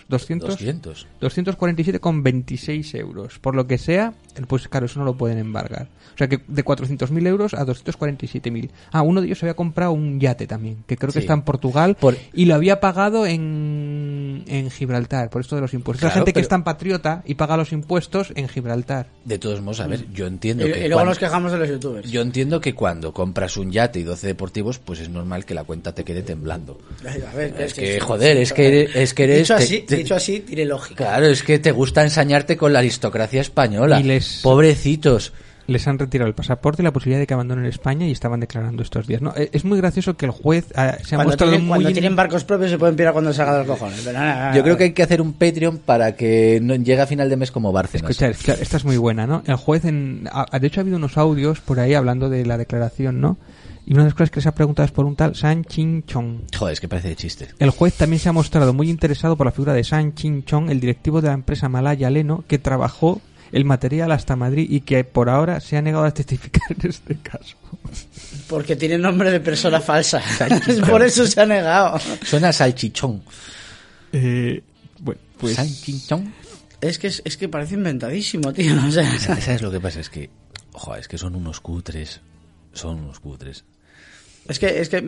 Speaker 1: 247,26 euros. Por lo que sea, pues claro, eso no lo pueden embargar. O sea que de 400.000 euros a 247.000. Uno de ellos había comprado un yate también, que creo que está en Portugal, y lo había pagado en Gibraltar, por esto de los impuestos. Claro, gente que es tan patriota y paga los impuestos en Gibraltar.
Speaker 2: De todos modos, a ver, yo entiendo que...
Speaker 3: Y luego nos quejamos de los youtubers.
Speaker 2: Yo entiendo que cuando compras un yate y 12 deportivos, pues es normal que la cuenta te quede temblando.
Speaker 3: A ver,
Speaker 2: es que eres...
Speaker 3: Dicho así, tiene lógica.
Speaker 2: Claro, es que te gusta ensañarte con la aristocracia española. Pobrecitos.
Speaker 1: les han retirado el pasaporte y la posibilidad de que abandonen España y estaban declarando estos días. ¿No? Es muy gracioso que el juez se ha mostrado
Speaker 3: cuando tienen barcos propios se pueden pirar cuando se haga de los cojones. Pero
Speaker 2: yo creo que hay que hacer un Patreon para que no llegue a final de mes como Bárcenas.
Speaker 1: Escucha, esta es muy buena, ¿no? El juez, de hecho ha habido unos audios por ahí hablando de la declaración, ¿no? Y una de las cosas que les ha preguntado es por un tal San Chin Chong.
Speaker 2: Joder, es que parece de chiste.
Speaker 1: El juez también se ha mostrado muy interesado por la figura de San Chin Chong, el directivo de la empresa malaya Leno, que trabajó el material hasta Madrid y que por ahora se ha negado a testificar en este caso.
Speaker 3: Porque tiene nombre de persona falsa. Por eso se ha negado.
Speaker 2: Suena a salchichón.
Speaker 1: Bueno, pues...
Speaker 2: San Chin Chong.
Speaker 3: Es que parece inventadísimo, tío. O sea...
Speaker 2: ¿Sabes lo que pasa? Es que, joder, es que son unos cutres.
Speaker 3: Es que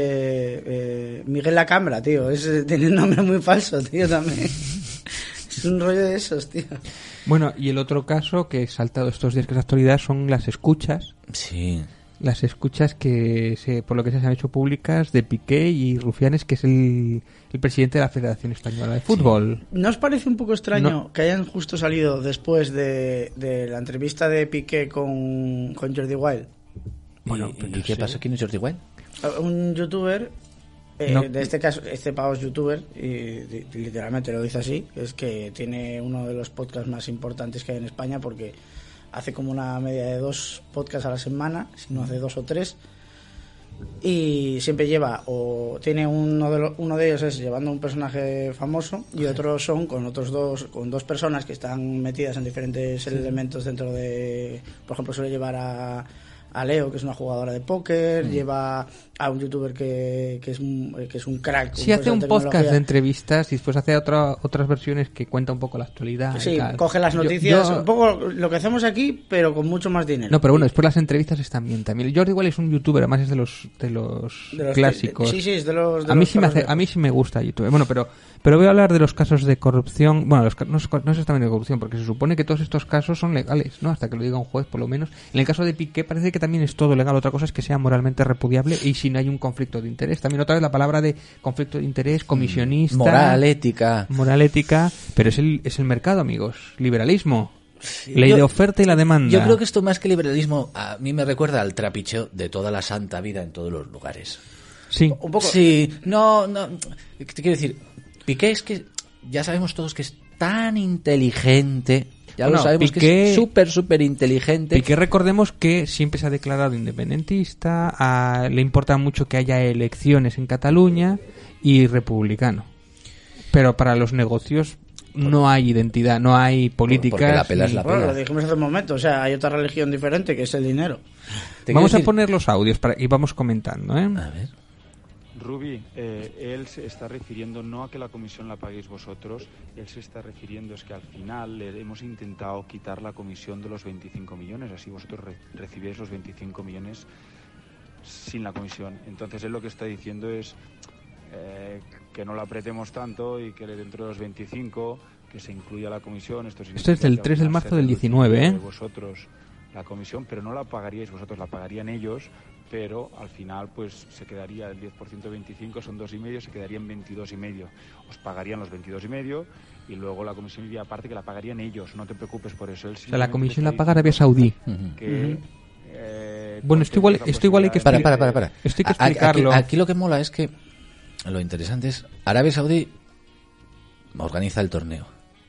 Speaker 3: Miguel Lacambra, tío, tiene un nombre muy falso, tío, también. Es un rollo de esos, tío.
Speaker 1: Bueno, y el otro caso que he saltado estos días que es actualidad son las escuchas.
Speaker 2: Sí.
Speaker 1: Las escuchas que por lo que se han hecho públicas de Piqué y Rufianes, que es el presidente de la Federación Española de Fútbol.
Speaker 3: Sí. ¿No os parece un poco extraño que hayan justo salido después de la entrevista de Piqué con Jordi Wild?
Speaker 2: Bueno, ¿y qué pasó? ¿Quién es Jordi Wild?
Speaker 3: Un youtuber,
Speaker 1: No.
Speaker 3: de este caso, este pavo es youtuber, y literalmente lo dice así, es que tiene uno de los podcasts más importantes que hay en España, porque hace como una media de 2 podcasts a la semana, si no hace 2 o 3, y siempre lleva, o tiene uno de ellos es llevando a un personaje famoso, y otros son con dos personas que están metidas en diferentes elementos dentro de, por ejemplo, suele llevar a Leo, que es una jugadora de póker, lleva a un youtuber que es un crack.
Speaker 1: Sí, hace un podcast de entrevistas y después hace otras versiones que cuenta un poco la actualidad.
Speaker 3: Sí,
Speaker 1: y tal.
Speaker 3: coge las noticias, un poco lo que hacemos aquí, pero con mucho más dinero.
Speaker 1: No, pero bueno, después las entrevistas están bien también. Jordi igual es un youtuber, además es de los clásicos.
Speaker 3: Sí, es de los...
Speaker 1: A mí sí me gusta YouTube. Bueno, pero voy a hablar de los casos de corrupción. Bueno, no es exactamente de corrupción, porque se supone que todos estos casos son legales, ¿no? Hasta que lo diga un juez, por lo menos. En el caso de Piqué parece que también es todo legal. Otra cosa es que sea moralmente repudiable y si no hay un conflicto de interés. También otra vez la palabra de conflicto de interés, comisionista...
Speaker 2: Moral ética,
Speaker 1: pero es el mercado, amigos. Liberalismo. Ley de oferta y la demanda.
Speaker 2: Yo creo que esto más que liberalismo a mí me recuerda al trapicheo de toda la santa vida en todos los lugares.
Speaker 1: Sí.
Speaker 3: Un poco.
Speaker 2: Sí, no, te quiero decir, Piqué es que ya sabemos todos que es tan inteligente, ya lo sabemos
Speaker 1: Piqué,
Speaker 2: que es súper inteligente.
Speaker 1: Piqué, recordemos que siempre se ha declarado independentista, le importa mucho que haya elecciones en Cataluña y republicano. Pero para los negocios no hay identidad, no hay políticas.
Speaker 2: Porque la pela es la pela.
Speaker 3: Bueno, lo dijimos hace un momento, o sea, hay otra religión diferente que es el dinero.
Speaker 1: Vamos a poner los audios y vamos comentando, ¿eh?
Speaker 2: A ver.
Speaker 5: Rubi, él se está refiriendo no a que la comisión la paguéis vosotros, él se está refiriendo es que al final le hemos intentado quitar la comisión de los 25 millones, así vosotros recibíais los 25 millones sin la comisión. Entonces él lo que está diciendo es que no la apretemos tanto y que dentro de los 25 que se incluya la comisión. Esto
Speaker 1: es del 3 de marzo del 19, ¿eh?
Speaker 5: Vosotros la comisión, pero no la pagaríais vosotros, la pagarían ellos, pero al final pues se quedaría el 10% de 25, son 2,5, se quedaría en 22,5. Os pagarían los 22,5 y luego la comisión iría aparte que la pagarían ellos, no te preocupes por eso.
Speaker 1: O sea, la comisión la paga Arabia Saudí.
Speaker 5: Que,
Speaker 1: bueno, esto igual hay que
Speaker 2: Para.
Speaker 1: Esto hay que explicarlo.
Speaker 2: Aquí lo que mola es que lo interesante es Arabia Saudí organiza el torneo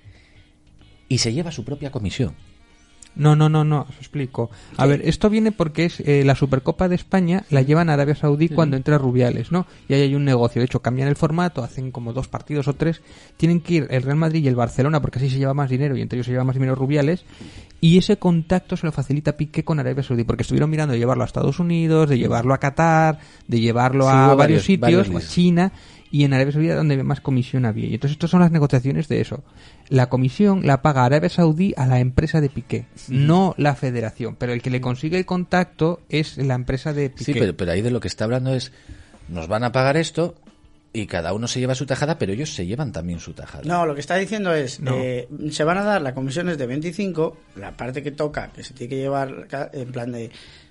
Speaker 2: y se lleva su propia comisión.
Speaker 1: No, os explico. A ver, esto viene porque es la Supercopa de España la llevan a Arabia Saudí cuando entra Rubiales, ¿no? Y ahí hay un negocio. De hecho, cambian el formato, hacen como 2 partidos o 3. Tienen que ir el Real Madrid y el Barcelona porque así se lleva más dinero y entre ellos se lleva más dinero Rubiales. Y ese contacto se lo facilita Piqué con Arabia Saudí porque estuvieron mirando de llevarlo a Estados Unidos, de llevarlo a Qatar, de llevarlo a varios sitios, a China. Y en Arabia Saudí donde más comisión había. Y entonces estas son las negociaciones de eso. La comisión la paga Arabia Saudí a la empresa de Piqué, no la federación. Pero el que le consigue el contacto es la empresa de Piqué.
Speaker 2: Sí, pero ahí de lo que está hablando es, nos van a pagar esto y cada uno se lleva su tajada, pero ellos se llevan también su tajada.
Speaker 3: No, lo que está diciendo es, se van a dar las comisiones de 25, la parte que toca, que se tiene que llevar en plan de...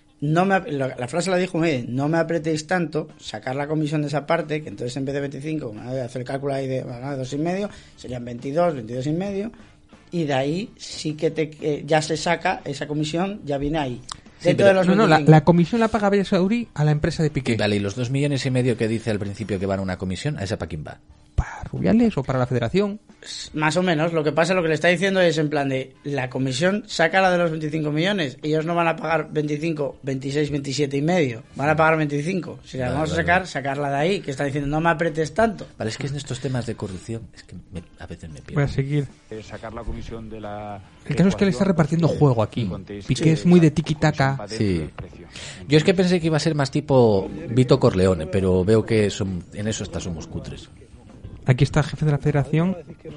Speaker 3: la frase la dijo muy bien, no me apretéis tanto, sacar la comisión de esa parte, que entonces en vez de 25, hacer el cálculo ahí de 2,5, serían 22,5, y de ahí sí que ya se saca esa comisión, ya viene ahí.
Speaker 2: Sí,
Speaker 3: Dentro de los
Speaker 1: No,
Speaker 3: 25.
Speaker 1: la comisión la paga Arabia Saudí a la empresa de Piqué.
Speaker 2: Vale, y los 2,5 millones que dice al principio que van a una comisión, ¿a esa para quién va?
Speaker 1: ¿Para Rubiales o para la federación?
Speaker 3: Más o menos, lo que pasa, lo que le está diciendo es en plan de la comisión saca la de los 25 millones, ellos no van a pagar 25, 26, 27 y medio, van a pagar 25. Si la vamos a sacar, sacarla de ahí, que está diciendo no me apretes tanto.
Speaker 2: Vale, es que en estos temas de corrupción es que a veces me pierdo.
Speaker 1: Voy a seguir.
Speaker 5: Sacar la comisión de la...
Speaker 1: El caso es que le está repartiendo juego aquí. Piqué es muy de tiki-taka.
Speaker 2: Sí. Yo es que pensé que iba a ser más tipo Vito Corleone, pero veo que en eso hasta somos cutres.
Speaker 1: Aquí está el jefe de la federación.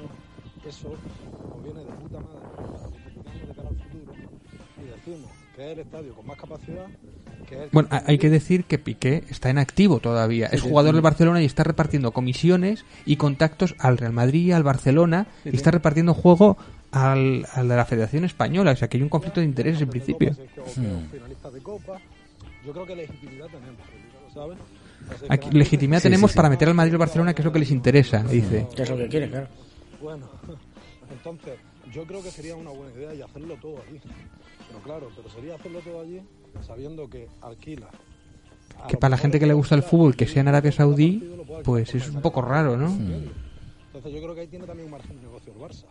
Speaker 6: Eso nos viene de puta madre, de cara al futuro, y decimos que es el estadio con más capacidad.
Speaker 1: Bueno, hay que decir que Piqué está en activo todavía. Es jugador del Barcelona y está repartiendo comisiones y contactos al Real Madrid, al Barcelona, y está repartiendo juego al de la Federación Española. O sea, que hay un conflicto de intereses en principio.
Speaker 6: Finalistas de Copa, yo creo que legitimidad tenemos, ¿sabes?
Speaker 1: Aquí legitimidad tenemos para meter al Madrid y al Barcelona, que es lo que les interesa, dice.
Speaker 3: Que es lo que quiere, claro.
Speaker 6: Bueno, entonces yo creo que sería una buena idea y hacerlo todo allí. Pero claro, sería hacerlo todo allí sabiendo que alquila.
Speaker 1: Que para la gente que le gusta el fútbol, que sea en Arabia Saudí, pues es un poco raro, ¿no?
Speaker 6: Entonces yo creo que ahí tiene también un margen de negocio el Barça.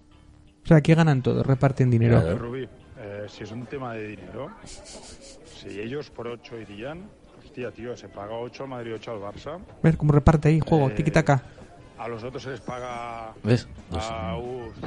Speaker 1: O sea, aquí ganan todos, reparten dinero.
Speaker 5: Rubí, si es un tema de dinero, si ellos por 8 irían, hostia, tío, se paga 8 al Madrid, 8 al Barça.
Speaker 1: Ver cómo reparte ahí, juego, tiki-taka.
Speaker 5: A los otros se les paga
Speaker 2: ¿Ves?
Speaker 5: a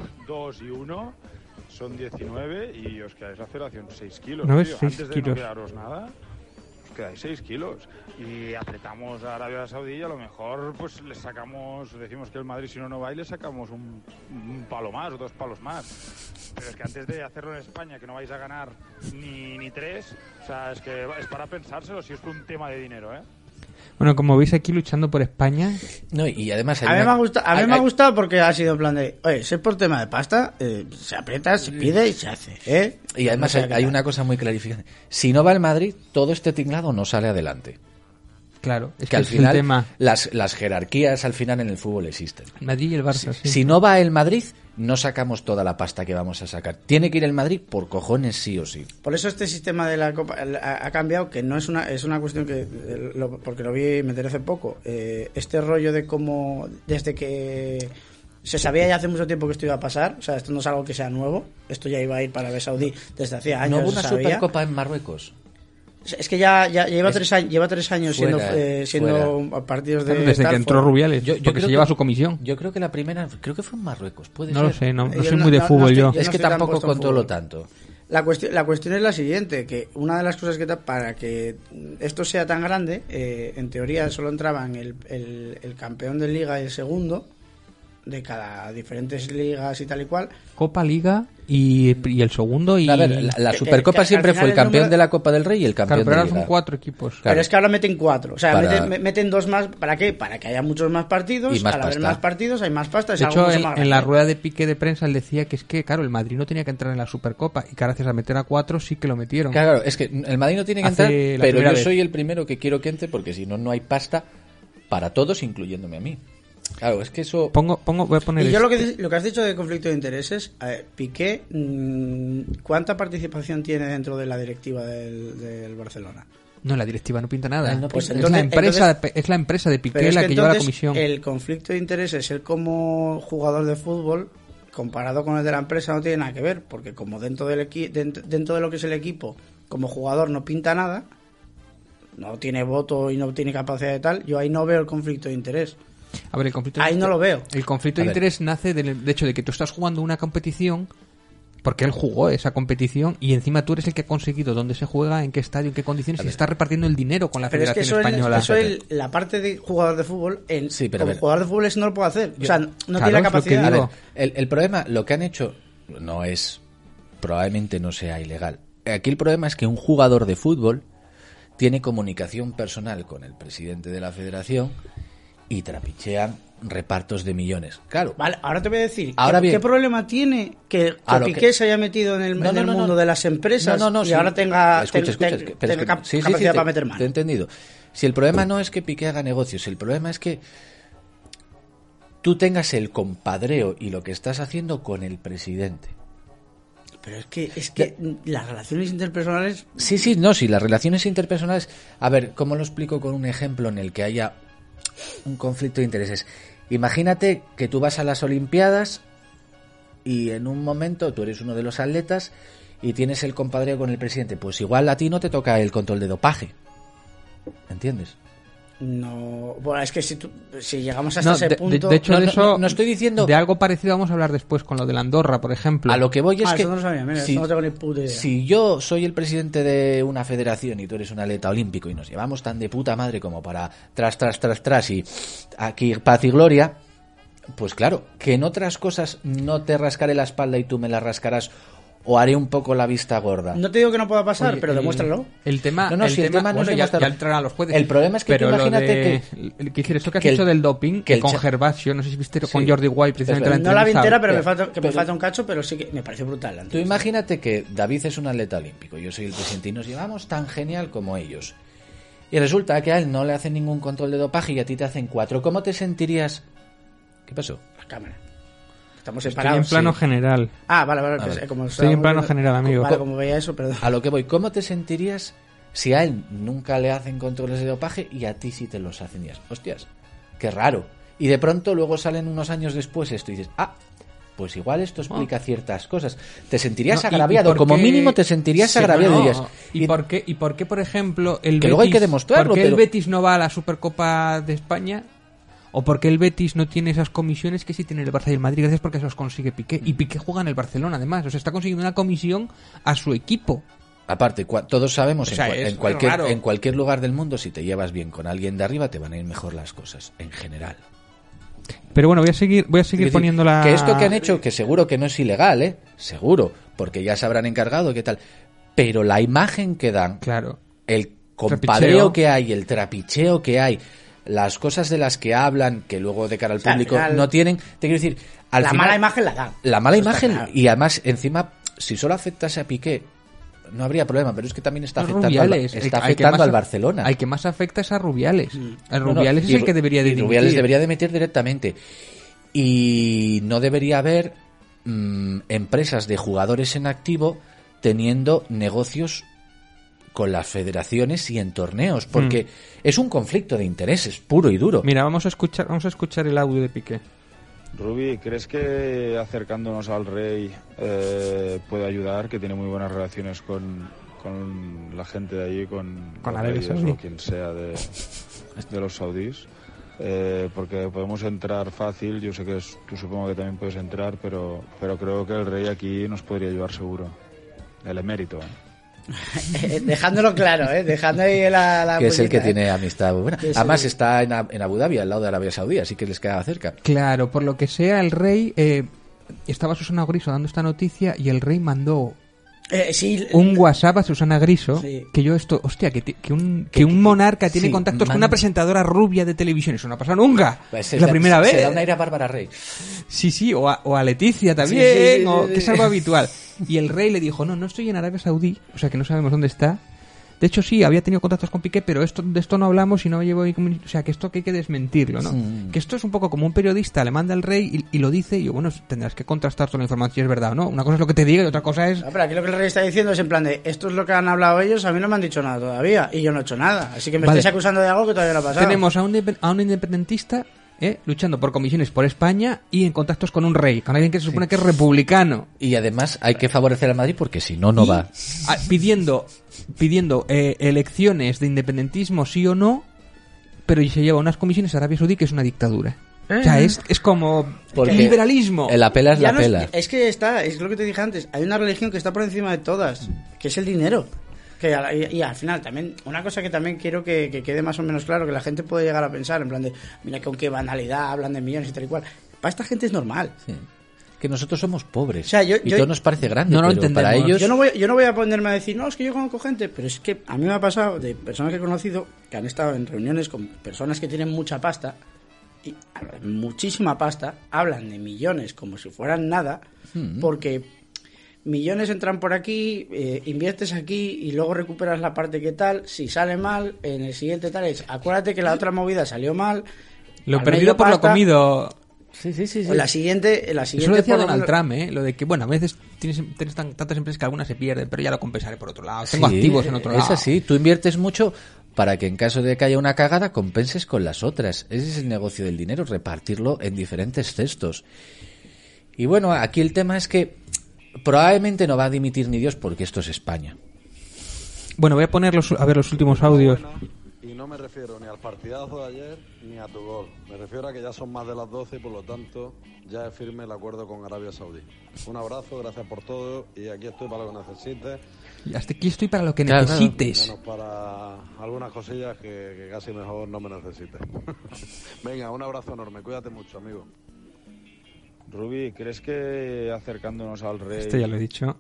Speaker 5: 2 y 1, son 19 y os quedáis la federación 6 kilos.
Speaker 1: ¿No ves?
Speaker 5: Tío.
Speaker 1: 6
Speaker 5: Antes de
Speaker 1: kilos.
Speaker 5: no quedaros nada, os quedáis 6 kilos. Y apretamos a Arabia Saudí y a lo mejor pues les sacamos, decimos que el Madrid si no va y le sacamos un palo más o 2 palos más. Pero es que antes de hacerlo en España, que no vais a ganar ni 3, o sea, es que es para pensárselo si es un tema de dinero, ¿eh?
Speaker 1: Bueno, como veis aquí luchando por España.
Speaker 2: No, y además
Speaker 3: A mí me ha gustado porque ha sido en plan de, oye, si es por tema de pasta, se aprieta, se pide y se hace, ¿eh?
Speaker 2: Y además
Speaker 3: No sé
Speaker 2: hay
Speaker 3: qué
Speaker 2: una cosa muy clarificante. Si no va el Madrid, todo este tinglado no sale adelante.
Speaker 1: Claro, es
Speaker 2: Que al
Speaker 1: es
Speaker 2: final
Speaker 1: el tema.
Speaker 2: las jerarquías al final en el fútbol existen.
Speaker 1: El Madrid y el Barça, sí.
Speaker 2: Si no va el Madrid, no sacamos toda la pasta que vamos a sacar. Tiene que ir el Madrid por cojones sí o sí.
Speaker 3: Por eso este sistema de la Copa ha cambiado, que no es una cuestión que, porque lo vi me enteré hace poco, este rollo de cómo, desde que se sabía ya hace mucho tiempo que esto iba a pasar, o sea, esto no es algo que sea nuevo, esto ya iba a ir para Arabia Saudí desde hacía años.
Speaker 2: ¿No hubo una
Speaker 3: se sabía.
Speaker 2: Supercopa en Marruecos?
Speaker 3: Es que ya lleva 3 años siendo partidos de...
Speaker 1: Desde que entró Rubiales,
Speaker 2: Yo
Speaker 1: porque
Speaker 2: creo
Speaker 1: se lleva
Speaker 2: que-
Speaker 1: su comisión.
Speaker 2: Yo creo que la primera, creo que fue en Marruecos, puede
Speaker 1: No
Speaker 2: ser.
Speaker 1: lo sé, no
Speaker 3: Yo
Speaker 1: soy muy de fútbol yo.
Speaker 3: yo
Speaker 2: Es
Speaker 3: no
Speaker 2: que
Speaker 3: estoy tan
Speaker 2: tampoco
Speaker 3: puesto en
Speaker 2: controlo
Speaker 3: fútbol.
Speaker 2: tanto.
Speaker 3: La cuestión es la siguiente, que una de las cosas que para que esto sea tan grande, en teoría solo entraban el campeón de liga y el segundo de cada diferentes ligas y tal y cual.
Speaker 1: Copa, Liga y el segundo y...
Speaker 2: A ver, la Supercopa
Speaker 3: que
Speaker 2: siempre
Speaker 3: al final
Speaker 2: fue el
Speaker 3: el
Speaker 2: campeón
Speaker 3: número-
Speaker 2: de la Copa del Rey y el campeón
Speaker 1: Claro, pero
Speaker 2: de
Speaker 1: ahora
Speaker 2: Liga.
Speaker 1: son 4 equipos.
Speaker 2: Claro.
Speaker 3: Pero es que ahora meten 4. O sea,
Speaker 2: Para-
Speaker 3: meten 2 más. ¿Para qué? Para que haya muchos más partidos.
Speaker 2: Y más
Speaker 3: al haber
Speaker 2: pasta.
Speaker 3: más partidos hay más pasta. Es
Speaker 1: De
Speaker 3: algo
Speaker 1: hecho,
Speaker 3: mucho
Speaker 1: en
Speaker 3: más
Speaker 1: la
Speaker 3: grande.
Speaker 1: rueda de Piqué de prensa él decía que es que, claro, el Madrid no tenía que entrar en la Supercopa y que gracias a meter a 4 sí que lo metieron.
Speaker 2: Claro, es que el Madrid no tiene que
Speaker 1: Hace
Speaker 2: entrar,
Speaker 1: la
Speaker 2: pero
Speaker 1: primera
Speaker 2: yo
Speaker 1: vez.
Speaker 2: soy el primero que quiero que entre porque si no, no hay pasta para todos, incluyéndome a mí. Claro, es que eso...
Speaker 1: Voy a poner
Speaker 3: Y yo
Speaker 1: esto.
Speaker 3: lo que has dicho de conflicto de intereses, Piqué, ¿cuánta participación tiene dentro de la directiva del Barcelona?
Speaker 1: No, la directiva no pinta nada.
Speaker 2: Ah, no
Speaker 3: Pues
Speaker 2: pinta.
Speaker 1: Es la empresa de
Speaker 3: Pero
Speaker 1: Piqué
Speaker 3: es
Speaker 1: la
Speaker 3: que
Speaker 1: que lleva la
Speaker 3: entonces
Speaker 1: comisión.
Speaker 3: el conflicto de intereses, él como jugador de fútbol, comparado con el de la empresa, no tiene nada que ver, porque como dentro de lo que es el equipo, como jugador no pinta nada, no tiene voto y no tiene capacidad de tal, yo ahí no veo el conflicto de interés.
Speaker 1: A ver, el conflicto
Speaker 3: Ahí no lo veo.
Speaker 1: El conflicto
Speaker 2: A
Speaker 1: de
Speaker 2: ver.
Speaker 1: interés nace del hecho de que tú estás jugando una competición porque él jugó esa competición y encima tú eres el que ha conseguido dónde se juega, en qué estadio, en qué condiciones y está repartiendo el dinero con la
Speaker 3: Pero es que
Speaker 1: Federación Española.
Speaker 3: la parte de jugador de fútbol,
Speaker 2: Sí, pero a
Speaker 3: como
Speaker 2: ver.
Speaker 3: jugador de fútbol eso no lo puede hacer. O sea, no
Speaker 1: claro,
Speaker 3: tiene la
Speaker 1: es lo que
Speaker 3: capacidad.
Speaker 1: digo.
Speaker 2: El problema, lo que han hecho, no es... Probablemente no sea ilegal. Aquí el problema es que un jugador de fútbol tiene comunicación personal con el presidente de la federación y trapichean repartos de millones. Claro.
Speaker 3: Vale, ahora te voy a decir,
Speaker 2: Ahora bien.
Speaker 3: ¿qué problema tiene que
Speaker 2: A lo
Speaker 3: Piqué
Speaker 2: que-
Speaker 3: se haya metido en el,
Speaker 2: No, no, no,
Speaker 3: mundo
Speaker 2: no.
Speaker 3: de las empresas y
Speaker 2: sí.
Speaker 3: ahora tenga
Speaker 2: Escucha,
Speaker 3: tenga capacidad para meter mano?
Speaker 2: Te he entendido. Si el problema no es que Piqué haga negocios, el problema es que tú tengas el compadreo y lo que estás haciendo con el presidente.
Speaker 3: Pero es que las relaciones interpersonales...
Speaker 2: Sí, las relaciones interpersonales... A ver, ¿cómo lo explico con un ejemplo en el que haya un conflicto de intereses? Imagínate que tú vas a las Olimpiadas y en un momento tú eres uno de los atletas y tienes el compadreo con el presidente. Pues igual a ti no te toca el control de dopaje. ¿Entiendes?
Speaker 3: No, bueno, es que si llegamos hasta ese punto...
Speaker 1: De hecho,
Speaker 2: no estoy diciendo...
Speaker 1: De algo parecido vamos a hablar después con lo de la Andorra, por ejemplo.
Speaker 2: A lo que voy es que...
Speaker 3: Eso no lo sabía, mira, no tengo ni puta idea.
Speaker 2: Si yo soy el presidente de una federación y tú eres un atleta olímpico y nos llevamos tan de puta madre como para tras y aquí paz y gloria, pues claro, que en otras cosas no te rascaré la espalda y tú me la rascarás, o haré un poco la vista gorda.
Speaker 3: No te digo que no pueda pasar,
Speaker 1: Oye,
Speaker 3: pero demuéstralo.
Speaker 1: El tema
Speaker 2: no es
Speaker 1: ya entrarán los jueces.
Speaker 2: El problema es que
Speaker 1: pero
Speaker 2: tú imagínate
Speaker 1: esto que has dicho del doping, que con Gervasio, no sé si viste con Jordi Wild precisamente
Speaker 3: no la vi entera, pero
Speaker 2: me
Speaker 3: me falta un cacho, pero sí que me pareció brutal.
Speaker 2: Tú imagínate que David es un atleta olímpico, yo soy el presidente y nos llevamos tan genial como ellos. Y resulta que a él no le hacen ningún control de dopaje y a ti te hacen 4. ¿Cómo te sentirías? ¿Qué pasó?
Speaker 3: La cámara. Estamos
Speaker 1: Estoy
Speaker 3: separados.
Speaker 1: en plano general.
Speaker 3: Vale.
Speaker 1: Estoy en plano general, amigo.
Speaker 3: Vale, como veía eso, perdón.
Speaker 2: A lo que voy, ¿cómo te sentirías si a él nunca le hacen controles de dopaje y a ti sí te los hacen? Hostias, qué raro. Y de pronto luego salen unos años después esto y dices, pues igual esto explica ciertas cosas. Te sentirías agraviado, como mínimo te sentirías agraviado. Dirías,
Speaker 1: ¿Y por qué, por ejemplo, el
Speaker 2: que
Speaker 1: Betis,
Speaker 2: luego hay que demostrarlo,
Speaker 1: ¿por qué
Speaker 2: pero...
Speaker 1: el Betis no va a la Supercopa de España? ¿O por qué el Betis no tiene esas comisiones que sí tiene el Barça y el Madrid? Gracias porque se los consigue Piqué. Y Piqué juega en el Barcelona, además. O sea, está consiguiendo una comisión a su equipo.
Speaker 2: Aparte, todos sabemos,
Speaker 1: O sea,
Speaker 2: en cualquier lugar del mundo, si te llevas bien con alguien de arriba, te van a ir mejor las cosas, en general.
Speaker 1: Pero bueno, voy a seguir poniendo la...
Speaker 2: Que esto que han hecho, que seguro que no es ilegal, ¿eh? Seguro, porque ya se habrán encargado, ¿qué tal? Pero la imagen que dan,
Speaker 1: claro,
Speaker 2: el compadreo que hay, el trapicheo que hay, las cosas de las que hablan, que luego de cara al público no tienen... Te quiero decir...
Speaker 3: La mala imagen la dan.
Speaker 2: La mala imagen, claro. Y además, encima, si solo afectase a Piqué, no habría problema, pero es que también está afectando al Barcelona.
Speaker 1: Al que más afecta es a Rubiales. A Rubiales es el que debería de dimitir.
Speaker 2: Rubiales debería dimitir directamente. Y no debería haber empresas de jugadores en activo teniendo negocios con las federaciones y en torneos, porque es un conflicto de intereses puro y duro.
Speaker 1: Mira, vamos a escuchar el audio de Piqué.
Speaker 5: Rubi, ¿crees que acercándonos al Rey puede ayudar? Que tiene muy buenas relaciones con la gente de allí, con
Speaker 1: Arabia Saudí
Speaker 5: o quien sea de los saudíes. Porque podemos entrar fácil, yo sé que tú supongo que también puedes entrar, pero creo que el Rey aquí nos podría ayudar seguro. El emérito,
Speaker 3: dejándolo claro, dejando ahí la
Speaker 2: que es el que
Speaker 3: pollita,
Speaker 2: tiene amistad buena. Además está en Abu Dhabi, al lado de Arabia Saudí, así que les queda cerca.
Speaker 1: Claro, por lo que sea, el Rey... estaba Susana Griso dando esta noticia y el Rey mandó un WhatsApp a Susana Griso, que yo esto... Hostia, que un monarca tiene contactos con una presentadora rubia de televisión. Eso no ha pasado nunca.
Speaker 2: Pues
Speaker 1: es la primera vez.
Speaker 2: Se da un aire a Bárbara Rey.
Speaker 1: Sí, o a Leticia también, que es algo habitual. Y el Rey le dijo, no estoy en Arabia Saudí, o sea que no sabemos dónde está. De hecho, sí, había tenido contactos con Piqué, pero de esto no hablamos y no llevo... O sea, que esto que hay que desmentirlo, ¿no? Que esto es un poco como un periodista le manda al Rey y lo dice, y yo, bueno, tendrás que contrastar toda la información si es verdad o no. Una cosa es lo que te diga y otra cosa es...
Speaker 3: pero aquí lo que el Rey está diciendo es en plan de, esto es lo que han hablado ellos, a mí no me han dicho nada todavía, y yo no he hecho nada. Así que me estáis acusando de algo que todavía no ha pasado.
Speaker 1: Tenemos a un independentista... luchando por comisiones por España y en contactos con un rey, con alguien que se supone que es republicano.
Speaker 2: Y además hay que favorecer al Madrid porque si no va.
Speaker 1: Pidiendo elecciones de independentismo sí o no, pero se lleva unas comisiones a Arabia Saudí que es una dictadura. O sea, es como el liberalismo.
Speaker 2: La pela es la pela.
Speaker 3: Es que es lo que te dije antes, hay una religión que está por encima de todas, que es el dinero. Y al final también, una cosa que también quiero que quede más o menos claro, que la gente puede llegar a pensar, en plan de, mira con qué banalidad hablan de millones y tal y cual. Para esta gente es normal.
Speaker 2: Sí. Que nosotros somos pobres.
Speaker 3: O sea,
Speaker 2: y todo nos parece grande,
Speaker 1: no lo
Speaker 2: pero
Speaker 1: entendemos.
Speaker 2: Para ellos...
Speaker 3: Yo no voy a ponerme a decir, no, es que yo conozco gente, pero es que a mí me ha pasado de personas que he conocido que han estado en reuniones con personas que tienen mucha pasta, y muchísima pasta, hablan de millones como si fueran nada, porque... millones entran por aquí, inviertes aquí y luego recuperas la parte que tal. Si sale mal, en el siguiente tal es, acuérdate que la otra movida salió mal.
Speaker 1: Lo perdido por lo comido.
Speaker 2: Sí.
Speaker 3: En la siguiente
Speaker 1: Eso lo decía
Speaker 3: por lo
Speaker 1: Donald
Speaker 3: menos-
Speaker 1: Trump, lo de que, bueno, a veces tienes tantas empresas que algunas se pierden, pero ya lo compensaré por otro lado.
Speaker 2: Sí,
Speaker 1: Tengo activos en otro lado.
Speaker 2: Es así, tú inviertes mucho para que en caso de que haya una cagada compenses con las otras. Ese es el negocio del dinero, repartirlo en diferentes cestos. Y bueno, aquí el tema es que probablemente no va a dimitir ni Dios porque esto es España.
Speaker 1: Bueno, voy a poner a ver los últimos audios.
Speaker 6: Y no me refiero ni al partidazo de ayer ni a tu gol. Me refiero a que ya son más de las 12 y por lo tanto ya es firme el acuerdo con Arabia Saudí. Un abrazo, gracias por todo y aquí estoy para lo que necesites.
Speaker 1: Y hasta aquí estoy para lo que
Speaker 2: Claro,
Speaker 1: necesites.
Speaker 6: Menos para algunas cosillas que casi mejor no me necesites. Venga, un abrazo enorme, cuídate mucho, amigo.
Speaker 5: Rubí, ¿crees que acercándonos al rey...
Speaker 1: Este ya lo he dicho.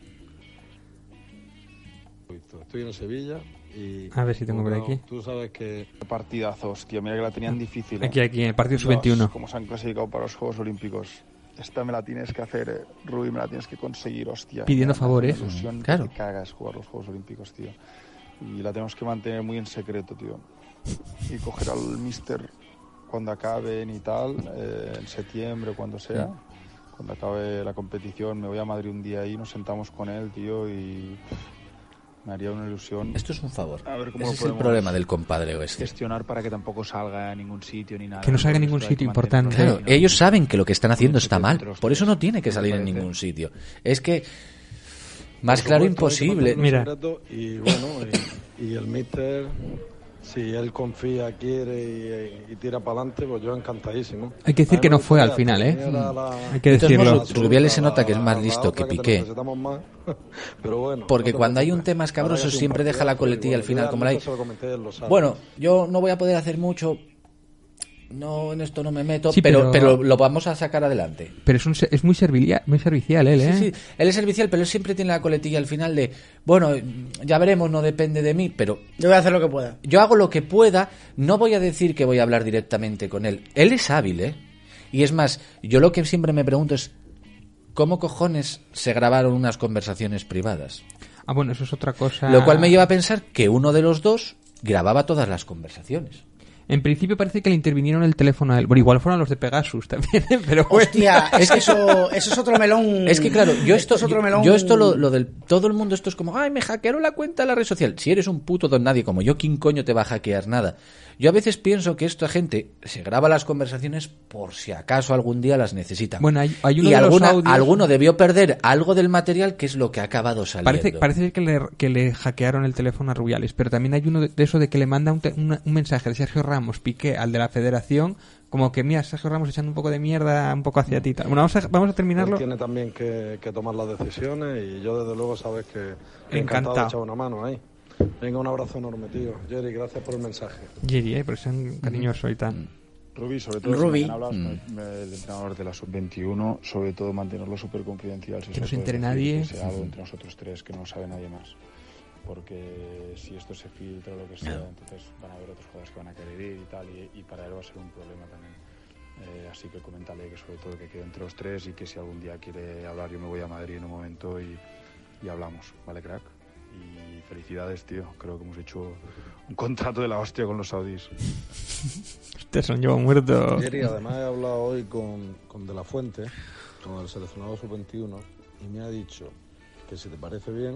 Speaker 6: Estoy en Sevilla y...
Speaker 1: A ver si tengo por aquí.
Speaker 6: Tú sabes que...
Speaker 5: Partidazos, tío, mira que la tenían difícil.
Speaker 1: Aquí, en el partido sub-21.
Speaker 5: Como se han clasificado para los Juegos Olímpicos. Esta me la tienes que hacer, Rubí, me la tienes que conseguir, hostia.
Speaker 1: Pidiendo
Speaker 5: Me hace
Speaker 1: favores.
Speaker 5: una ilusión
Speaker 2: Claro.
Speaker 5: que te cagas jugar los Juegos Olímpicos, tío. Y la tenemos que mantener muy en secreto, tío. Y coger al mister cuando acaben y tal, en septiembre o cuando sea. Cuando acabe la competición, me voy a Madrid un día ahí, nos sentamos con él, tío, y me haría una ilusión.
Speaker 2: Esto es un favor.
Speaker 5: A ver cómo
Speaker 2: Ese
Speaker 5: lo
Speaker 2: es el
Speaker 5: podemos
Speaker 2: problema del compadreo este.
Speaker 5: gestionar para que tampoco salga a ningún sitio ni nada.
Speaker 1: Que no salga a
Speaker 5: Porque
Speaker 1: ningún
Speaker 5: esto hay
Speaker 1: sitio
Speaker 5: que mantenerlo
Speaker 1: importante.
Speaker 2: Claro,
Speaker 5: ahí, ¿no?
Speaker 2: ellos saben que lo que están haciendo está mal.
Speaker 5: Entre los
Speaker 2: Por eso
Speaker 5: tres.
Speaker 2: no tiene que
Speaker 5: ¿Me
Speaker 2: salir en
Speaker 5: parece?
Speaker 2: ningún sitio. Es que más
Speaker 6: Por
Speaker 2: claro
Speaker 6: supuesto, hay que
Speaker 2: imposible.
Speaker 6: mantenerlo
Speaker 1: Mira.
Speaker 6: en secreto y bueno, y el míster, si él confía, quiere y tira para adelante, pues yo encantadísimo.
Speaker 1: Hay que decir
Speaker 6: A mí
Speaker 1: que
Speaker 6: me
Speaker 1: no fue al
Speaker 6: gustaría
Speaker 1: final, ¿eh?
Speaker 6: tener a la-
Speaker 1: Hay que
Speaker 2: De todos
Speaker 1: decirlo.
Speaker 2: modos, Rubiales se nota que es más
Speaker 6: la
Speaker 2: listo
Speaker 6: otra
Speaker 2: que
Speaker 6: te
Speaker 2: Piqué.
Speaker 6: necesitamos más, pero bueno,
Speaker 2: Porque
Speaker 6: no te
Speaker 2: cuando hay un
Speaker 6: preocupes.
Speaker 2: tema escabroso
Speaker 6: Ahora que hace
Speaker 2: siempre
Speaker 6: un
Speaker 2: deja la
Speaker 6: partidazo,
Speaker 2: coletilla al
Speaker 6: igual.
Speaker 2: final
Speaker 6: Yo
Speaker 2: como
Speaker 6: ya
Speaker 2: la hay.
Speaker 6: se lo comenté, él lo sabe.
Speaker 2: Bueno, yo no voy a poder hacer mucho. No, en esto no me meto,
Speaker 1: Sí,
Speaker 2: pero
Speaker 1: pero-
Speaker 2: lo vamos a sacar adelante.
Speaker 1: Pero es muy servicial él, ¿eh?
Speaker 2: Sí, sí, él es servicial, pero él siempre tiene la coletilla al final de, bueno, ya veremos, no depende de mí, pero
Speaker 3: Yo voy a hacer lo que pueda.
Speaker 2: yo hago lo que pueda, no voy a decir que voy a hablar directamente con él. Él es hábil, ¿eh? Y es más, yo lo que siempre me pregunto es, ¿cómo cojones se grabaron unas conversaciones privadas?
Speaker 1: Ah, bueno, eso es otra cosa.
Speaker 2: Lo cual me lleva a pensar que uno de los dos grababa todas las conversaciones.
Speaker 1: En principio parece que le intervinieron el teléfono a él. Bueno, igual fueron los de Pegasus también, ¿eh? Pero bueno.
Speaker 3: Hostia, es que eso es otro melón.
Speaker 2: Es que claro, yo esto,
Speaker 3: es otro melón.
Speaker 2: yo esto lo del todo el mundo esto es como, ay, me hackearon la cuenta de la red social. Si eres un puto don nadie como yo, ¿quién coño te va a hackear nada? Yo a veces pienso que esta gente se graba las conversaciones por si acaso algún día las necesitan.
Speaker 1: Bueno, hay uno
Speaker 2: y
Speaker 1: de los audios-
Speaker 2: alguno debió perder algo del material que es lo que ha acabado saliendo.
Speaker 1: Parece que le hackearon el teléfono a Rubiales, pero también hay uno de eso de que le manda un mensaje de Sergio Ramos Piqué al de la Federación, como que mira, Sergio Ramos echando un poco de mierda un poco hacia ti. Tal. Bueno, vamos a terminarlo.
Speaker 6: Él tiene también que tomar las decisiones y yo desde luego sabes que
Speaker 1: Encantado.
Speaker 6: de echar una mano ahí. Venga, un abrazo enorme, tío. Jerry, gracias por el mensaje.
Speaker 1: Jerry, porque son cariñosos y tal.
Speaker 5: Rubí, sobre todo,
Speaker 3: Rubí.
Speaker 5: si mañana hablas con el entrenador de la sub-21, sobre todo mantenerlo súper confidencial. Si
Speaker 1: Que no se
Speaker 5: puede
Speaker 1: entere
Speaker 5: decir,
Speaker 1: nadie.
Speaker 5: Que sea algo entre nosotros tres, que no lo sabe nadie más. Porque si esto se filtra o lo que sea, entonces van a haber otros jugadores que van a querer ir y tal, y para él va a ser un problema también. Así que coméntale que sobre todo que quede entre los tres y que si algún día quiere hablar, yo me voy a Madrid en un momento y hablamos, ¿vale, crack? Y felicidades, tío. Creo que hemos hecho un contrato de la hostia con los saudíes.
Speaker 1: Este son yo muerto.
Speaker 6: Jerry, además he hablado hoy con De La Fuente, con el seleccionado sub-21, y me ha dicho que si te parece bien,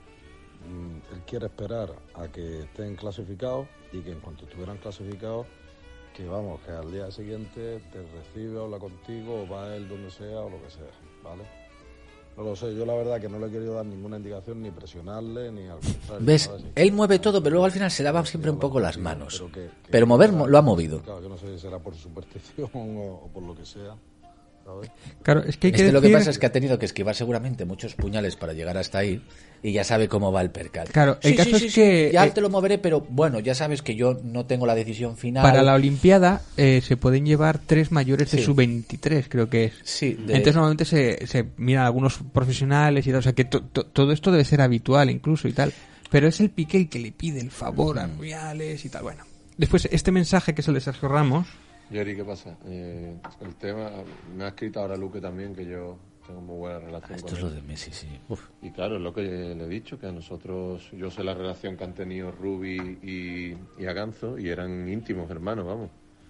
Speaker 6: él quiere esperar a que estén clasificados y que en cuanto estuvieran clasificados, que vamos, que al día siguiente te recibe, habla contigo, o va él donde sea o lo que sea, ¿vale? No lo sé, yo la verdad que no le he querido dar ninguna indicación, ni presionarle, ni al contrario.
Speaker 2: ¿Ves?
Speaker 6: ¿sabes?
Speaker 2: Él mueve todo, pero luego al final se lava siempre un poco las manos.
Speaker 6: que-
Speaker 2: Pero mover lo ha movido.
Speaker 6: Claro, yo no sé si será por superstición o por lo que sea, ¿sabes?
Speaker 1: Claro, es que hay que
Speaker 2: Lo que
Speaker 1: decir-
Speaker 2: pasa es que ha tenido que esquivar seguramente muchos puñales para llegar hasta ahí y ya sabe cómo va el percal.
Speaker 1: Claro, el caso es que,
Speaker 2: ya te lo moveré, pero bueno, ya sabes que yo no tengo la decisión final.
Speaker 1: para la Olimpiada se pueden llevar 3 mayores de
Speaker 2: Sí.
Speaker 1: sub-23, creo que es.
Speaker 2: Sí,
Speaker 1: Entonces normalmente se miran algunos profesionales y tal, o sea que todo esto debe ser habitual incluso y tal. Pero es el Piqué el que le pide el favor a Rubiales y tal, bueno. Después este mensaje que es el de Sergio Ramos.
Speaker 7: Jerry, ¿qué pasa? El tema, me ha escrito ahora Luque también, que yo tengo muy buena relación
Speaker 2: Esto
Speaker 7: con
Speaker 2: es
Speaker 7: él.
Speaker 2: lo de Messi, sí. Uf.
Speaker 7: Y claro, es lo que le he dicho, que a nosotros, yo sé la relación que han tenido Rubi y Aganzo, y eran íntimos hermanos, vamos.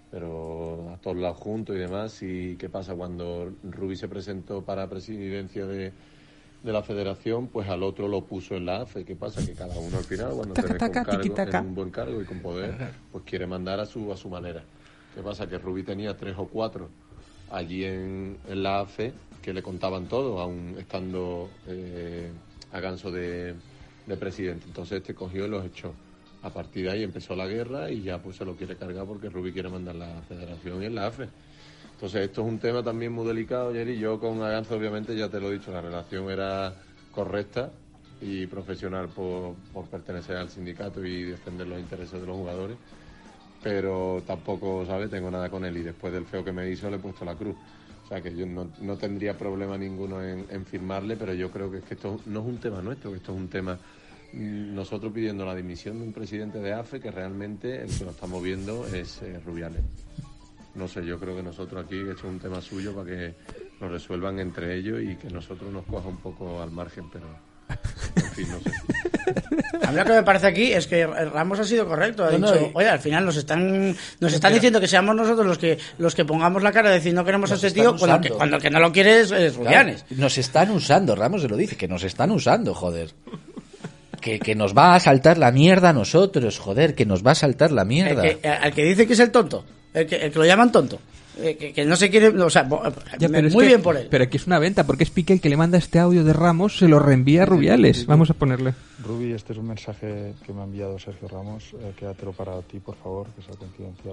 Speaker 7: pero a todos lados juntos y demás. ¿Y qué pasa? Cuando Rubí se presentó para presidencia de la federación, pues al otro lo puso en la AFE. ¿Qué pasa? Que cada uno al final, cuando se ve en un buen cargo y con poder, pues quiere mandar a su manera. ¿Qué pasa? Que Rubí tenía 3 o 4 allí en la AFE que le contaban todo, aún estando a ganso de presidente. Entonces este cogió y los echó. A partir de ahí empezó la guerra y ya pues se lo quiere cargar porque Rubí quiere mandar la federación y en la AFE. Entonces esto es un tema también muy delicado, Jerry. Yo con Aganzo obviamente ya te lo he dicho, la relación era correcta y profesional por pertenecer al sindicato y defender los intereses de los jugadores, pero tampoco, ¿sabes? Tengo nada con él y después del feo que me hizo le he puesto la cruz. O sea que yo no tendría problema ninguno en firmarle, pero yo creo que es que esto no es un tema nuestro, que esto es un tema nosotros pidiendo la dimisión de un presidente de AFE, que realmente el que lo está moviendo es Rubiales. No sé, yo creo que nosotros aquí, que esto es un tema suyo para que lo resuelvan entre ellos y que nosotros nos coja un poco al margen, pero en fin, no sé.
Speaker 3: A mí lo que me parece aquí es que Ramos ha sido correcto, ha dicho, oye, al final nos están diciendo que seamos nosotros los que pongamos la cara de decir no queremos a este tío, cuando el que no lo quiere es Rubiales.
Speaker 2: Claro, nos están usando, Ramos se lo dice, que nos están usando, joder. Que nos va a saltar la mierda a nosotros, joder, que nos va a saltar la mierda.
Speaker 3: Al que dice que es el tonto, el que lo llaman tonto, que no se quiere, o sea,
Speaker 1: ya,
Speaker 3: muy bien por él.
Speaker 1: Pero aquí es una venta, porque es Piqué el que le manda este audio de Ramos, se lo reenvía a Rubiales. Vamos a ponerle.
Speaker 5: Rubí, este es un mensaje que me ha enviado Sergio Ramos, quédatelo para ti, por favor, que sea confidencial.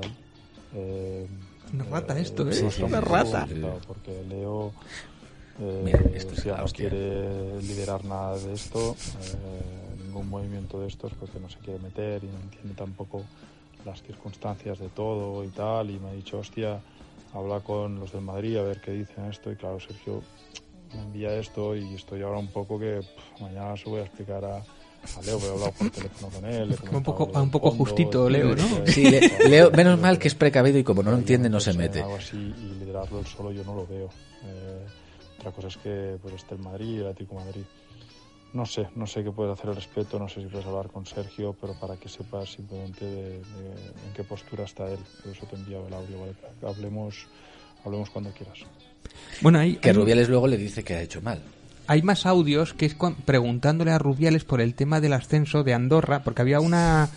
Speaker 1: Una rata esto,
Speaker 5: es
Speaker 1: una rata.
Speaker 5: Porque Leo
Speaker 2: Mira, esto es
Speaker 5: no quiere liderar nada de esto, ningún movimiento de estos, porque no se quiere meter y no entiende tampoco las circunstancias de todo y tal, y me ha dicho, hostia, habla con los del Madrid a ver qué dicen esto, y claro, Sergio me envía esto y estoy ahora un poco que mañana se voy a explicar a Leo, pero he hablado por teléfono con él.
Speaker 1: Un poco justito Leo, ¿no?
Speaker 2: Sí, Leo, menos mal que es precavido y como no lo entiende no se mete.
Speaker 5: Algo así, y liderarlo él solo yo no lo veo. Otra cosa es que pues esté el Madrid, el Atlético de Madrid. No sé qué puedes hacer al respecto, no sé si puedes hablar con Sergio, pero para que sepas simplemente de en qué postura está él. Por eso te he enviado el audio, ¿vale? Hablemos cuando quieras.
Speaker 1: Bueno,
Speaker 2: que Rubiales luego le dice que ha hecho mal.
Speaker 1: Hay más audios que es preguntándole a Rubiales por el tema del ascenso de Andorra, porque había un...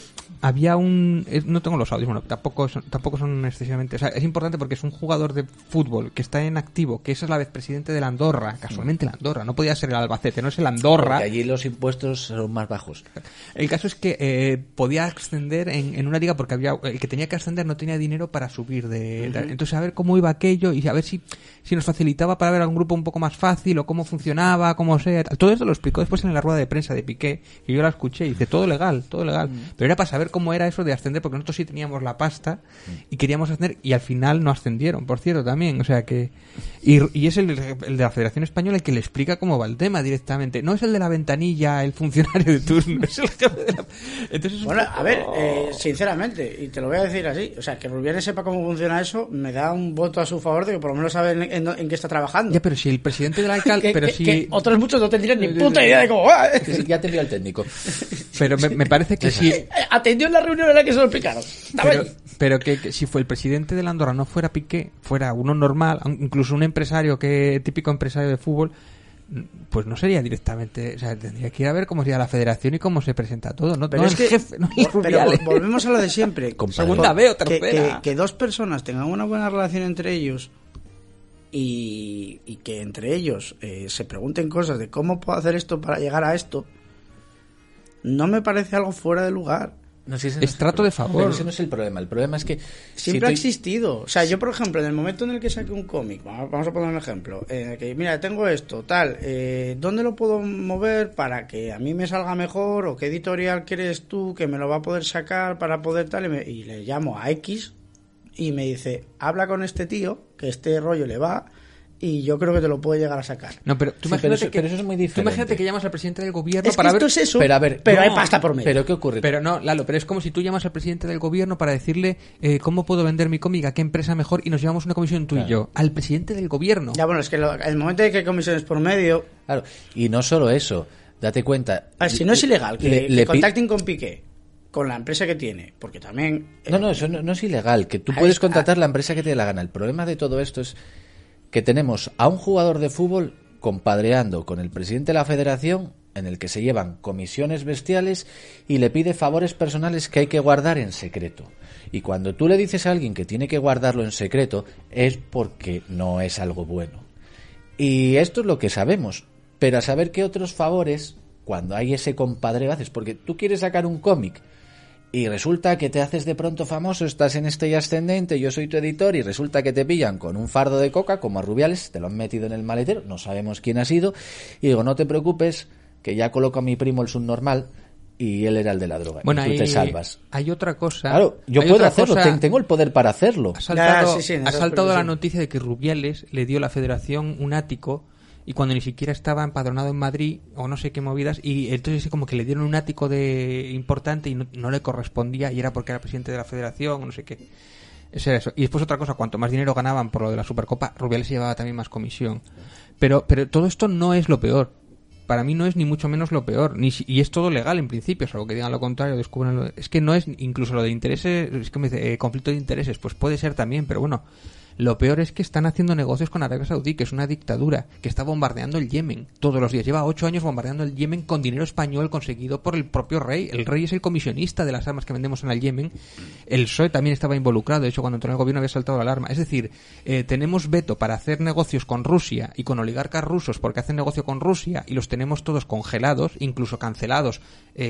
Speaker 1: No tengo los audios, bueno, tampoco son excesivamente... O sea, es importante porque es un jugador de fútbol que está en activo, que es a la vez presidente del Andorra, casualmente el Andorra, no podía ser el Albacete, no es el Andorra.
Speaker 2: Porque allí los impuestos son más bajos.
Speaker 1: El caso es que podía ascender en una liga porque el que tenía que ascender no tenía dinero para subir entonces a ver cómo iba aquello y a ver si nos facilitaba para ver algún grupo un poco más fácil o cómo funcionaba, cómo sea... Todo esto lo explicó después en la rueda de prensa de Piqué, que yo la escuché y dice, todo legal, pero era para saber cómo era eso de ascender, porque nosotros sí teníamos la pasta y queríamos ascender y al final no ascendieron, por cierto, también, o sea que y es el de la Federación Española el que le explica cómo va el tema directamente, no es el de la ventanilla, el funcionario de turno, es el jefe de la... Entonces,
Speaker 3: bueno, a ver, sinceramente, y te lo voy a decir así, o sea, que Rubiales sepa cómo funciona eso, me da un voto a su favor de que por lo menos sabe en qué está trabajando.
Speaker 1: Ya, pero si el presidente del alcalde...
Speaker 3: que otros muchos no tendrían ni puta idea de cómo va.
Speaker 2: Ya te envió el técnico.
Speaker 1: Pero me parece que sí.
Speaker 3: Atendió en la reunión en la que se lo explicaron.
Speaker 1: Pero que si fue el presidente de la Andorra no fuera Piqué, fuera uno normal, incluso un empresario típico empresario de fútbol, pues no sería directamente, o sea, tendría que ir a ver cómo sería la federación y cómo se presenta todo, no es que, jefe, no es Rubiales.
Speaker 3: Pero volvemos a lo de siempre.
Speaker 1: Segunda B o tercera.
Speaker 3: Que dos personas tengan una buena relación entre ellos y que entre ellos se pregunten cosas de cómo puedo hacer esto para llegar a esto, no me parece algo fuera de lugar.
Speaker 2: No, si
Speaker 1: es trato de favor.
Speaker 2: Pero ese no es el problema. El problema es que...
Speaker 3: Siempre ha existido. O sea, yo, por ejemplo, en el momento en el que saqué un cómic, vamos a poner un ejemplo, que mira, tengo esto, tal, ¿dónde lo puedo mover para que a mí me salga mejor? ¿O qué editorial quieres tú que me lo va a poder sacar para poder tal? Y le llamo a X y me dice, habla con este tío, que este rollo le va... y yo creo que te lo puede llegar a sacar.
Speaker 1: No, pero tú imagínate
Speaker 2: pero eso es muy diferente.
Speaker 1: Tú imagínate que llamas al presidente del gobierno
Speaker 3: para ver... Es eso, pero, a ver, pero hay pasta por medio.
Speaker 2: ¿Pero qué ocurre?
Speaker 1: Pero no, Lalo, pero es como si tú llamas al presidente del gobierno para decirle cómo puedo vender mi cómic, a qué empresa mejor, y nos llevamos una comisión tú y yo. Al presidente del gobierno.
Speaker 3: Ya, bueno, es que el momento de que hay comisiones por medio...
Speaker 2: Claro, y no solo eso, date cuenta...
Speaker 3: si no es ilegal, que contacten con Piqué. con la empresa que tiene, porque también...
Speaker 2: No, eso no es ilegal, que tú puedes contratar la empresa que te dé la gana. El problema de todo esto es que tenemos a un jugador de fútbol compadreando con el presidente de la federación, en el que se llevan comisiones bestiales y le pide favores personales que hay que guardar en secreto. Y cuando tú le dices a alguien que tiene que guardarlo en secreto, es porque no es algo bueno. Y esto es lo que sabemos. Pero a saber qué otros favores, cuando hay ese compadreo, haces. Porque tú quieres sacar un cómic y resulta que te haces de pronto famoso, estás en Estrella Ascendente, yo soy tu editor, y resulta que te pillan con un fardo de coca, como a Rubiales, te lo han metido en el maletero, no sabemos quién ha sido, y digo, no te preocupes, que ya coloco a mi primo el subnormal y él era el de la droga. Bueno, y tú te salvas.
Speaker 1: Hay otra cosa.
Speaker 2: Claro, yo puedo hacerlo, tengo el poder para hacerlo.
Speaker 1: Ha saltado la noticia de que Rubiales le dio a la federación un ático y cuando ni siquiera estaba empadronado en Madrid o no sé qué movidas, y entonces como que le dieron un ático de importante y no le correspondía y era porque era presidente de la federación o no sé qué. Eso era eso. Y después otra cosa, cuanto más dinero ganaban por lo de la Supercopa, Rubiales se llevaba también más comisión. Pero todo esto no es lo peor. Para mí no es ni mucho menos lo peor, y es todo legal en principio, salvo que digan lo contrario, descubran es que no es incluso lo de intereses, es que me dice, conflicto de intereses, pues puede ser también, pero bueno, lo peor es que están haciendo negocios con Arabia Saudí, que es una dictadura, que está bombardeando el Yemen todos los días, lleva 8 años bombardeando el Yemen con dinero español conseguido por el propio rey. El rey es el comisionista de las armas que vendemos en el Yemen, el PSOE también estaba involucrado, de hecho cuando entró en el gobierno había saltado la alarma, es decir, tenemos veto para hacer negocios con Rusia y con oligarcas rusos porque hacen negocio con Rusia y los tenemos todos congelados, incluso cancelados,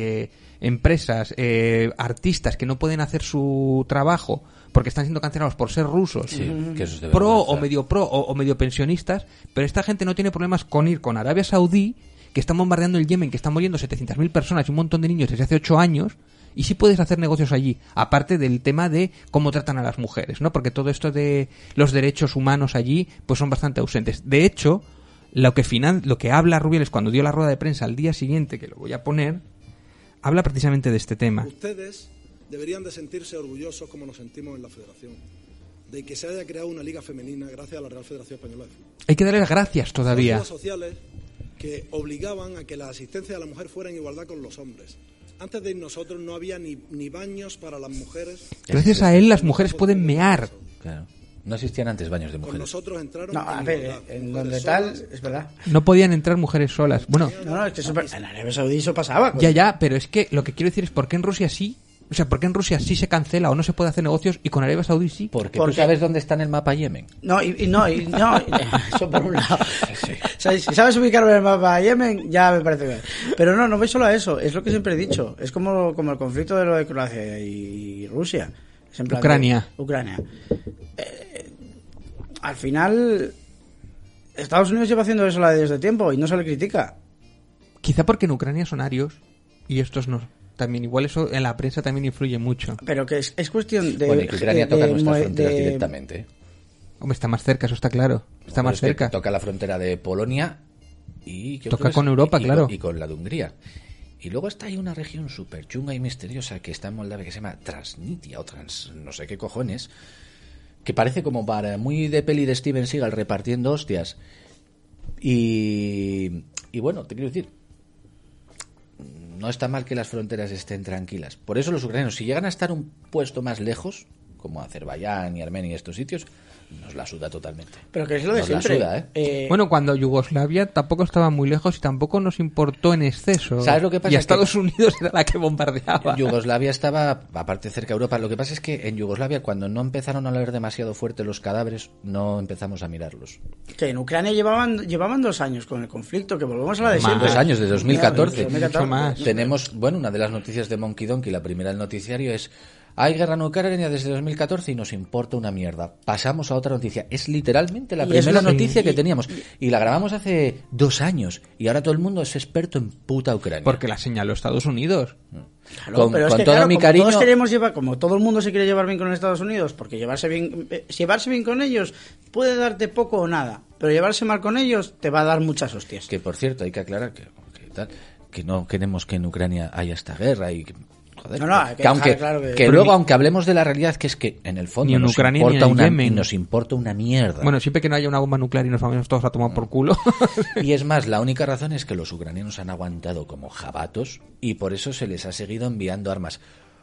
Speaker 1: empresas, artistas que no pueden hacer su trabajo porque están siendo cancelados por ser rusos,
Speaker 2: sí, que eso es
Speaker 1: pro o medio pensionistas, pero esta gente no tiene problemas con ir con Arabia Saudí, que están bombardeando el Yemen, que están muriendo 700.000 personas y un montón de niños desde hace 8 años, y sí puedes hacer negocios allí, aparte del tema de cómo tratan a las mujeres, ¿no? Porque todo esto de los derechos humanos allí pues son bastante ausentes. De hecho, lo que habla Rubiales cuando dio la rueda de prensa al día siguiente, que lo voy a poner, habla precisamente de este tema.
Speaker 8: Ustedes deberían de sentirse orgullosos, como nos sentimos en la Federación, de que se haya creado una liga femenina gracias a la Real Federación Española de Fútbol.
Speaker 1: Hay que darle las gracias todavía.
Speaker 8: Son sociales que obligaban a que la asistencia de la mujer fuera en igualdad con los hombres. Antes de ir nosotros no había ni baños para las mujeres.
Speaker 1: Gracias a él las mujeres pueden mear.
Speaker 2: Claro. No existían antes baños de mujeres.
Speaker 8: Con nosotros entraron.
Speaker 3: No, a ver, en donde tal, es verdad.
Speaker 1: No podían entrar mujeres solas. Bueno,
Speaker 3: no, es que en Arabia Saudí eso pasaba.
Speaker 1: Ya, pero es que lo que quiero decir es por qué en Rusia sí. O sea, ¿por qué en Rusia sí se cancela o no se puede hacer negocios y con Arabia Saudí sí?
Speaker 2: Porque tú sabes dónde está en el mapa Yemen.
Speaker 3: No, eso por un lado. Sí. O sea, si sabes ubicarlo en el mapa Yemen, ya me parece bien. Pero no voy solo a eso, es lo que siempre he dicho. Es como el conflicto de lo de Croacia y Rusia. Es en plan
Speaker 1: Ucrania.
Speaker 3: Al final, Estados Unidos lleva haciendo eso desde tiempo y no se le critica.
Speaker 1: Quizá porque en Ucrania son arios y estos no. También igual eso en la prensa también influye mucho.
Speaker 3: Pero que es cuestión de...
Speaker 2: Bueno, y que Ucrania toca nuestras fronteras directamente.
Speaker 1: Hombre, está más cerca, eso está claro. Está más cerca.
Speaker 2: Toca la frontera de Polonia y...
Speaker 1: Toca con Europa, claro.
Speaker 2: Y con la de Hungría. Y luego está ahí una región súper chunga y misteriosa que está en Moldavia, que se llama Transnistria o no sé qué cojones, que parece como para muy de peli de Steven Seagal repartiendo hostias. Y bueno, te quiero decir, no está mal que las fronteras estén tranquilas. Por eso los ucranianos, si llegan a estar un puesto más lejos, como Azerbaiyán y Armenia y estos sitios, nos la suda totalmente.
Speaker 3: Pero que es lo de siempre.
Speaker 2: La suda,
Speaker 1: Bueno, cuando Yugoslavia tampoco estaba muy lejos y tampoco nos importó en exceso.
Speaker 2: ¿Sabes lo que pasa?
Speaker 1: Y Estados Unidos era la que bombardeaba.
Speaker 2: Yugoslavia estaba, aparte, cerca de Europa. Lo que pasa es que en Yugoslavia, cuando no empezaron a oler demasiado fuerte los cadáveres, no empezamos a mirarlos.
Speaker 3: Que en Ucrania llevaban 2 años con el conflicto, que volvemos a la de siempre.
Speaker 2: 2 años, de 2014.
Speaker 1: Mucho más.
Speaker 2: Tenemos, bueno, una de las noticias de Monkey Donkey, la primera del noticiario es: hay guerra en Ucrania desde 2014 y nos importa una mierda. Pasamos a otra noticia. Es literalmente la primera noticia que teníamos. Y la grabamos hace 2 años. Y ahora todo el mundo es experto en puta Ucrania.
Speaker 1: Porque la señaló Estados Unidos.
Speaker 3: Claro, pero es que, todo mi cariño... todos queremos llevar, como todo el mundo se quiere llevar bien con Estados Unidos, porque llevarse bien con ellos puede darte poco o nada. Pero llevarse mal con ellos te va a dar muchas hostias.
Speaker 2: Que, por cierto, hay que aclarar que no queremos que en Ucrania haya esta guerra y... Joder, que luego, aunque hablemos de la realidad, que es que en el fondo nos importa una mierda.
Speaker 1: Bueno, siempre que no haya una bomba nuclear y nos vamos todos a tomar por culo.
Speaker 2: Y es más, la única razón es que los ucranianos han aguantado como jabatos y por eso se les ha seguido enviando armas.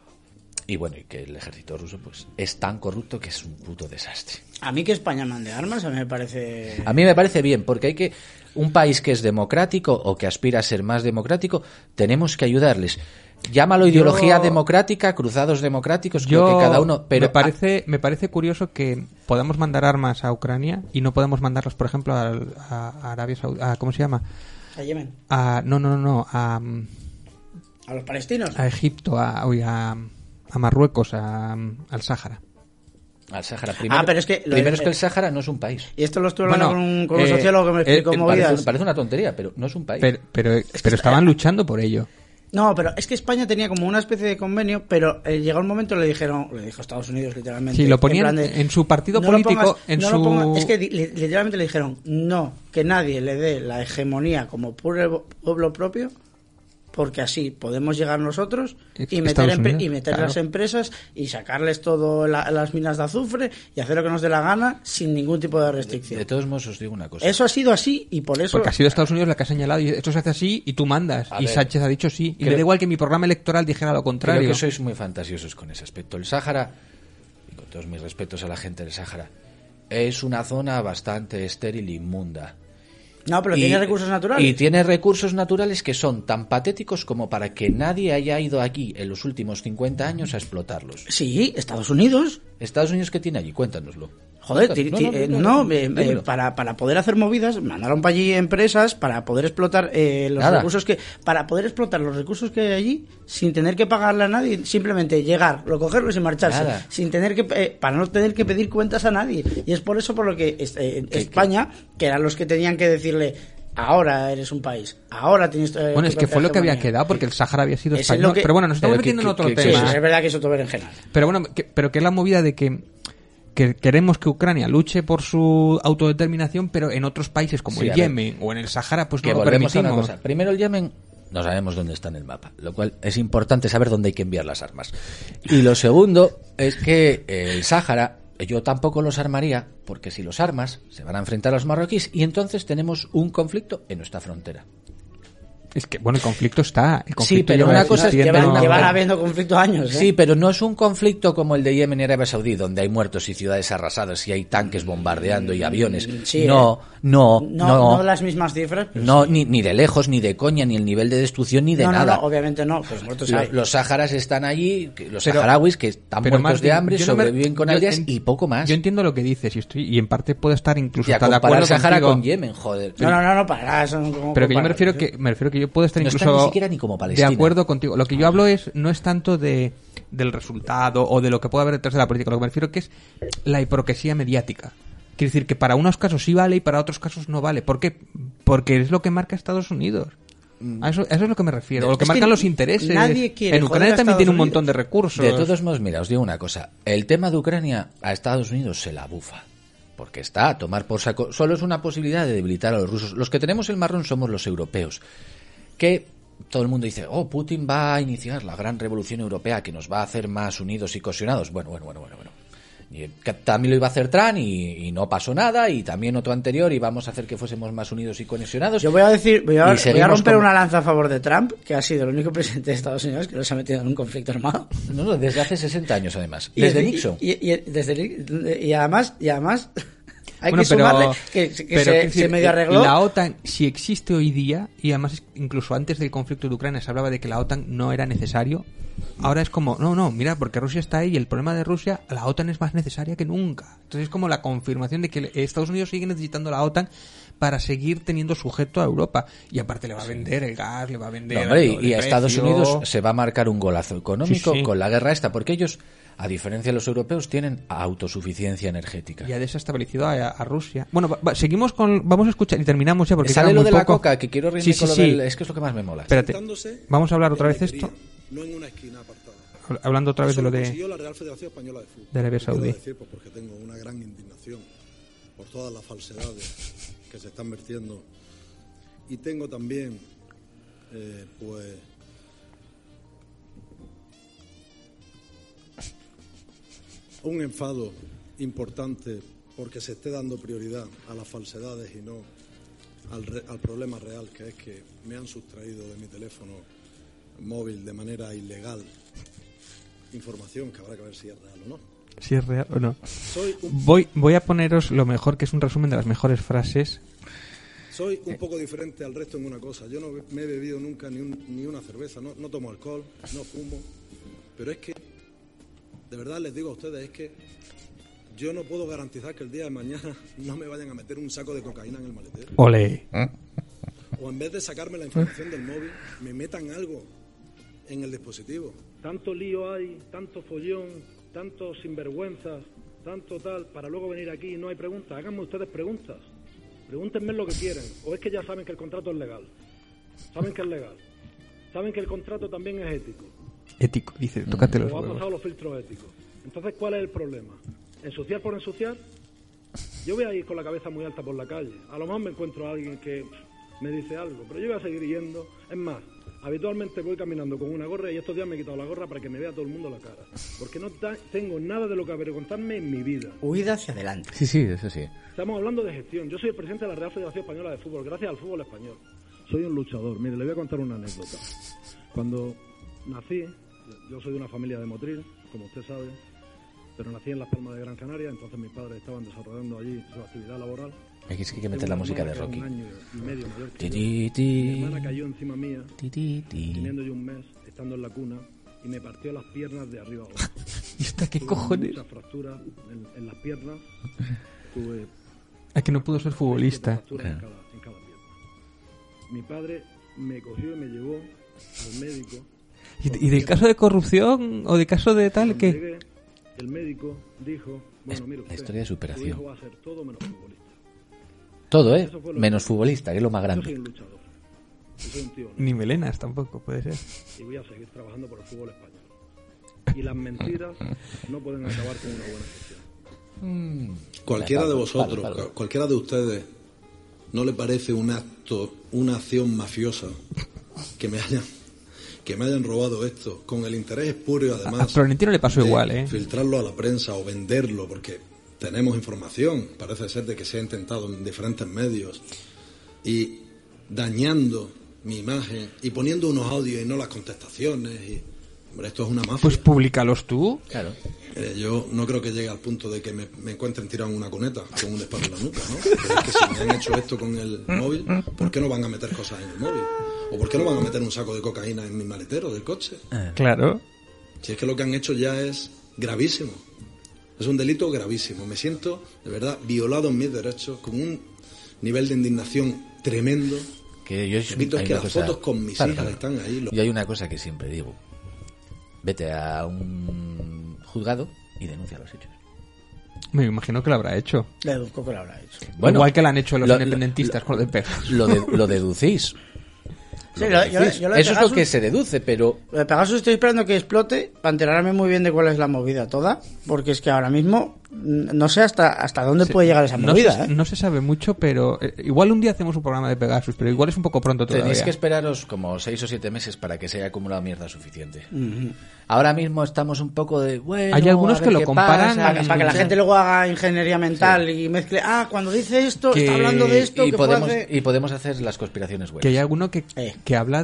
Speaker 2: Y bueno, y que el ejército ruso pues es tan corrupto que es un puto desastre.
Speaker 3: A mí que España mande armas, a mí me parece...
Speaker 2: A mí me parece bien, porque hay que... Un país que es democrático o que aspira a ser más democrático, tenemos que ayudarles. Llámalo ideología democrática, cruzados democráticos, creo que cada uno... Pero
Speaker 1: me parece curioso que podamos mandar armas a Ucrania y no podamos mandarlas, por ejemplo, a Arabia Saudita... ¿Cómo se llama?
Speaker 3: ¿A Yemen?
Speaker 1: No.
Speaker 3: ¿A los palestinos?
Speaker 1: A Egipto, a Marruecos, al Sáhara.
Speaker 2: Al Sáhara. Primero,
Speaker 3: pero es que
Speaker 2: es que el Sáhara no es un país.
Speaker 3: Y esto lo estuve hablando con un sociólogo que me explicó movidas.
Speaker 2: Parece una tontería, pero no es un país.
Speaker 1: Pero estaban luchando por ello.
Speaker 3: No, pero es que España tenía como una especie de convenio, pero llegó un momento le dijo Estados Unidos literalmente.
Speaker 1: Sí, lo ponían en su partido político,
Speaker 3: es que literalmente le dijeron no, que nadie le dé la hegemonía como pueblo propio, porque así podemos llegar nosotros y meter las empresas y sacarles todo las minas de azufre y hacer lo que nos dé la gana sin ningún tipo de restricción.
Speaker 2: De todos modos os digo una cosa.
Speaker 3: Eso ha sido así y por eso...
Speaker 1: Porque ha sido Estados Unidos la que ha señalado y esto se hace así y tú mandas. Y Sánchez ha dicho sí. Y me da igual que mi programa electoral dijera lo contrario.
Speaker 2: Creo que sois muy fantasiosos con ese aspecto. El Sáhara, y con todos mis respetos a la gente del Sáhara, es una zona bastante estéril e inmunda.
Speaker 3: No, pero tiene recursos naturales.
Speaker 2: Y tiene recursos naturales que son tan patéticos como para que nadie haya ido aquí en los últimos 50 años a explotarlos.
Speaker 3: Sí, Estados Unidos.
Speaker 2: ¿Estados Unidos qué tiene allí? Cuéntanoslo.
Speaker 3: Joder, para poder hacer movidas, mandaron para allí empresas para poder explotar los recursos que hay allí sin tener que pagarle a nadie, simplemente llegar, cogerlos y marcharse, sin tener que para no tener que pedir cuentas a nadie. Y es por eso por lo que España, que eran los que tenían que decirle ahora eres un país, ahora tienes...
Speaker 1: Bueno, es que fue lo que había quedado, porque el Sáhara había sido español. Pero bueno, nos estamos metiendo en otro tema.
Speaker 3: Sí, es verdad que eso todo berenjena.
Speaker 1: Pero bueno, pero que es la movida de que queremos que Ucrania luche por su autodeterminación, pero en otros países como el Yemen o en el Sáhara, pues no lo permitimos.
Speaker 2: Primero, el Yemen no sabemos dónde está en el mapa, lo cual es importante saber dónde hay que enviar las armas. Y lo segundo es que el Sáhara yo tampoco los armaría, porque si los armas se van a enfrentar a los marroquíes y entonces tenemos un conflicto en nuestra frontera.
Speaker 1: Es que, bueno, el conflicto está.
Speaker 2: Sí, pero una cosa es que
Speaker 3: llevan habiendo conflicto años.
Speaker 2: Sí, pero no es un conflicto como el de Yemen y Arabia Saudí, donde hay muertos y ciudades arrasadas y hay tanques bombardeando y aviones.
Speaker 3: Sí,
Speaker 2: no
Speaker 3: las mismas cifras.
Speaker 2: No, ni de lejos, ni de coña, ni el nivel de destrucción, ni de nada.
Speaker 3: No, obviamente no. Pues muertos hay.
Speaker 2: Los saharas están allí, los saharauis que están muertos de hambre, sobreviven con aldeas y poco más.
Speaker 1: Yo entiendo lo que dices y en parte puedo estar incluso
Speaker 2: hasta de acuerdo el Sahara con Yemen, joder.
Speaker 3: No, para nada. Eso no,
Speaker 1: pero que yo me refiero que yo puedo estar incluso
Speaker 2: ni siquiera ni como Palestina.
Speaker 1: De acuerdo contigo. Lo que yo hablo no es tanto del resultado o de lo que puede haber detrás de la política. Lo que me refiero que es la hipocresía mediática. Quiere decir que para unos casos sí vale y para otros casos no vale. ¿Por qué? Porque es lo que marca Estados Unidos. A eso es lo que me refiero. Lo que marcan los intereses.
Speaker 3: Nadie quiere.
Speaker 1: En Ucrania también tiene un montón de recursos.
Speaker 2: De todos modos, mira, os digo una cosa. El tema de Ucrania a Estados Unidos se la bufa. Porque está a tomar por saco. Solo es una posibilidad de debilitar a los rusos. Los que tenemos el marrón somos los europeos. Que todo el mundo dice, Putin va a iniciar la gran revolución europea que nos va a hacer más unidos y cohesionados. Bueno. Y también lo iba a hacer Trump y no pasó nada, y también otro anterior y vamos a hacer que fuésemos más unidos y cohesionados.
Speaker 3: Yo voy a romper una lanza a favor de Trump, que ha sido el único presidente de Estados Unidos que no se ha metido en un conflicto armado.
Speaker 2: No, desde hace 60 años además. Desde Nixon.
Speaker 3: Y además hay que sumarle que se medio arregló.
Speaker 1: La OTAN, si existe hoy día, y además incluso antes del conflicto de Ucrania se hablaba de que la OTAN no era necesario, ahora es como, no, mira, porque Rusia está ahí y el problema de Rusia, la OTAN es más necesaria que nunca. Entonces es como la confirmación de que Estados Unidos sigue necesitando la OTAN para seguir teniendo sujeto a Europa. Y aparte le va a vender el gas, le va a vender...
Speaker 2: y a Estados Unidos se va a marcar un golazo económico con la guerra esta, porque ellos, a diferencia de los europeos, tienen autosuficiencia energética.
Speaker 1: Y ha desestabilizado a Rusia. Bueno, seguimos vamos a escuchar y terminamos ya porque
Speaker 2: sale lo de
Speaker 1: poco.
Speaker 2: La coca, que quiero reírme con lo del... Es que es lo que más me mola.
Speaker 1: Espérate, vamos a hablar otra vez esto.
Speaker 8: No en una esquina apartada.
Speaker 1: Hablando otra vez de lo de
Speaker 8: la Real Federación Española de Fútbol.
Speaker 1: De Arabia Saudí.
Speaker 8: Porque tengo una gran indignación por todas las falsedades que se están vertiendo. Y tengo también, un enfado importante porque se esté dando prioridad a las falsedades y no al problema real, que es que me han sustraído de mi teléfono móvil de manera ilegal información que habrá que ver si es real o no.
Speaker 1: Si es real o no.
Speaker 8: Soy
Speaker 1: Voy a poneros lo mejor, que es un resumen de las mejores frases.
Speaker 8: Soy un poco diferente al resto en una cosa. Yo no me he bebido nunca ni una cerveza, no tomo alcohol, no fumo. Pero es que, de verdad les digo a ustedes, es que yo no puedo garantizar que el día de mañana no me vayan a meter un saco de cocaína en el maletero.
Speaker 1: Ole.
Speaker 8: O en vez de sacarme la información del móvil, me metan algo en el dispositivo. Tanto lío hay, tanto follón, tantos sinvergüenzas, tanto tal, para luego venir aquí y no hay preguntas. Háganme ustedes preguntas. Pregúntenme lo que quieren. O es que ya saben que el contrato es legal. Saben que es legal. Saben que el contrato también es ético.
Speaker 1: Ético, dice, tócate los
Speaker 8: O ha
Speaker 1: huevos.
Speaker 8: pasado los filtros éticos. Entonces, ¿cuál es el problema? ¿Ensuciar por ensuciar? Yo voy a ir con la cabeza muy alta por la calle. A lo mejor me encuentro a alguien que me dice algo, pero yo voy a seguir yendo. Es más, habitualmente voy caminando con una gorra y estos días me he quitado la gorra para que me vea todo el mundo la cara. Porque no tengo nada de lo que avergonzarme en mi vida.
Speaker 3: Huida hacia adelante.
Speaker 2: Sí, eso sí.
Speaker 8: Estamos hablando de gestión. Yo soy el presidente de la Real Federación Española de Fútbol, gracias al fútbol español. Soy un luchador. Mire, le voy a contar una anécdota. Cuando nací, yo soy de una familia de Motril, como usted sabe, pero nací en Las Palmas de Gran Canaria, entonces mis padres estaban desarrollando allí su actividad laboral.
Speaker 2: Aquí sí que hay que meter la música de Rocky.
Speaker 8: Un año y medio mayor que
Speaker 2: Ti,
Speaker 8: yo.
Speaker 2: ti,
Speaker 8: Mi hermana cayó encima mía,
Speaker 2: ti.
Speaker 8: teniendo yo un mes, estando en la cuna, y me partió las piernas de arriba a abajo.
Speaker 1: ¿Y esta qué
Speaker 8: Tuve
Speaker 1: cojones?
Speaker 8: muchas fracturas en las piernas. Tuve
Speaker 1: Es que no pudo ser futbolista.
Speaker 8: fracturas en cada pierna. Mi padre me cogió y me llevó al médico.
Speaker 1: ¿Y del caso de corrupción o de caso de tal
Speaker 8: Cuando
Speaker 1: que
Speaker 8: llegué, el médico dijo, bueno, mire usted,
Speaker 2: la historia de superación.
Speaker 8: su hijo va a ser todo menos futbolista.
Speaker 2: Todo,
Speaker 8: Eso fue lo
Speaker 2: menos
Speaker 8: que-
Speaker 2: futbolista, que es lo más
Speaker 8: Yo soy
Speaker 2: grande.
Speaker 8: un luchador. Yo soy un tío honesto.
Speaker 1: ni melenas tampoco puede ser?
Speaker 8: Y voy a seguir trabajando por el fútbol español. Y las mentiras no pueden acabar con una buena gestión.
Speaker 6: Cualquiera de vosotros,
Speaker 2: Vale.
Speaker 6: cualquiera de ustedes, ¿no le parece un acto, una acción mafiosa que me hayan robado esto con el interés espurio,
Speaker 1: A
Speaker 6: además,
Speaker 1: Florentino le pasó
Speaker 6: de
Speaker 1: igual, ¿eh?
Speaker 6: filtrarlo a la prensa o venderlo? Porque tenemos información, parece ser de que se ha intentado en diferentes medios, y dañando mi imagen y poniendo unos audios y no las contestaciones. Y, hombre, esto es una mafia.
Speaker 1: Pues públicalos tú.
Speaker 2: Claro.
Speaker 6: Yo no creo que llegue al punto de que me encuentren tirado en una cuneta con un disparo en la nuca, ¿no? Pero es que si me han hecho esto con el móvil, ¿por qué no van a meter cosas en el móvil? ¿O por qué no van a meter un saco de cocaína en mi maletero del coche?
Speaker 1: Claro.
Speaker 6: Si es que lo que han hecho ya es gravísimo. Es un delito gravísimo. Me siento, de verdad, violado en mis derechos, con un nivel de indignación tremendo.
Speaker 2: Que yo
Speaker 6: Repito, es
Speaker 2: hay
Speaker 6: que
Speaker 2: una
Speaker 6: las
Speaker 2: cosa-
Speaker 6: fotos con mis
Speaker 2: Claro,
Speaker 6: hijas
Speaker 2: claro.
Speaker 6: están ahí.
Speaker 2: Y hay una cosa que siempre digo. Vete a un juzgado y denuncia los hechos.
Speaker 1: Me imagino que lo habrá hecho.
Speaker 3: Le deduzco que lo habrá hecho.
Speaker 1: Igual que lo han hecho los
Speaker 2: lo-
Speaker 1: independentistas con lo de Pegasus.
Speaker 2: Lo deducís.
Speaker 3: Sí, lo de
Speaker 2: Eso es lo
Speaker 3: Pegasus-
Speaker 2: que se deduce, pero
Speaker 3: Lo de Pegasus estoy esperando que explote para enterarme muy bien de cuál es la movida toda, porque es que ahora mismo no sé hasta dónde puede llegar esa
Speaker 1: No
Speaker 3: movida,
Speaker 1: se,
Speaker 3: ¿eh?
Speaker 1: no se sabe mucho, pero igual un día hacemos un programa de Pegasus, pero igual es un poco pronto todavía.
Speaker 2: tenéis que esperaros como 6 o 7 meses para que se haya acumulado mierda suficiente. Ahora mismo estamos un poco de... Bueno,
Speaker 1: Hay algunos
Speaker 2: a ver
Speaker 1: que lo
Speaker 2: qué
Speaker 1: comparan
Speaker 2: pasa,
Speaker 3: Para que la gente luego haga ingeniería mental y mezcle, cuando dice esto,
Speaker 1: Que-
Speaker 3: está hablando de esto,
Speaker 2: y
Speaker 3: que
Speaker 2: podemos,
Speaker 3: puede hacer...
Speaker 2: y podemos hacer las conspiraciones buenas.
Speaker 1: Que hay alguno que
Speaker 3: Eh.
Speaker 1: habla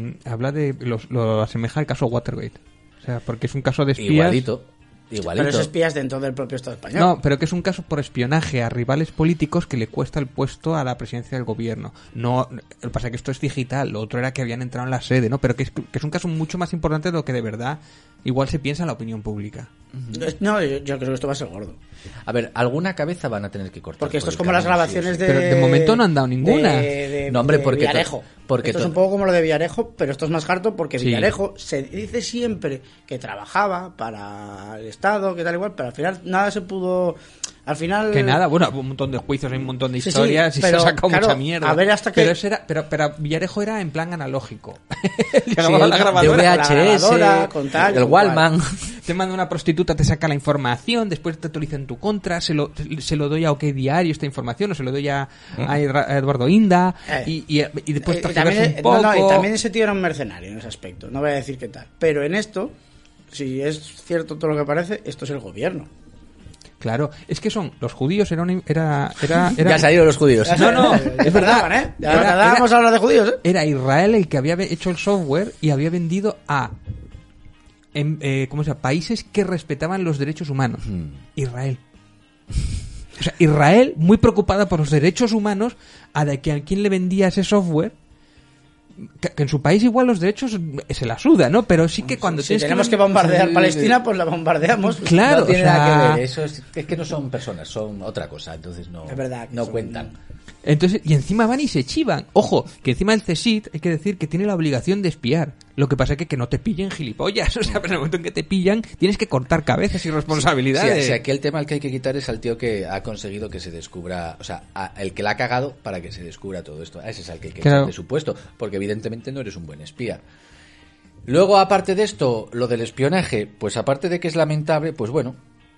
Speaker 1: de lo asemeja al caso Watergate. O sea, porque es un caso de espías.
Speaker 2: Igualito.
Speaker 3: Pero es espías dentro del propio Estado español.
Speaker 1: No, pero que es un caso por espionaje a rivales políticos que le cuesta el puesto a la presidencia del gobierno. No, lo que pasa es que esto es digital, lo otro era que habían entrado en la sede, ¿no? Pero que es un caso mucho más importante de lo que de verdad igual se piensa en la opinión pública.
Speaker 3: No, yo creo que esto va a ser gordo.
Speaker 2: A ver, alguna cabeza van a tener que cortar.
Speaker 3: Porque esto
Speaker 2: por
Speaker 3: es
Speaker 2: el
Speaker 3: como las
Speaker 2: camino,
Speaker 3: grabaciones
Speaker 2: sí o
Speaker 3: de...
Speaker 1: Pero de momento no han dado ninguna.
Speaker 2: No, hombre,
Speaker 3: de
Speaker 2: porque
Speaker 3: Villarejo.
Speaker 2: porque
Speaker 3: esto es
Speaker 2: to-
Speaker 3: un poco como lo de Villarejo, pero esto es más harto porque
Speaker 1: Sí.
Speaker 3: Villarejo se dice siempre que trabajaba para el Estado, que tal igual, pero al final nada se pudo... Al final...
Speaker 1: Que nada, bueno, hubo un montón de juicios, hay un montón de
Speaker 3: Sí,
Speaker 1: historias
Speaker 3: sí,
Speaker 1: y se
Speaker 3: pero,
Speaker 1: ha sacado
Speaker 3: claro,
Speaker 1: mucha mierda.
Speaker 3: a ver hasta que-
Speaker 1: Pero, pero Villarejo era en plan analógico.
Speaker 3: Sí,
Speaker 1: Llegaba a la
Speaker 3: de
Speaker 1: grabadora.
Speaker 3: VHS,
Speaker 1: con la
Speaker 3: grabadora, con tal,
Speaker 2: el
Speaker 3: con cual.
Speaker 2: Wallman.
Speaker 1: Te manda una prostituta, te saca la información, después te actualiza en tu contra, se lo doy a OK Diario esta información, o se lo doy a Eduardo Inda, y después te
Speaker 3: también,
Speaker 1: un poco.
Speaker 3: y también ese tío era un mercenario en ese aspecto, no voy a decir qué tal. Pero en esto, si es cierto todo lo que parece, esto es el gobierno.
Speaker 1: Claro, es que son los judíos, era
Speaker 2: Ya salieron los judíos.
Speaker 1: No,
Speaker 3: Ya
Speaker 1: es verdad.
Speaker 3: tardaban, ¿eh? Ya tardábamos a hablar de judíos, ¿eh?
Speaker 1: Era Israel el que había hecho el software y había vendido a ¿cómo se llama? Países que respetaban los derechos humanos. Israel. O sea, Israel, muy preocupada por los derechos humanos, a quién le vendía ese software, que en su país igual los derechos se la suda, ¿no? Pero sí que cuando
Speaker 3: si tenemos que bombardear Palestina, pues la bombardeamos.
Speaker 1: Claro,
Speaker 2: no tiene nada que ver. Eso es que no son personas, son otra cosa. Entonces no,
Speaker 3: es verdad
Speaker 2: no cuentan.
Speaker 1: Entonces, y encima van y se chivan. Ojo, que encima el CSIC, hay que decir que tiene la obligación de espiar. Lo que pasa es que no te pillen gilipollas. O sea, pero en el momento en que te pillan, tienes que cortar cabezas y responsabilidades.
Speaker 2: Sí, aquí el tema al que hay que quitar es al tío que ha conseguido que se descubra, o sea, el que la ha cagado para que se descubra todo esto. A ese es al que hay que echar de su puesto, porque evidentemente no eres un buen espía. Luego, aparte de esto, lo del espionaje, pues aparte de que es lamentable, pues bueno,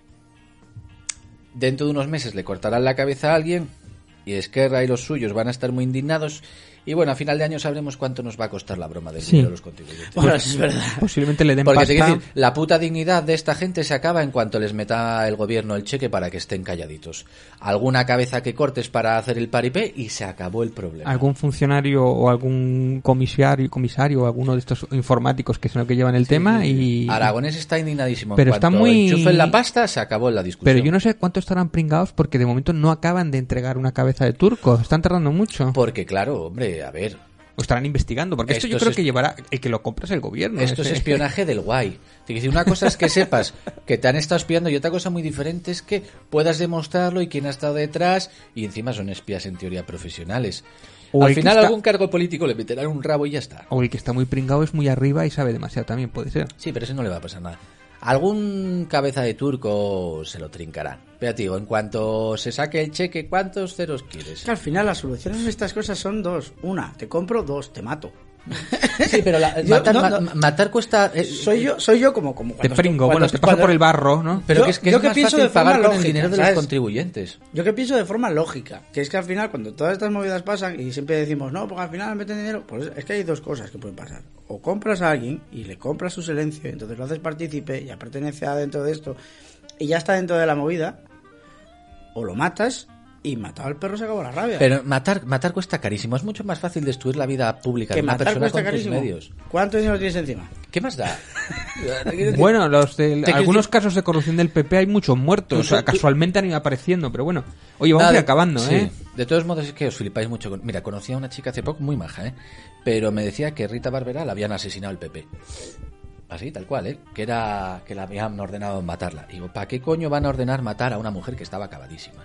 Speaker 2: dentro de unos meses le cortarán la cabeza a alguien y Esquerra y los suyos van a estar muy indignados. Y bueno, a final de año sabremos cuánto nos va a costar la broma del dinero de los contribuyentes.
Speaker 3: Bueno, es verdad.
Speaker 1: Posiblemente le den
Speaker 2: porque
Speaker 1: pasta.
Speaker 2: te quiero decir, la puta dignidad de esta gente se acaba en cuanto les meta el gobierno el cheque para que estén calladitos. Alguna cabeza que cortes para hacer el paripé y se acabó el problema.
Speaker 1: Algún funcionario o algún comisario o alguno de estos informáticos que son los que llevan el tema y...
Speaker 2: Aragonés está indignadísimo.
Speaker 1: Pero
Speaker 2: en
Speaker 1: está
Speaker 2: cuanto
Speaker 1: muy...
Speaker 2: enchufen la pasta, se acabó la discusión.
Speaker 1: Pero yo no sé cuánto estarán pringados porque de momento no acaban de entregar una cabeza de turco. Están tardando mucho.
Speaker 2: Porque claro, hombre, a ver...
Speaker 1: O estarán investigando, porque esto yo creo que llevará... El que lo compra es el gobierno.
Speaker 2: Esto es espionaje del guay. Una cosa es que sepas que te han estado espiando y otra cosa muy diferente es que puedas demostrarlo y quién ha estado detrás y encima son espías en teoría profesionales.
Speaker 1: O
Speaker 2: al final algún cargo político le meterán un rabo y ya está.
Speaker 1: O el que está muy pringado es muy arriba y sabe demasiado también, puede ser.
Speaker 2: Sí, pero ese no le va a pasar nada. Algún cabeza de turco se lo trincará. Pero tío, en cuanto se saque el cheque, ¿cuántos ceros quieres?
Speaker 3: Que al final las soluciones de estas cosas son dos. Una, te compro, dos, te mato.
Speaker 2: Sí, pero matar cuesta...
Speaker 3: Soy yo como cuando...
Speaker 1: Te pringo, bueno, te paso por el barro, ¿no?
Speaker 2: Pero que es más fácil pagar con el dinero de los contribuyentes.
Speaker 3: Yo que pienso de forma lógica, que es que al final cuando todas estas movidas pasan y siempre decimos, no, porque al final meten dinero, pues es que hay dos cosas que pueden pasar. O compras a alguien y le compras su silencio, y entonces lo haces partícipe, ya pertenece a dentro de esto y ya está dentro de la movida, o lo matas y matado al perro se acabó la rabia.
Speaker 2: Pero matar cuesta carísimo. Es mucho más fácil destruir la vida pública de una persona con tus medios.
Speaker 3: ¿Cuánto dinero tienes encima?
Speaker 2: ¿Qué más da?
Speaker 1: Bueno, algunos casos de corrupción del PP hay muchos muertos. O sea, casualmente han ido apareciendo, pero bueno. Oye, vamos a ir acabando,
Speaker 2: sí.
Speaker 1: ¿eh?
Speaker 2: De todos modos es que os flipáis mucho. Mira, conocí a una chica hace poco, muy maja, ¿eh? Pero me decía que Rita Barberá la habían asesinado el PP. Así, tal cual, ¿eh? Que la habían ordenado matarla. Y digo, ¿para qué coño van a ordenar matar a una mujer que estaba acabadísima?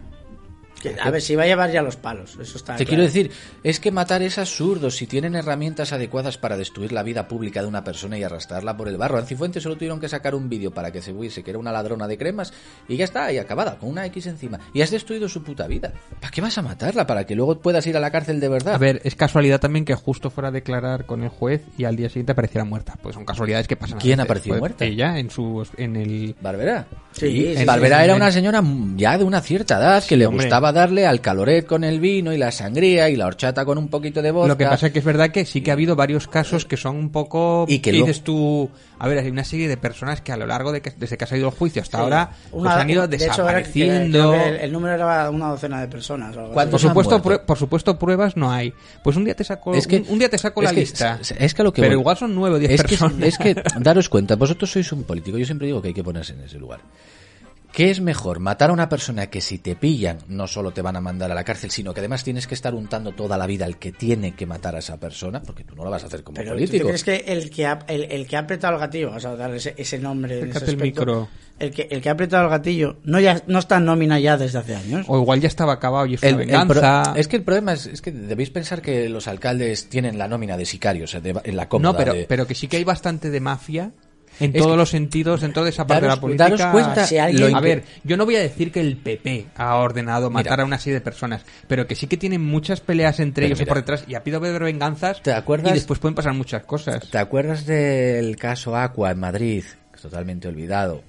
Speaker 3: A ver, si va a llevar ya los palos, eso está
Speaker 2: Te quiero decir, es que matar es absurdo. Si tienen herramientas adecuadas para destruir la vida pública de una persona y arrastrarla por el barro. En Cifuentes solo tuvieron que sacar un vídeo para que se viese que era una ladrona de cremas y ya está, y acabada, con una X encima. Y has destruido su puta vida. ¿Para qué vas a matarla? Para que luego puedas ir a la cárcel de verdad.
Speaker 1: A ver, es casualidad también que justo fuera a declarar con el juez y al día siguiente apareciera muerta. Pues son casualidades que pasan.
Speaker 2: ¿Quién apareció muerta?
Speaker 1: Ella, en el...
Speaker 2: ¿Barberá?
Speaker 3: Sí,
Speaker 2: Barberá era una señora ya de una cierta edad que le gustaba darle al calor con el vino y la sangría y la horchata con un poquito de vodka.
Speaker 1: Lo que pasa es que es verdad que sí que ha habido varios casos que son un poco...
Speaker 2: Y que
Speaker 1: dices tú... A ver, hay una serie de personas que a lo largo desde que ha salido el juicio hasta ahora pues han ido desapareciendo.
Speaker 3: Creo que el número era una docena de personas.
Speaker 1: Por supuesto pruebas no hay. Pues un día te saco, la lista.
Speaker 2: Es que lo que
Speaker 1: pero igual son 9 o 10 personas.
Speaker 2: Es que daros cuenta, vosotros sois un político. Yo siempre digo que hay que ponerse en ese lugar. ¿Qué es mejor? ¿Matar a una persona que si te pillan no solo te van a mandar a la cárcel, sino que además tienes que estar untando toda la vida al que tiene que matar a esa persona? Porque tú no lo vas a hacer como político.
Speaker 3: ¿Tú crees que el que ha apretado el gatillo, vas a darle ese nombre en ese aspecto,
Speaker 1: micro.
Speaker 3: El que ha apretado el gatillo no está en nómina ya desde hace años?
Speaker 1: O igual ya estaba acabado y fue venganza.
Speaker 2: Es que el problema es que debéis pensar que los alcaldes tienen la nómina de sicarios en la cómoda.
Speaker 1: No, pero que sí que hay bastante de mafia. En todos los sentidos, en toda esa parte de la política.
Speaker 2: Daros cuenta,
Speaker 1: a ver, yo no voy a decir que el PP ha ordenado matar a una serie de personas, pero que sí que tienen muchas peleas entre ellos y por detrás, y ha pedido ver venganzas,
Speaker 2: ¿te acuerdas?
Speaker 1: Y después pueden pasar muchas cosas.
Speaker 2: ¿Te acuerdas del caso Aqua en Madrid? Que es totalmente olvidado.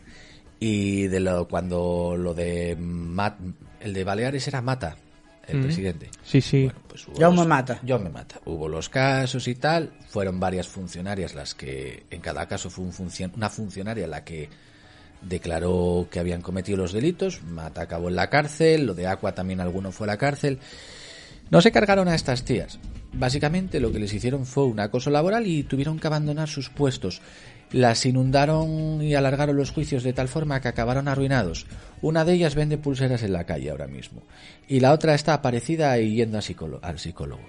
Speaker 2: Y de cuando lo de el de Baleares era Mata, el presidente.
Speaker 1: Sí.
Speaker 2: Bueno, pues
Speaker 3: Jaume Mata.
Speaker 2: Hubo los casos y tal. Fueron varias funcionarias las que, en cada caso fue una funcionaria la que declaró que habían cometido los delitos. Mata acabó en la cárcel. Lo de Aqua también alguno fue a la cárcel. No se cargaron a estas tías. básicamente lo que les hicieron fue un acoso laboral y tuvieron que abandonar sus puestos. Las inundaron y alargaron los juicios de tal forma que acabaron arruinados. Una de ellas vende pulseras en la calle ahora mismo. Y la otra está aparecida y yendo al psicólogo.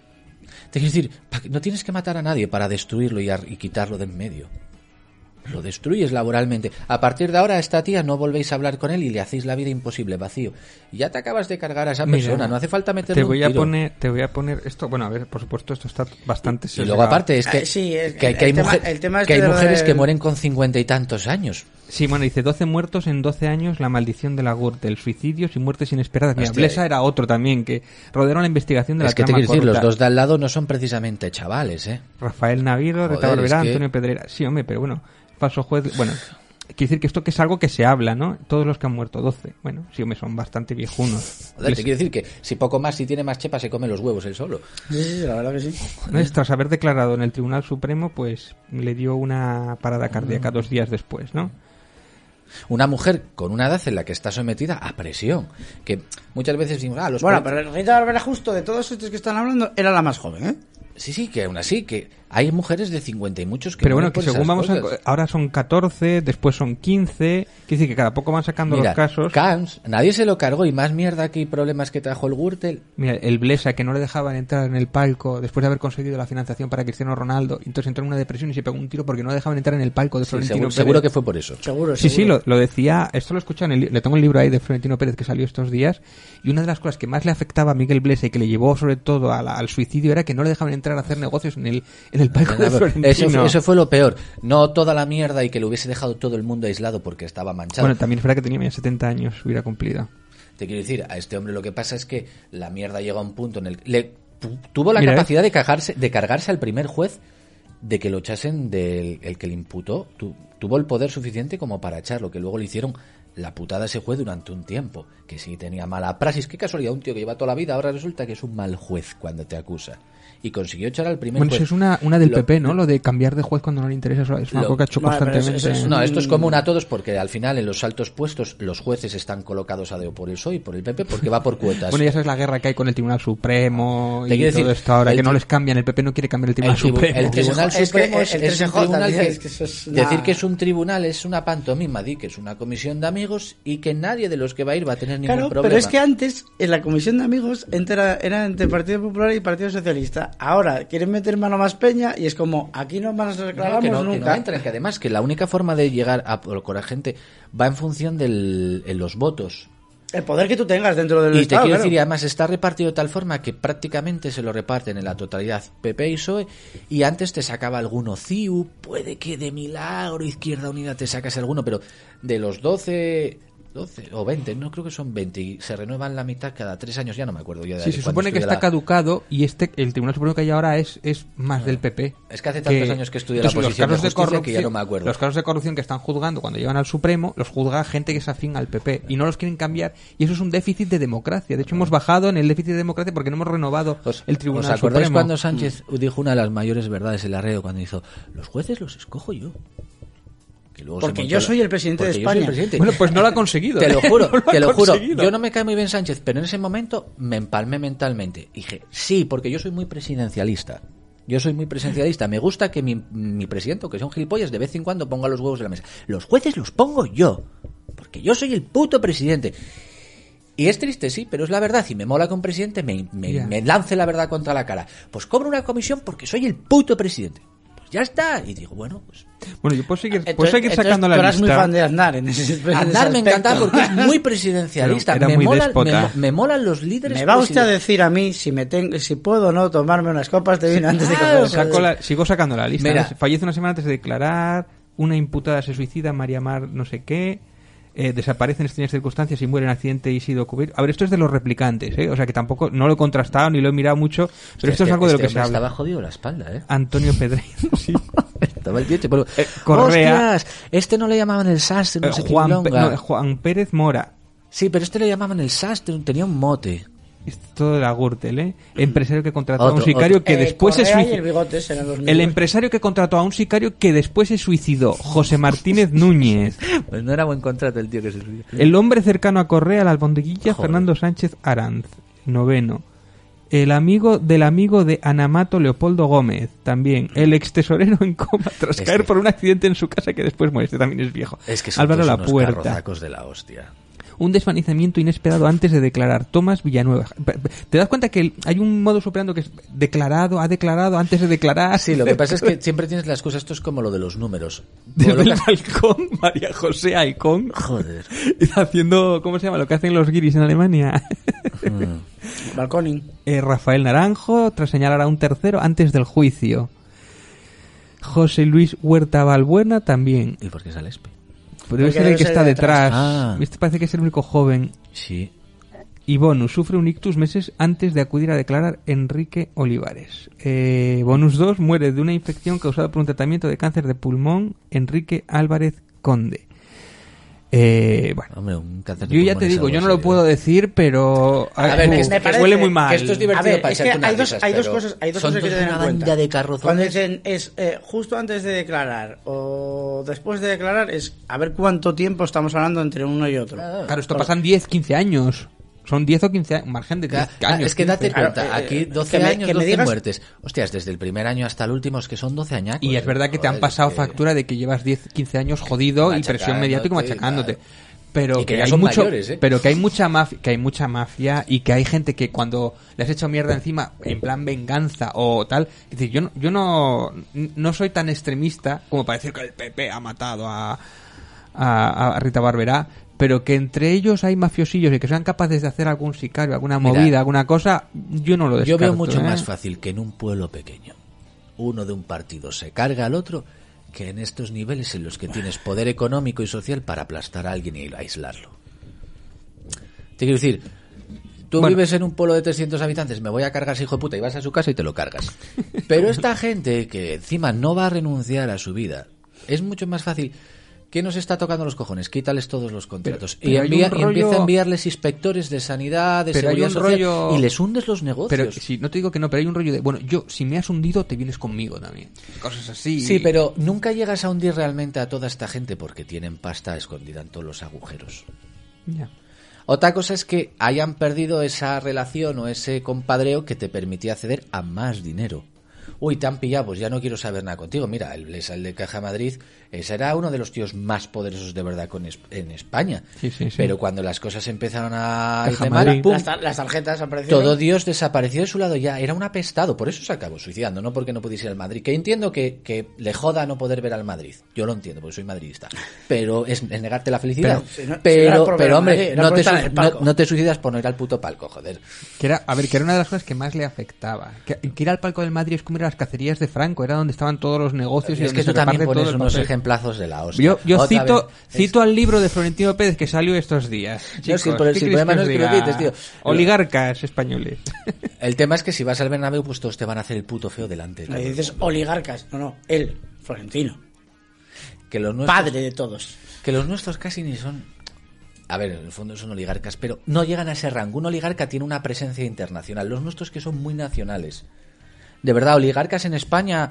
Speaker 2: Te quiero decir, no tienes que matar a nadie para destruirlo y quitarlo de en medio. Lo destruyes laboralmente. A partir de ahora, a esta tía no volvéis a hablar con él y le hacéis la vida imposible, vacío. Y ya te acabas de cargar a esa persona. Mira, no hace falta meterle un tiro.
Speaker 1: Te voy a poner esto. Bueno, a ver, por supuesto, esto está bastante
Speaker 2: sesgado. Y luego aparte es que, hay mujeres que mueren con 50 y tantos años.
Speaker 1: Sí, bueno, dice 12 muertos en 12 años, la maldición de la Gürtel, suicidios y muertes inesperadas. Mira, Blesa era otro también, que rodearon la investigación de la trama corrupta. Es que te quiero
Speaker 2: decir, los dos de al lado no son precisamente chavales, ¿eh?
Speaker 1: Rafael Navido, Rita Barberá, Antonio Pedrera. Sí, hombre, pero bueno, falso juez. Bueno, quiere decir que esto que es algo que se habla, ¿no? Todos los que han muerto, 12. Bueno, sí, hombre, son bastante viejunos.
Speaker 2: Joder, te quiero decir que si poco más, si tiene más chepa, se come los huevos él solo.
Speaker 3: Sí, la verdad que sí.
Speaker 1: Tras haber declarado en el Tribunal Supremo, pues le dio una parada cardíaca 2 días después, ¿no?
Speaker 2: Una mujer con una edad en la que está sometida a presión, que muchas veces decimos,
Speaker 3: Bueno, pero Rita Barberá, justo de todos estos que están hablando, era la más joven, ¿eh?
Speaker 2: Sí, que aún así, que hay mujeres de 50 y muchos que...
Speaker 1: Pero bueno, que según vamos ahora son 14, después son 15, quiere decir que cada poco van sacando los casos.
Speaker 2: Camps, nadie se lo cargó y más mierda que problemas que trajo el Gürtel.
Speaker 1: Mira, el Blesa, que no le dejaban entrar en el palco después de haber conseguido la financiación para Cristiano Ronaldo, entonces entró en una depresión y se pegó un tiro porque no le dejaban entrar en el palco de Florentino Pérez.
Speaker 2: Seguro que fue por eso.
Speaker 3: Seguro.
Speaker 1: Sí, lo decía, esto lo escuché le tengo el libro ahí de Florentino Pérez que salió estos días, y una de las cosas que más le afectaba a Miguel Blesa y que le llevó sobre todo al suicidio era que no le dejaban entrar a hacer negocios en el palco de Florentino.
Speaker 2: Eso fue lo peor. No toda la mierda y que le hubiese dejado todo el mundo aislado porque estaba manchado.
Speaker 1: Bueno, también fuera que tenía ya 70 años, hubiera cumplido.
Speaker 2: Te quiero decir, a este hombre lo que pasa es que la mierda llega a un punto en el que tuvo la capacidad de cargarse al primer juez de que lo echasen del que le imputó. Tuvo el poder suficiente como para echarlo, que luego le hicieron la putada a ese juez durante un tiempo, que sí tenía mala praxis. Qué casualidad, un tío que lleva toda la vida ahora resulta que es un mal juez cuando te acusa. Y consiguió echar al primer juez.
Speaker 1: Bueno, eso es una del PP, ¿no? Lo de cambiar de juez cuando no le interesa, es una cosa que ha hecho constantemente.
Speaker 2: Esto es común a todos porque al final en los altos puestos los jueces están colocados a dedo por el PSOE y por el PP porque va por cuotas.
Speaker 1: Bueno, ya sabes la guerra que hay con el Tribunal Supremo y todo esto ahora, que no les cambian, el PP no quiere cambiar el Tribunal Supremo.
Speaker 2: El Tribunal Supremo es un tribunal decir que es un tribunal es una pantomima, que es una comisión de amigos y que nadie de los que va a ir va a tener ningún problema.
Speaker 3: Pero es que antes en la comisión de amigos era entre Partido Popular y Partido Socialista. Ahora quieren meter mano más peña y es como, aquí no van a reclamamos nunca.
Speaker 2: Que no entran, que además que la única forma de llegar a colocar gente va en función en los votos.
Speaker 3: El poder que tú tengas dentro del Estado.
Speaker 2: Y te quiero decir, y además está repartido de tal forma que prácticamente se lo reparten en la totalidad PP y PSOE, y antes te sacaba alguno CIU, puede que de milagro Izquierda Unida te sacas alguno, pero de los 12 o 20, no creo que son 20 y se renuevan la mitad cada 3 años, ya no me acuerdo ya de.
Speaker 1: Sí, se supone que está caducado y el Tribunal Supremo que hay ahora es más del PP.
Speaker 2: Es que hace tantos años que estudia la posición de justicia que ya no me acuerdo.
Speaker 1: Los casos de corrupción que están juzgando cuando llegan al Supremo los juzga gente que es afín al PP y no los quieren cambiar, y eso es un déficit de democracia. De hecho hemos bajado en el déficit de democracia porque no hemos renovado el Tribunal Supremo.
Speaker 2: ¿Os acordáis cuando Sánchez dijo una de las mayores verdades en la radio cuando hizo los jueces los escojo yo?
Speaker 3: Porque yo soy el presidente de España.
Speaker 1: Bueno, pues no lo ha conseguido.
Speaker 2: Te lo juro, te lo juro. Yo no me cae muy bien Sánchez, pero en ese momento me empalmé mentalmente. Dije, sí, porque yo soy muy presidencialista. Me gusta que mi presidente, que sea un gilipollas, de vez en cuando ponga los huevos en la mesa. Los jueces los pongo yo, porque yo soy el puto presidente. Y es triste, sí, pero es la verdad. Y me mola que un presidente me lance la verdad contra la cara. Pues cobro una comisión porque soy el puto presidente. Ya está. Y digo, bueno, pues...
Speaker 1: Bueno, yo puedo seguir sacando la lista.
Speaker 3: Tú eras muy fan de Aznar en ese
Speaker 2: Aznar me encantaba porque es muy presidencialista. Me molan los líderes.
Speaker 3: Me va usted a decir a mí si puedo o no tomarme unas copas de vino antes de coger.
Speaker 1: Sigo sacando la lista. Mira, fallece una semana antes de declarar. Una imputada se suicida, María Mar no sé qué. Desaparece en extrañas circunstancias y muere en accidente y sido cubierto. A ver, esto es de los replicantes, o sea que tampoco, no lo he contrastado ni lo he mirado mucho, pero esto es algo de lo que se habla.
Speaker 2: Estaba jodido la espalda,
Speaker 1: Antonio Pedreiro, sí.
Speaker 2: Estaba el tío, pero...
Speaker 1: Correa.
Speaker 2: Hostias, no le llamaban el sastre, no sé
Speaker 1: Juan Pérez Mora.
Speaker 2: Sí, pero le llamaban el sastre, tenía un mote.
Speaker 1: Esto de la Gürtel, Empresario que contrató a un sicario que después se suicidó. El empresario que contrató a un sicario que después se suicidó, José Martínez Núñez.
Speaker 2: Pues no era buen contrato el tío que se suicidó.
Speaker 1: El hombre cercano a Correa, la albondiguilla, Fernando Sánchez Aranz, 9º. el amigo de Anamato Leopoldo Gómez, también. El ex tesorero en coma tras caer por un accidente en su casa que después muere. Este también es viejo.
Speaker 2: Es que son
Speaker 1: Álvaro
Speaker 2: unos
Speaker 1: Lapuerta.
Speaker 2: carrozacos de la hostia.
Speaker 1: Un desvanecimiento inesperado antes de declarar. Tomás Villanueva. ¿Te das cuenta que hay un modus operandi que es ha declarado antes de declarar?
Speaker 2: Sí, lo que pasa es que siempre tienes las cosas, esto es como lo de los números.
Speaker 1: Desde el balcón, María José Aicón.
Speaker 2: Joder.
Speaker 1: Haciendo, ¿cómo se llama? Lo que hacen los guiris en Alemania.
Speaker 3: Balconing.
Speaker 1: Rafael Naranjo, tras señalar a un tercero antes del juicio. José Luis Huerta Balbuena también.
Speaker 2: ¿Y por qué sale Espe?
Speaker 1: Pero debe ser el que está detrás.
Speaker 2: Ah.
Speaker 1: Este parece que es el único joven.
Speaker 2: Sí.
Speaker 1: Y Bonus sufre un ictus meses antes de acudir a declarar Enrique Olivares. Bonus 2 muere de una infección causada por un tratamiento de cáncer de pulmón. Enrique Álvarez Conde. Bueno,
Speaker 2: hombre, un cáncer de
Speaker 1: yo ya
Speaker 2: pulmón
Speaker 1: te
Speaker 2: es
Speaker 1: digo,
Speaker 2: algo
Speaker 1: yo no lo
Speaker 2: serio.
Speaker 1: puedo decir, pero
Speaker 2: A ver,
Speaker 1: que huele muy mal.
Speaker 2: Que esto es divertido
Speaker 3: A ver,
Speaker 2: para
Speaker 3: es que
Speaker 2: echarte unas
Speaker 3: hay dos
Speaker 2: risas,
Speaker 3: cosas que
Speaker 2: son
Speaker 3: tener en
Speaker 2: una
Speaker 3: cuenta.
Speaker 2: banda de carrozones.
Speaker 3: Cuando dicen es justo antes de declarar o después de declarar, es a ver cuánto tiempo estamos hablando entre uno y otro.
Speaker 1: Claro, esto pasan 10, 15 años. Son 10 o 15 años, margen de 10 años.
Speaker 2: Es que date
Speaker 1: 15.
Speaker 2: cuenta, aquí 12 años, 12 muertes. Hostias, desde el primer año hasta el último es que son 12 años.
Speaker 1: Y es verdad que te han pasado factura de que llevas 10, 15 años jodido y presión mediática machacándote. Pero
Speaker 2: y que
Speaker 1: que
Speaker 2: ya
Speaker 1: hay
Speaker 2: son
Speaker 1: mucho,
Speaker 2: mayores, ¿eh?
Speaker 1: pero que hay mucha mafia y que hay gente que cuando le has hecho mierda encima en plan venganza o tal, es decir, yo no soy tan extremista como para decir que el PP ha matado a Rita Barberá, pero que entre ellos hay mafiosillos y que sean capaces de hacer algún sicario, alguna movida, alguna cosa, yo no lo descarto.
Speaker 2: Yo veo mucho más fácil que en un pueblo pequeño uno de un partido se carga al otro que en estos niveles en los que tienes poder económico y social para aplastar a alguien y aislarlo. Te quiero decir, tú vives en un pueblo de 300 habitantes, me voy a cargar ese hijo de puta y vas a su casa y te lo cargas. Pero esta gente que encima no va a renunciar a su vida, es mucho más fácil. ¿Qué nos está tocando los cojones? Quítales todos los contratos.
Speaker 1: Pero
Speaker 2: y empieza a enviarles inspectores de sanidad, de seguridad social, y les hundes los negocios.
Speaker 1: Pero sí, no te digo que no, pero hay un rollo de, bueno, si me has hundido, te vienes conmigo también. Cosas así.
Speaker 2: Sí, pero nunca llegas a hundir realmente a toda esta gente porque tienen pasta escondida en todos los agujeros.
Speaker 1: Ya.
Speaker 2: Otra cosa es que hayan perdido esa relación o ese compadreo que te permitía acceder a más dinero. Uy, te han pillado, pues ya no quiero saber nada contigo. Mira, el de Caja Madrid, ese era uno de los tíos más poderosos de verdad en España.
Speaker 1: Sí.
Speaker 2: Pero cuando las cosas empezaron a
Speaker 1: Caja
Speaker 2: ir de mal,
Speaker 1: Madrid.
Speaker 2: ¡pum!
Speaker 3: Las tarjetas aparecieron.
Speaker 2: Todo Dios desapareció de su lado ya. Era un apestado, por eso se acabó suicidando, no porque no pudiese ir al Madrid. Que entiendo que le joda no poder ver al Madrid. Yo lo entiendo, porque soy madridista. Pero es negarte la felicidad. Pero hombre, no te suicidas por no ir al puto palco, joder.
Speaker 1: Que era una de las cosas que más le afectaba. Que ir al palco del Madrid es como ir a las cacerías de Franco, era donde estaban todos los negocios.
Speaker 2: Es
Speaker 1: y
Speaker 2: que tú también pones unos
Speaker 1: papel.
Speaker 2: ejemplazos de la hostia.
Speaker 1: Yo cito al libro de Florentino Pérez que salió estos días. Chicos,
Speaker 2: si el problema no es que lo quites, tío.
Speaker 1: Oligarcas españoles.
Speaker 2: El tema es que si vas al Bernabéu, pues todos te van a hacer el puto feo delante.
Speaker 3: Le dices oligarcas, no, él, Florentino.
Speaker 2: Que los nuestros,
Speaker 3: padre de todos.
Speaker 2: Que los nuestros casi ni son... A ver, en el fondo son oligarcas, pero no llegan a ese rango. Un oligarca tiene una presencia internacional. Los nuestros que son muy nacionales. De verdad, oligarcas en España,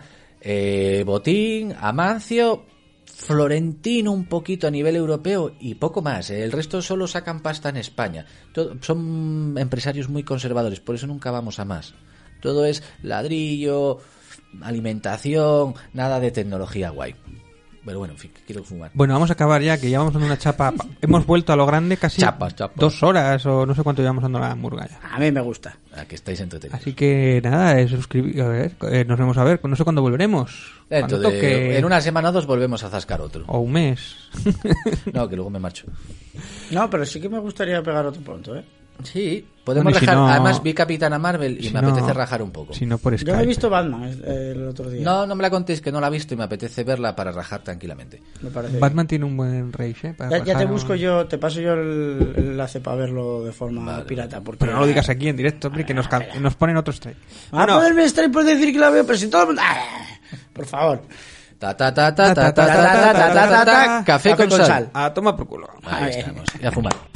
Speaker 2: Botín, Amancio, Florentino un poquito a nivel europeo y poco más. El resto solo sacan pasta en España. Son empresarios muy conservadores, por eso nunca vamos a más. Todo es ladrillo, alimentación, nada de tecnología guay. Pero bueno, en fin, quiero fumar.
Speaker 1: Bueno, vamos a acabar ya, que llevamos dando una chapa. Hemos vuelto a lo grande casi
Speaker 2: Chapas.
Speaker 1: 2 horas o no sé cuánto llevamos dando la murga ya.
Speaker 3: A mí me gusta.
Speaker 2: A que estáis entretenidos.
Speaker 1: Así que nada, suscribir, a ver, nos vemos a ver, no sé cuándo volveremos.
Speaker 2: En una semana o 2 volvemos a zascar otro.
Speaker 1: O un mes.
Speaker 2: No, que luego me marcho.
Speaker 3: No, pero sí que me gustaría pegar otro pronto, ¿eh?
Speaker 2: Sí, podemos
Speaker 1: Bueno,
Speaker 2: rajar.
Speaker 1: no,
Speaker 2: Además vi Capitana Marvel y
Speaker 1: si
Speaker 2: me
Speaker 1: no,
Speaker 2: apetece rajar un poco.
Speaker 1: Si no por Skype.
Speaker 3: Yo me he visto Batman el otro día.
Speaker 2: No me la contéis, que no la he visto y me apetece verla para rajar tranquilamente.
Speaker 3: Me parece
Speaker 1: Batman tiene un buen rage, ¿eh?
Speaker 3: Ya te busco yo, te paso yo el enlace para verlo de forma pirata. Porque...
Speaker 1: Pero no lo digas aquí en directo, hombre, que nos ponen otro strike.
Speaker 3: A ponerme strike por decir que la veo, pero si todo el mundo... Por favor.
Speaker 2: Café con sal.
Speaker 1: A tomar por culo.
Speaker 2: Ahí estamos. Y a fumar.